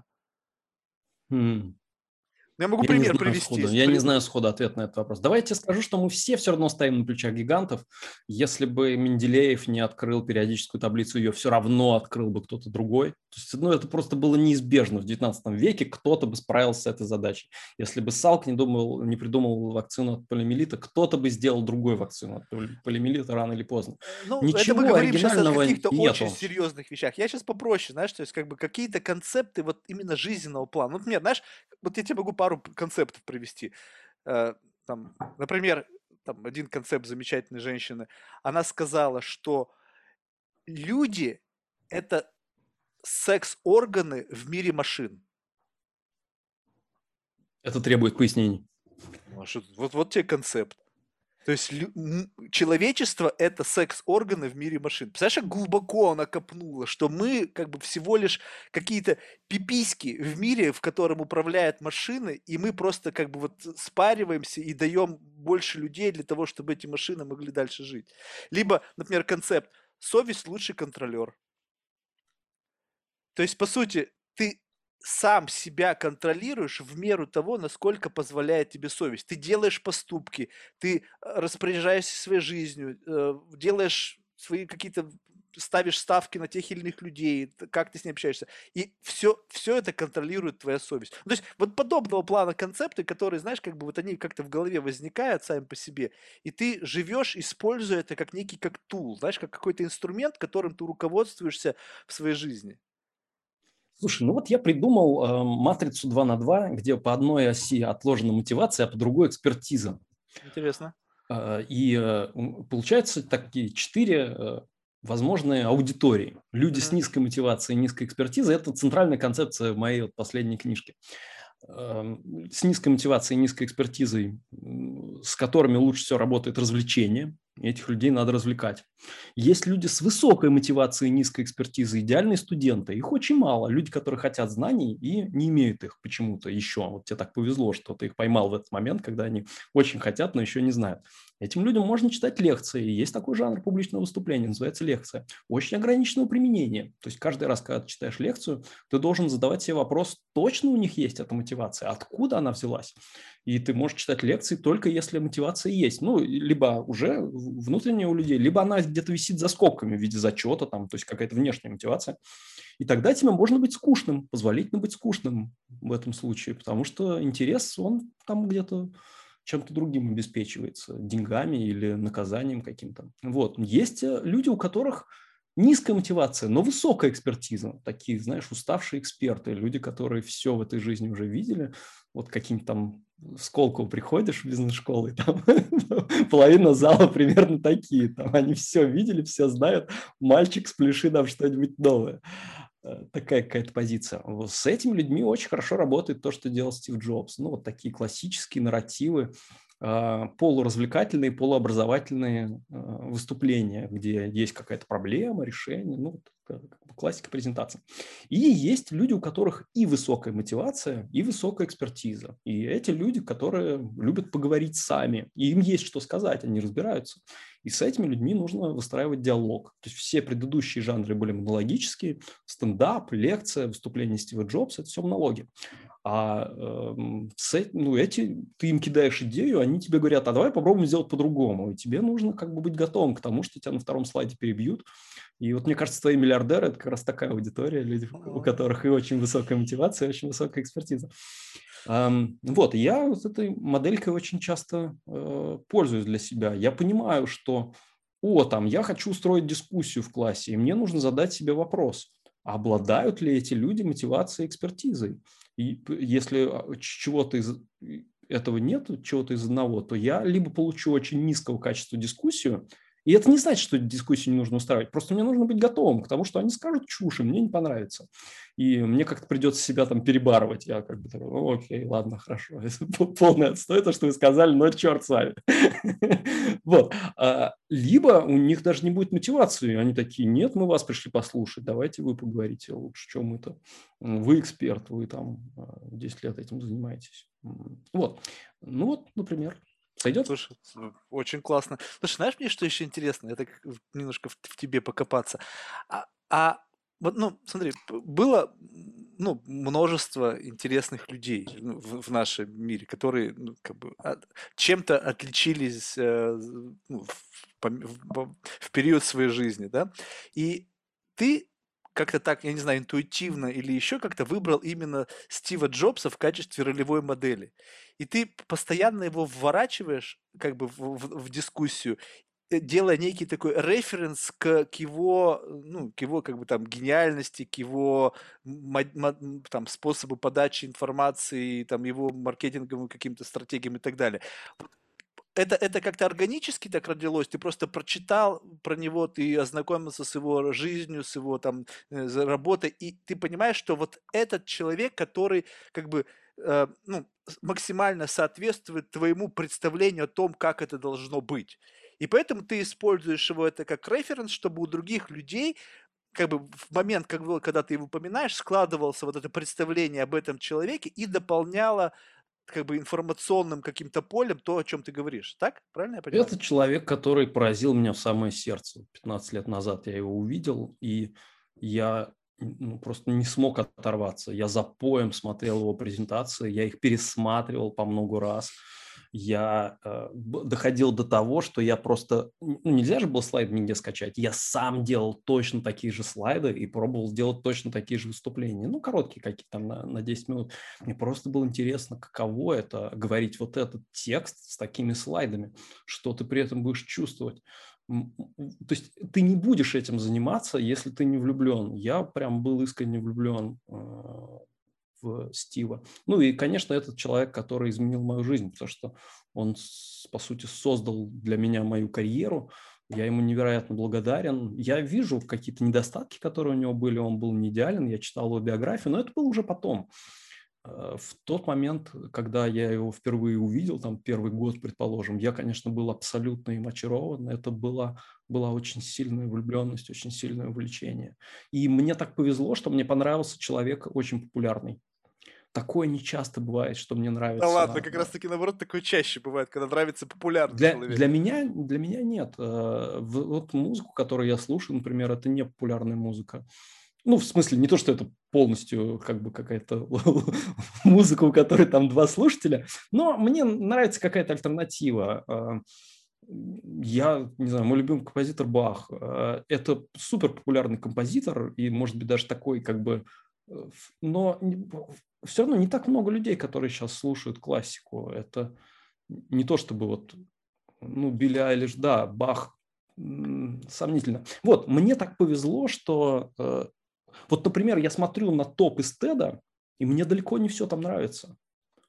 [SPEAKER 2] М.
[SPEAKER 1] Ну, я могу
[SPEAKER 2] Я не
[SPEAKER 1] пример
[SPEAKER 2] знаю
[SPEAKER 1] привести.
[SPEAKER 2] сходу. Я не знаю сходу ответ на этот вопрос. Давайте я скажу, что мы все равно стоим на плечах гигантов. Если бы Менделеев не открыл периодическую таблицу, ее все равно открыл бы кто-то другой. То есть, ну, это просто было неизбежно. В 19 веке кто-то бы справился с этой задачей. Если бы Салк не придумал вакцину от полиомиелита, кто-то бы сделал другую вакцину от полиомиелита рано или поздно.
[SPEAKER 1] Ну, это мы
[SPEAKER 2] Ничего
[SPEAKER 1] говорим сейчас о
[SPEAKER 2] оригинального
[SPEAKER 1] каких-то очень
[SPEAKER 2] нету.
[SPEAKER 1] серьезных вещах. Я сейчас попроще, знаешь, то есть как бы какие-то концепты вот именно жизненного плана. Вот, например, знаешь, вот я тебе могу пару концептов привести. Э, Там, например, там один концепт замечательной женщины. Она сказала, что люди– это секс-органы в мире машин.
[SPEAKER 2] Это требует пояснений.
[SPEAKER 1] Ну, а вот тебе концепт. То есть человечество– это секс-органы в мире машин. Представляешь, как глубоко она копнула, что мы как бы всего лишь какие-то пиписьки в мире, в котором управляют машины, и мы просто как бы вот спариваемся и даем больше людей для того, чтобы эти машины могли дальше жить. Либо, например, концепт «совесть– лучший контролер». То есть, по сути, ты сам себя контролируешь в меру того, насколько позволяет тебе совесть. Ты делаешь поступки, ты распоряжаешься своей жизнью, делаешь свои какие-то, ставишь ставки на тех или иных людей, как ты с ними общаешься. И все это контролирует твоя совесть. Ну, то есть вот подобного плана концепты, которые, знаешь, как бы вот они как-то в голове возникают сами по себе, и ты живешь, используя это как некий, как тул, знаешь, как какой-то инструмент, которым ты руководствуешься в своей жизни.
[SPEAKER 2] Слушай, ну вот я придумал матрицу 2 на 2, где по одной оси отложена мотивация, а по другой экспертиза.
[SPEAKER 1] Интересно.
[SPEAKER 2] И получается такие 4 возможные аудитории. Люди с
[SPEAKER 1] Мгм.
[SPEAKER 2] низкой мотивацией, низкой экспертизой– это центральная концепция в моей вот последней книжке. С низкой мотивацией, низкой экспертизой, с которыми лучше всего работает развлечение. Этих людей надо развлекать. Есть люди с высокой мотивацией, низкой экспертизой, идеальные студенты. Их очень мало. Люди, которые хотят знаний и не имеют их почему-то еще. Вот тебе так повезло, что ты их поймал в этот момент, когда они очень хотят, но еще не знают. Этим людям можно читать лекции. Есть такой жанр публичного выступления, называется лекция. Очень ограниченного применения. То есть каждый раз, когда ты читаешь лекцию, ты должен задавать себе вопрос, точно у них есть эта мотивация, откуда она взялась. И ты можешь читать лекции только если мотивация есть. Ну, либо уже внутренняя у людей, либо она где-то висит за скобками в виде зачета, там, то есть какая-то внешняя мотивация. И тогда тебе можно быть скучным, позволительно быть скучным в этом случае, потому что интерес, он там где-то чем-то другим обеспечивается, деньгами или наказанием каким-то. Вот. Есть люди, у которых низкая мотивация, но высокая экспертиза. Такие, знаешь, уставшие эксперты, люди, которые все в этой жизни уже видели. Вот каким-то там в Сколково приходишь в бизнес-школу, и там половина зала примерно такие. Там они все видели, все знают. Мальчик, спляши нам что-нибудь новое. такая какая-то позиция. Вот с этими людьми очень хорошо работает то, что делал Стив Джобс. Ну, вот такие классические нарративы, полуразвлекательные, полуобразовательные выступления, где есть какая-то проблема, решение, ну, как бы классика презентации. И есть люди, у которых и высокая мотивация, и высокая экспертиза. И эти люди, которые любят поговорить сами, и им есть что сказать, они разбираются. И с этими людьми нужно выстраивать диалог. То есть все предыдущие жанры были монологические, стендап, лекция, выступление Стива Джобса – это все монологи. Ты им кидаешь идею, они тебе говорят, а давай попробуем сделать по-другому. И тебе нужно как бы быть готовым к тому, что тебя на втором слайде перебьют. И вот мне кажется, твои миллиардеры – это как раз такая аудитория, люди, у которых и очень высокая мотивация, и очень высокая экспертиза. Вот, я вот этой моделькой очень часто пользуюсь для себя. Я понимаю, что, я хочу устроить дискуссию в классе, и мне нужно задать себе вопрос, обладают ли эти люди мотивацией и экспертизой? И если чего-то из этого нет, чего-то из одного, то я либо получу очень низкого качества дискуссию, и это не значит, что дискуссию не нужно устраивать, просто мне нужно быть готовым к тому, что они скажут чушь, и мне не понравится. И мне как-то придется себя там перебарывать. Я как бы такой, окей, ладно, хорошо. Полный отстой, то, что вы сказали, но черт с вами. Вот. Либо у них даже не будет мотивации. Они такие, нет, мы вас пришли послушать, давайте вы поговорите лучше, чем мы-то. Вы эксперт, вы там 10 лет этим занимаетесь. Вот. Ну вот, например. Сойдет?
[SPEAKER 1] Слушай, очень классно. Слушай, знаешь, мне что еще интересно? Это немножко в тебе покопаться. Вот, ну, смотри, было, ну, множество интересных людей в нашем мире, которые, ну, как бы чем-то отличились ну, в период своей жизни, да? И ты как-то так, я не знаю, интуитивно или еще как-то выбрал именно Стива Джобса в качестве ролевой модели. И ты постоянно его вворачиваешь как бы в дискуссию, делая некий такой референс к его, ну, к его как бы там гениальности, к его там способу подачи информации, там его маркетинговым каким-то стратегиям и так далее. Это как-то органически так родилось? Ты просто прочитал про него, ты ознакомился с его жизнью, с его там работой, и ты понимаешь, что вот этот человек, который как бы ну, максимально соответствует твоему представлению о том, как это должно быть. И поэтому ты используешь его это как референс, чтобы у других людей как бы в момент, когда ты его упоминаешь, складывался вот это представление об этом человеке и дополняло как бы информационным каким-то полем то, о чем ты говоришь. Так? Правильно я понимаю?
[SPEAKER 2] Это человек, который поразил меня в самое сердце. 15 лет назад я его увидел, и я просто не смог оторваться. Я запоем смотрел его презентации, я их пересматривал по много раз. Я доходил до того, что я просто... нельзя же было слайды нигде скачать. Я сам делал точно такие же слайды и пробовал сделать точно такие же выступления. Ну, короткие какие-то там на 10 минут. Мне просто было интересно, каково это говорить вот этот текст с такими слайдами, что ты при этом будешь чувствовать. То есть ты не будешь этим заниматься, если ты не влюблен. Я прям был искренне влюблен в Стива. Ну и, конечно, этот человек, который изменил мою жизнь, потому что он, по сути, создал для меня мою карьеру. Я ему невероятно благодарен. Я вижу какие-то недостатки, которые у него были. Он был не идеален. Я читал его биографию, но это было уже потом. В тот момент, когда я его впервые увидел, там первый год, предположим, я, конечно, был абсолютно им очарован. Это была очень сильная влюбленность, очень сильное увлечение. И мне так повезло, что мне понравился человек очень популярный. Такое не часто бывает, что мне
[SPEAKER 1] Да ладно,
[SPEAKER 2] нравится.
[SPEAKER 1] как раз таки наоборот, такое чаще бывает, когда нравится популярный человек.
[SPEAKER 2] Для меня нет. Вот музыку, которую я слушаю, например, это не популярная музыка. Ну, в смысле, не то, что это полностью как бы какая-то музыка, у которой там два слушателя, но мне нравится какая-то альтернатива. Я, не знаю, мой любимый композитор Бах. Это супер популярный композитор и, может быть, даже такой как бы... Но все равно не так много людей, которые сейчас слушают классику. Это не то, чтобы вот... Ну, Билли Айлиш, да, Бах, сомнительно. Вот, мне так повезло, что... Вот, например, я смотрю на топ из Теда, и мне далеко не все там нравится.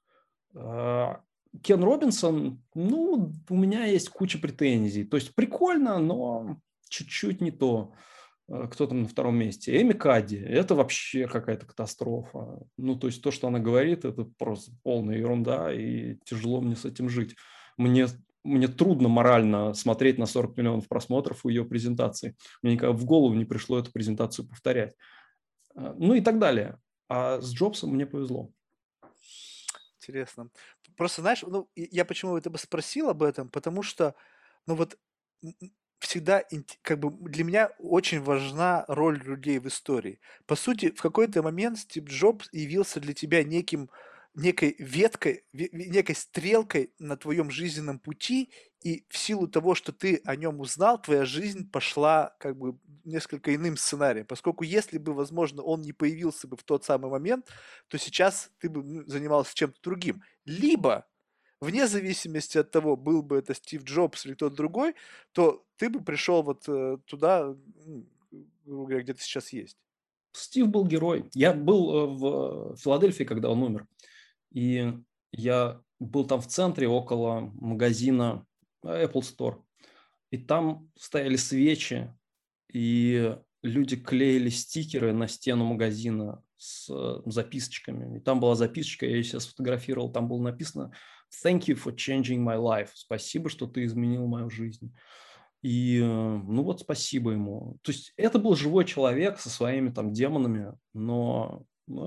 [SPEAKER 2] Кен Робинсон, у меня есть куча претензий. То есть прикольно, но чуть-чуть не то. Кто там на втором месте? Эми Кадди. Это вообще какая-то катастрофа. Ну, то есть то, что она говорит, это просто полная ерунда, и тяжело мне с этим жить. Мне, мне трудно морально смотреть на 40 миллионов просмотров у ее презентации. Мне никогда в голову не пришло эту презентацию повторять. Ну и так далее. А с Джобсом мне повезло.
[SPEAKER 1] Интересно. Просто, знаешь, ну, я почему это бы спросил об этом, потому что, ну вот, всегда, как бы для меня очень важна роль людей в истории. По сути, в какой-то момент Стив Джобс явился для тебя некой веткой, некой стрелкой на твоем жизненном пути, и в силу того, что ты о нем узнал, твоя жизнь пошла как бы несколько иным сценарием. Поскольку если бы, возможно, он не появился бы в тот самый момент, то сейчас ты бы занимался чем-то другим. Либо, вне зависимости от того, был бы это Стив Джобс или кто-то другой, то ты бы пришел вот туда, грубо говоря, где ты сейчас есть.
[SPEAKER 2] Стив был герой. Я был в Филадельфии, когда он умер. И я был там в центре, около магазина Apple Store. И там стояли свечи, и люди клеили стикеры на стену магазина с записочками. И там была записочка, я ее себе сфотографировал, там было написано «Thank you for changing my life». Спасибо, что ты изменил мою жизнь. И, ну вот, спасибо ему. То есть это был живой человек со своими там демонами, но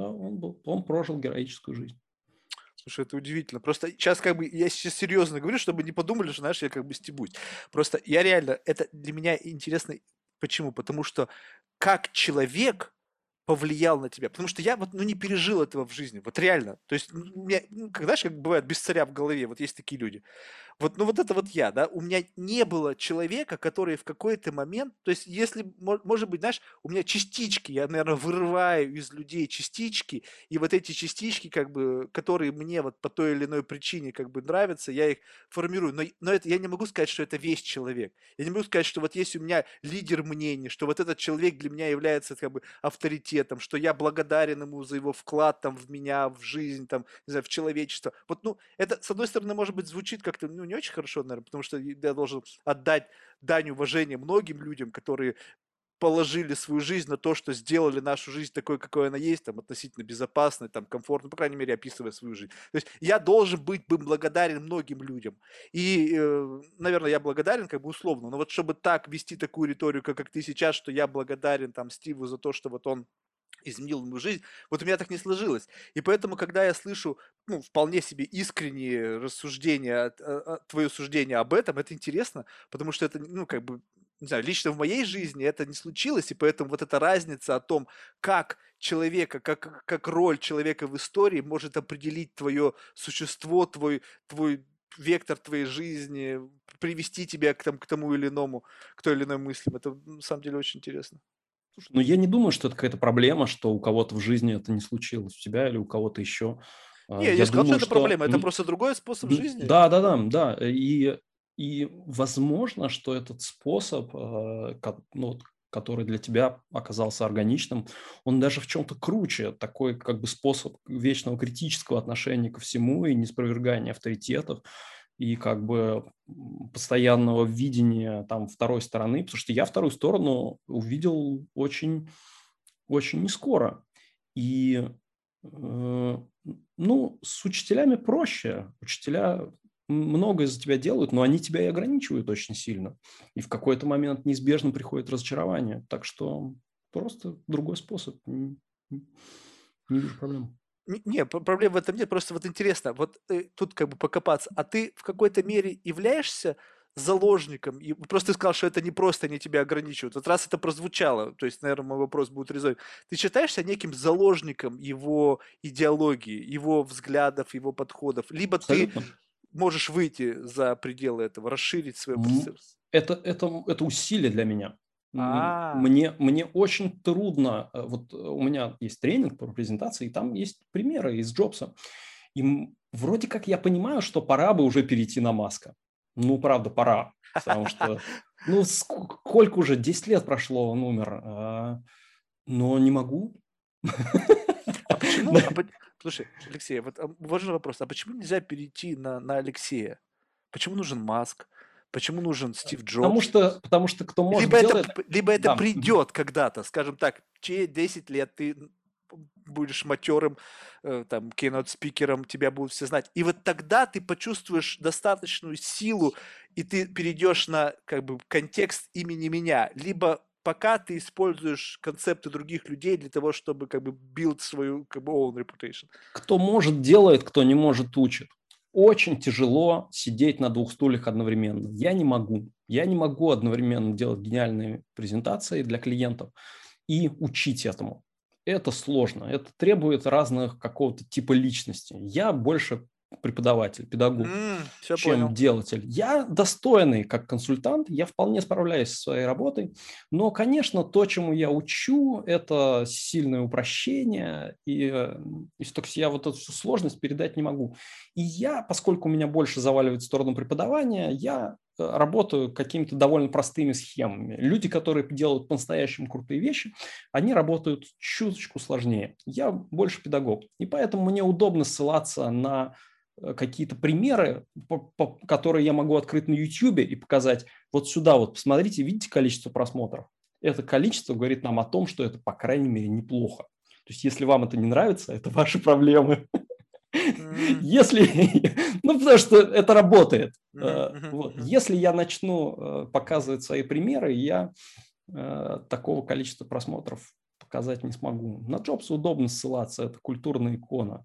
[SPEAKER 2] он прожил героическую жизнь.
[SPEAKER 1] Слушай, это удивительно. Просто сейчас как бы, я сейчас серьезно говорю, чтобы не подумали, что, знаешь, я как бы стебусь. Просто я реально, это для меня интересно. Почему? Потому что как человек повлиял на тебя. Потому что я вот, ну, не пережил этого в жизни. Вот реально. То есть, у меня, знаешь, как бывает без царя в голове, вот есть такие люди. Вот, ну вот это вот я, да, у меня не было человека, который в какой-то момент, то есть если, может быть, знаешь, у меня частички, я, наверное, вырываю из людей частички, и вот эти частички, как бы, которые мне вот по той или иной причине как бы нравятся, я их формирую. Но это, я не могу сказать, что это весь человек. Я не могу сказать, что вот есть у меня лидер мнений, что вот этот человек для меня является как бы авторитетом, что я благодарен ему за его вклад там в меня, в жизнь, там, не знаю, в человечество. Вот, ну, это, с одной стороны, может быть, звучит как-то, ну, не очень хорошо, наверное, потому что я должен отдать дань уважения многим людям, которые положили свою жизнь на то, что сделали нашу жизнь такой, какой она есть, там, относительно безопасной, там, комфортной, по крайней мере, описывая свою жизнь. То есть я должен быть благодарен многим людям. И, наверное, я благодарен как бы условно, но вот чтобы так вести такую риторику, как ты сейчас, что я благодарен там Стиву за то, что вот он изменил мою жизнь. Вот у меня так не сложилось. И поэтому, когда я слышу, ну, вполне себе искренние рассуждения, твое суждение об этом, это интересно, потому что это, ну, как бы, не знаю, лично в моей жизни это не случилось, и поэтому вот эта разница о том, как человека, как роль человека в истории может определить твое существо, твой вектор твоей жизни, привести тебя к тому или иному, к той или иной мысли. Это на самом деле очень интересно.
[SPEAKER 2] Слушай, ну я не думаю, что это какая-то проблема, что у кого-то в жизни это не случилось, у тебя или у кого-то еще.
[SPEAKER 1] Не, я не
[SPEAKER 2] Я
[SPEAKER 1] сказал, что
[SPEAKER 2] думаю,
[SPEAKER 1] это
[SPEAKER 2] что
[SPEAKER 1] проблема, это просто другой способ жизни.
[SPEAKER 2] да, да, да, да. И возможно, что этот способ, ну, вот, который для тебя оказался органичным, он даже в чем-то круче, такой как бы способ вечного критического отношения ко всему и неспровергания авторитетов, и как бы постоянного видения там второй стороны, потому что я вторую сторону увидел очень, очень не скоро. И ну, с учителями проще. Учителя многое за тебя делают, но они тебя и ограничивают очень сильно. И в какой-то момент неизбежно приходит разочарование. Так что просто другой способ. Не вижу проблем.
[SPEAKER 1] Не, проблем в этом нет, просто вот интересно, вот тут как бы покопаться, а ты в какой-то мере являешься заложником, и просто ты сказал, что это не просто они тебя ограничивают, вот раз это прозвучало, то есть, наверное, мой вопрос будет резонен, ты считаешься неким заложником его идеологии, его взглядов, его подходов, либо ты
[SPEAKER 2] Абсолютно.
[SPEAKER 1] можешь выйти за пределы этого, расширить свое
[SPEAKER 2] М,
[SPEAKER 1] представление?
[SPEAKER 2] это усилие для меня.
[SPEAKER 1] А,
[SPEAKER 2] Мне очень трудно. Вот у меня есть тренинг по презентации, и там есть примеры из Джобса. И вроде как я понимаю, что пора бы уже перейти на Маска. Ну, правда, пора. Потому что, ну, сколько уже, 10 лет прошло, он умер. Но не могу.
[SPEAKER 1] а почему? Слушай, Алексей, вот важный вопрос. А почему нельзя перейти на Алексея? Почему нужен Маск? Почему нужен Стив
[SPEAKER 2] Потому
[SPEAKER 1] Джобс?
[SPEAKER 2] что, потому что кто может
[SPEAKER 1] Либо это,
[SPEAKER 2] делать,
[SPEAKER 1] либо это
[SPEAKER 2] да.
[SPEAKER 1] придет когда-то, скажем так, через 10 лет ты будешь матерым, там, кейнот-спикером, тебя будут все знать. И вот тогда ты почувствуешь достаточную силу, и ты перейдешь на, как бы, контекст имени меня. Либо пока ты используешь концепты других людей для того, чтобы, как бы, build свою, как бы, own reputation.
[SPEAKER 2] Кто может, делает, кто не может, учит. Очень тяжело сидеть на двух стульях одновременно. Я не могу. Я не могу одновременно делать гениальные презентации для клиентов и учить этому. Это сложно. Это требует разных какого-то типа личности. Я больше преподаватель, педагог,
[SPEAKER 1] Все
[SPEAKER 2] чем
[SPEAKER 1] понял.
[SPEAKER 2] делатель. Я достойный как консультант, я вполне справляюсь со своей работой, но, конечно, то, чему я учу, это сильное упрощение, и то есть я вот эту всю сложность передать не могу. И я, поскольку меня больше заваливает в сторону преподавания, я работаю какими-то довольно простыми схемами. Люди, которые делают по-настоящему крутые вещи, они работают чуточку сложнее. Я больше педагог, и поэтому мне удобно ссылаться на какие-то примеры, которые я могу открыть на YouTube и показать. Вот сюда вот посмотрите, видите количество просмотров? Это количество говорит нам о том, что это, по крайней мере, неплохо. То есть, если вам это не нравится, это ваши проблемы. Если, ну, потому что это работает. Вот. Если я начну показывать свои примеры, я такого количества просмотров показать не смогу. На Джобса удобно ссылаться, это культурная икона.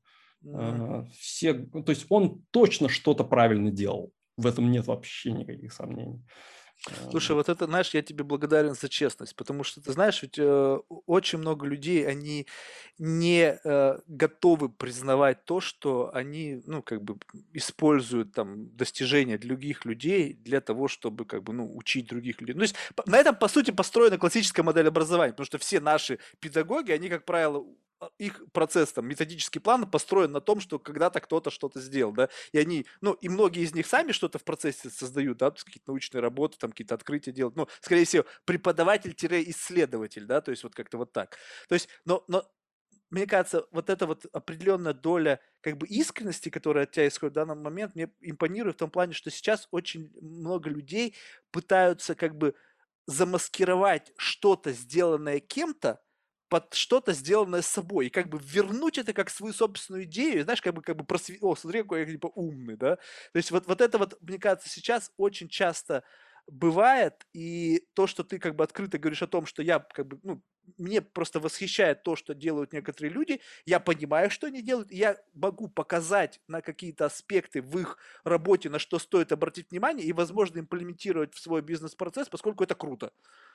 [SPEAKER 2] Все, то есть он точно что-то правильно делал. В этом нет вообще никаких сомнений.
[SPEAKER 1] Слушай, вот это, знаешь, я тебе благодарен за честность, потому что, ты знаешь, ведь очень много людей, они не готовы признавать то, что они, ну, как бы используют там достижения других людей для того, чтобы, как бы, ну, учить других людей. Ну, то есть на этом, по сути, построена классическая модель образования, потому что все наши педагоги, они, как правило, их процесс, там, методический план построен на том, что когда-то кто-то что-то сделал, да, и они, ну, и многие из них сами что-то в процессе создают, да, то есть какие-то научные работы, там, какие-то открытия делают, ну, скорее всего, преподаватель-исследователь, да, то есть вот как-то вот так. То есть, но мне кажется, вот эта вот определенная доля как бы искренности, которая от тебя исходит в данный момент, мне импонирует в том плане, что сейчас очень много людей пытаются как бы замаскировать что-то, сделанное кем-то, под что-то, сделанное собой, и как бы вернуть это как свою собственную идею, и знаешь, как бы о, смотри, какой я типа умный, да. То есть вот это вот, мне кажется, сейчас очень часто бывает, и то, что ты как бы открыто говоришь о том, что я как бы, ну, мне просто восхищает то, что делают некоторые люди, я понимаю, что они делают, и я могу показать на какие-то аспекты в их работе, на что стоит обратить внимание, и, возможно, имплементировать в свой бизнес-процесс, поскольку это круто.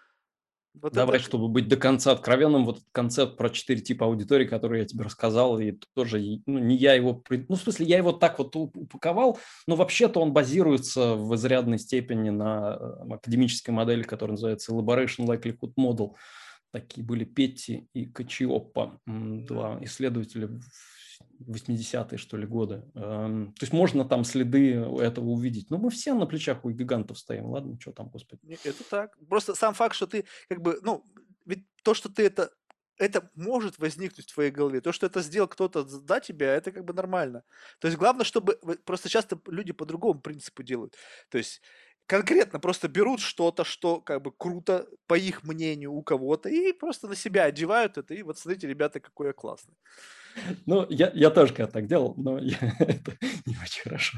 [SPEAKER 1] Вот это,
[SPEAKER 2] Давай, чтобы быть до конца откровенным, вот этот концепт про 4 типа аудитории, который я тебе рассказал, и тоже, ну, не я его, ну, в смысле, я его так вот упаковал, но вообще-то он базируется в изрядной степени на академической модели, которая называется Elaboration Likelihood Model. Такие были Петти и Качиоппа, два исследователя в 80-е, что ли, годы. То есть можно там следы этого увидеть. Но мы все на плечах у гигантов стоим. Ладно, что там, господи.
[SPEAKER 1] это так. Просто сам факт, что ты как бы, ну, ведь то, что ты это может возникнуть в твоей голове. То, что это сделал кто-то до тебя, это как бы нормально. То есть главное, чтобы просто часто люди по другому принципу делают. То есть конкретно просто берут что-то, что как бы круто, по их мнению, у кого-то, и просто на себя одевают это, и вот смотрите, ребята, какой я классный.
[SPEAKER 2] Ну, я тоже когда так делал, но это не очень хорошо.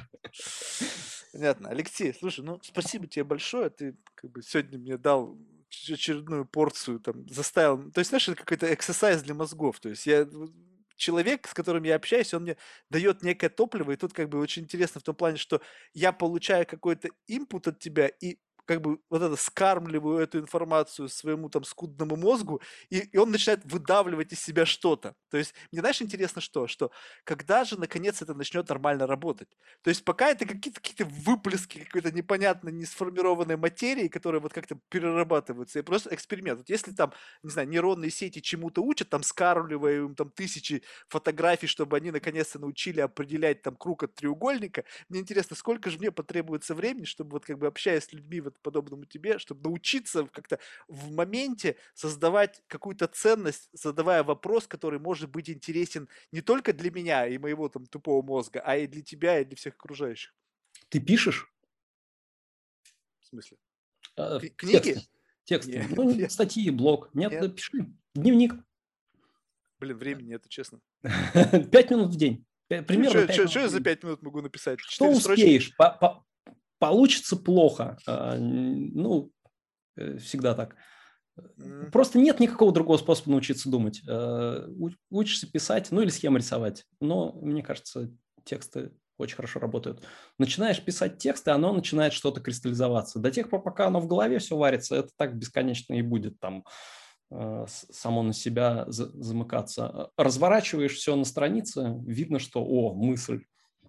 [SPEAKER 1] Понятно. Алексей, слушай, ну спасибо тебе большое. Ты как бы сегодня мне дал очередную порцию, там, заставил. То есть, знаешь, это какой-то эксерсайз для мозгов. То есть человек, с которым я общаюсь, он мне дает некое топливо, и тут как бы очень интересно в том плане, что я получаю какой-то инпут от тебя и как бы вот это скармливаю эту информацию своему там скудному мозгу, и он начинает выдавливать из себя что-то. То есть мне, знаешь, интересно что? Что когда же наконец это начнет нормально работать? То есть пока это какие-то выплески какой-то непонятно не сформированной материи, которая вот как-то перерабатывается, и просто эксперимент. Вот если там, не знаю, нейронные сети чему-то учат, там скармливая им там тысячи фотографий, чтобы они наконец-то научили определять там круг от треугольника, мне интересно, сколько же мне потребуется времени, чтобы вот как бы общаясь с людьми вот подобному тебе, чтобы научиться как-то в моменте создавать какую-то ценность, задавая вопрос, который может быть интересен не только для меня и моего там тупого мозга, а и для тебя, и для всех окружающих.
[SPEAKER 2] Ты пишешь?
[SPEAKER 1] смысле?
[SPEAKER 2] Тексты.
[SPEAKER 1] Книги?
[SPEAKER 2] Тексты.
[SPEAKER 1] Нет,
[SPEAKER 2] Ну,
[SPEAKER 1] нет,
[SPEAKER 2] статьи, блог. Нет, да
[SPEAKER 1] нет.
[SPEAKER 2] пиши. Дневник.
[SPEAKER 1] Блин, времени нету, честно.
[SPEAKER 2] 5 минут в день.
[SPEAKER 1] Ну,
[SPEAKER 2] Примерно 5 минут
[SPEAKER 1] что
[SPEAKER 2] в
[SPEAKER 1] я за
[SPEAKER 2] день.
[SPEAKER 1] 5 минут могу написать?
[SPEAKER 2] Что
[SPEAKER 1] 4 строчки?
[SPEAKER 2] успеешь? Получится плохо. Ну, всегда так.
[SPEAKER 1] М,
[SPEAKER 2] Просто нет никакого другого способа научиться думать. Учишься писать, ну или схемы рисовать. Но, мне кажется, тексты очень хорошо работают. Начинаешь писать тексты, оно начинает что-то кристаллизоваться. До тех пор, пока оно в голове все варится, это так бесконечно и будет там само на себя замыкаться. Разворачиваешь все на странице, видно, что, мысль.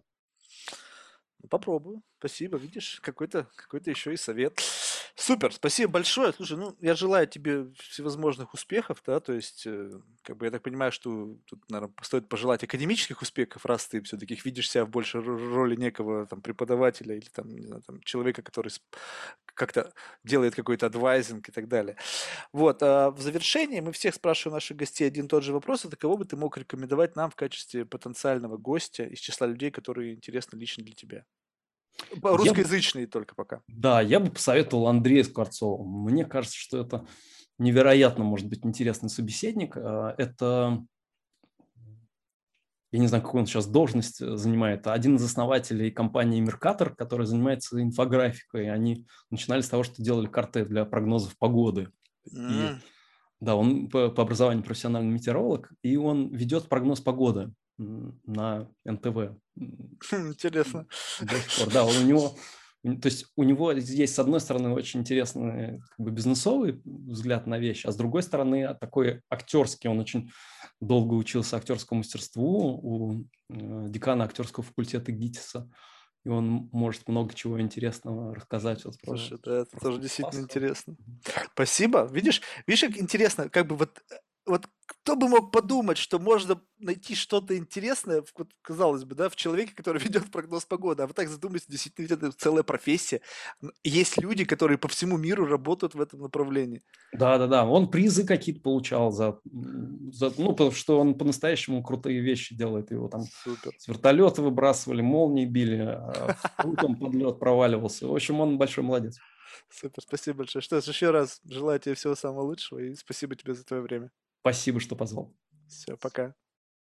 [SPEAKER 1] Попробую. Спасибо. Видишь, какой-то еще и совет. Супер, спасибо большое. Слушай, ну, я желаю тебе всевозможных успехов, да, то есть, как бы я так понимаю, что тут, наверное, стоит пожелать академических успехов, раз ты все-таки видишь себя в большей роли некого там преподавателя или там, не знаю, там, человека, который как-то делает какой-то адвайзинг и так далее. Вот, а в завершении мы всех спрашиваем наших гостей один и тот же вопрос, это кого бы ты мог рекомендовать нам в качестве потенциального гостя из числа людей, которые интересны лично для тебя?
[SPEAKER 2] Я бы,
[SPEAKER 1] Русскоязычные только пока.
[SPEAKER 2] да, я бы посоветовал Андрея Скворцова. Мне кажется, что это невероятно может быть интересный собеседник. Это, я не знаю, какую он сейчас должность занимает, один из основателей компании Меркатор, которая занимается инфографикой. Они начинали с того, что делали карты для прогнозов погоды. И
[SPEAKER 1] М,
[SPEAKER 2] да, он по образованию профессиональный метеоролог, и он ведет прогноз погоды на НТВ
[SPEAKER 1] Интересно.
[SPEAKER 2] до сих пор. Да, то есть у него есть, с одной стороны, очень интересный как бы бизнесовый взгляд на вещи, а с другой стороны, такой актерский. Он очень долго учился актерскому мастерству у декана актерского факультета ГИТИСа, и он может много чего интересного рассказать вот
[SPEAKER 1] Слушай, да, это тоже
[SPEAKER 2] про
[SPEAKER 1] действительно
[SPEAKER 2] Спасского.
[SPEAKER 1] интересно. Спасибо. видишь, как интересно, как бы вот кто бы мог подумать, что можно найти что-то интересное, вот, казалось бы, да, в человеке, который ведет прогноз погоды. А вы так задумайтесь, действительно, ведь это целая профессия. Есть люди, которые по всему миру работают в этом направлении.
[SPEAKER 2] Да-да-да, он призы какие-то получал ну, потому что он по-настоящему крутые вещи делает. Его там
[SPEAKER 1] Супер.
[SPEAKER 2] с вертолета выбрасывали, молнии били, в прутом под лед проваливался. В общем, он большой молодец.
[SPEAKER 1] Супер, спасибо большое. Что ж, еще раз желаю тебе всего самого лучшего и спасибо тебе за твое время.
[SPEAKER 2] Спасибо, что позвал.
[SPEAKER 1] Все, пока.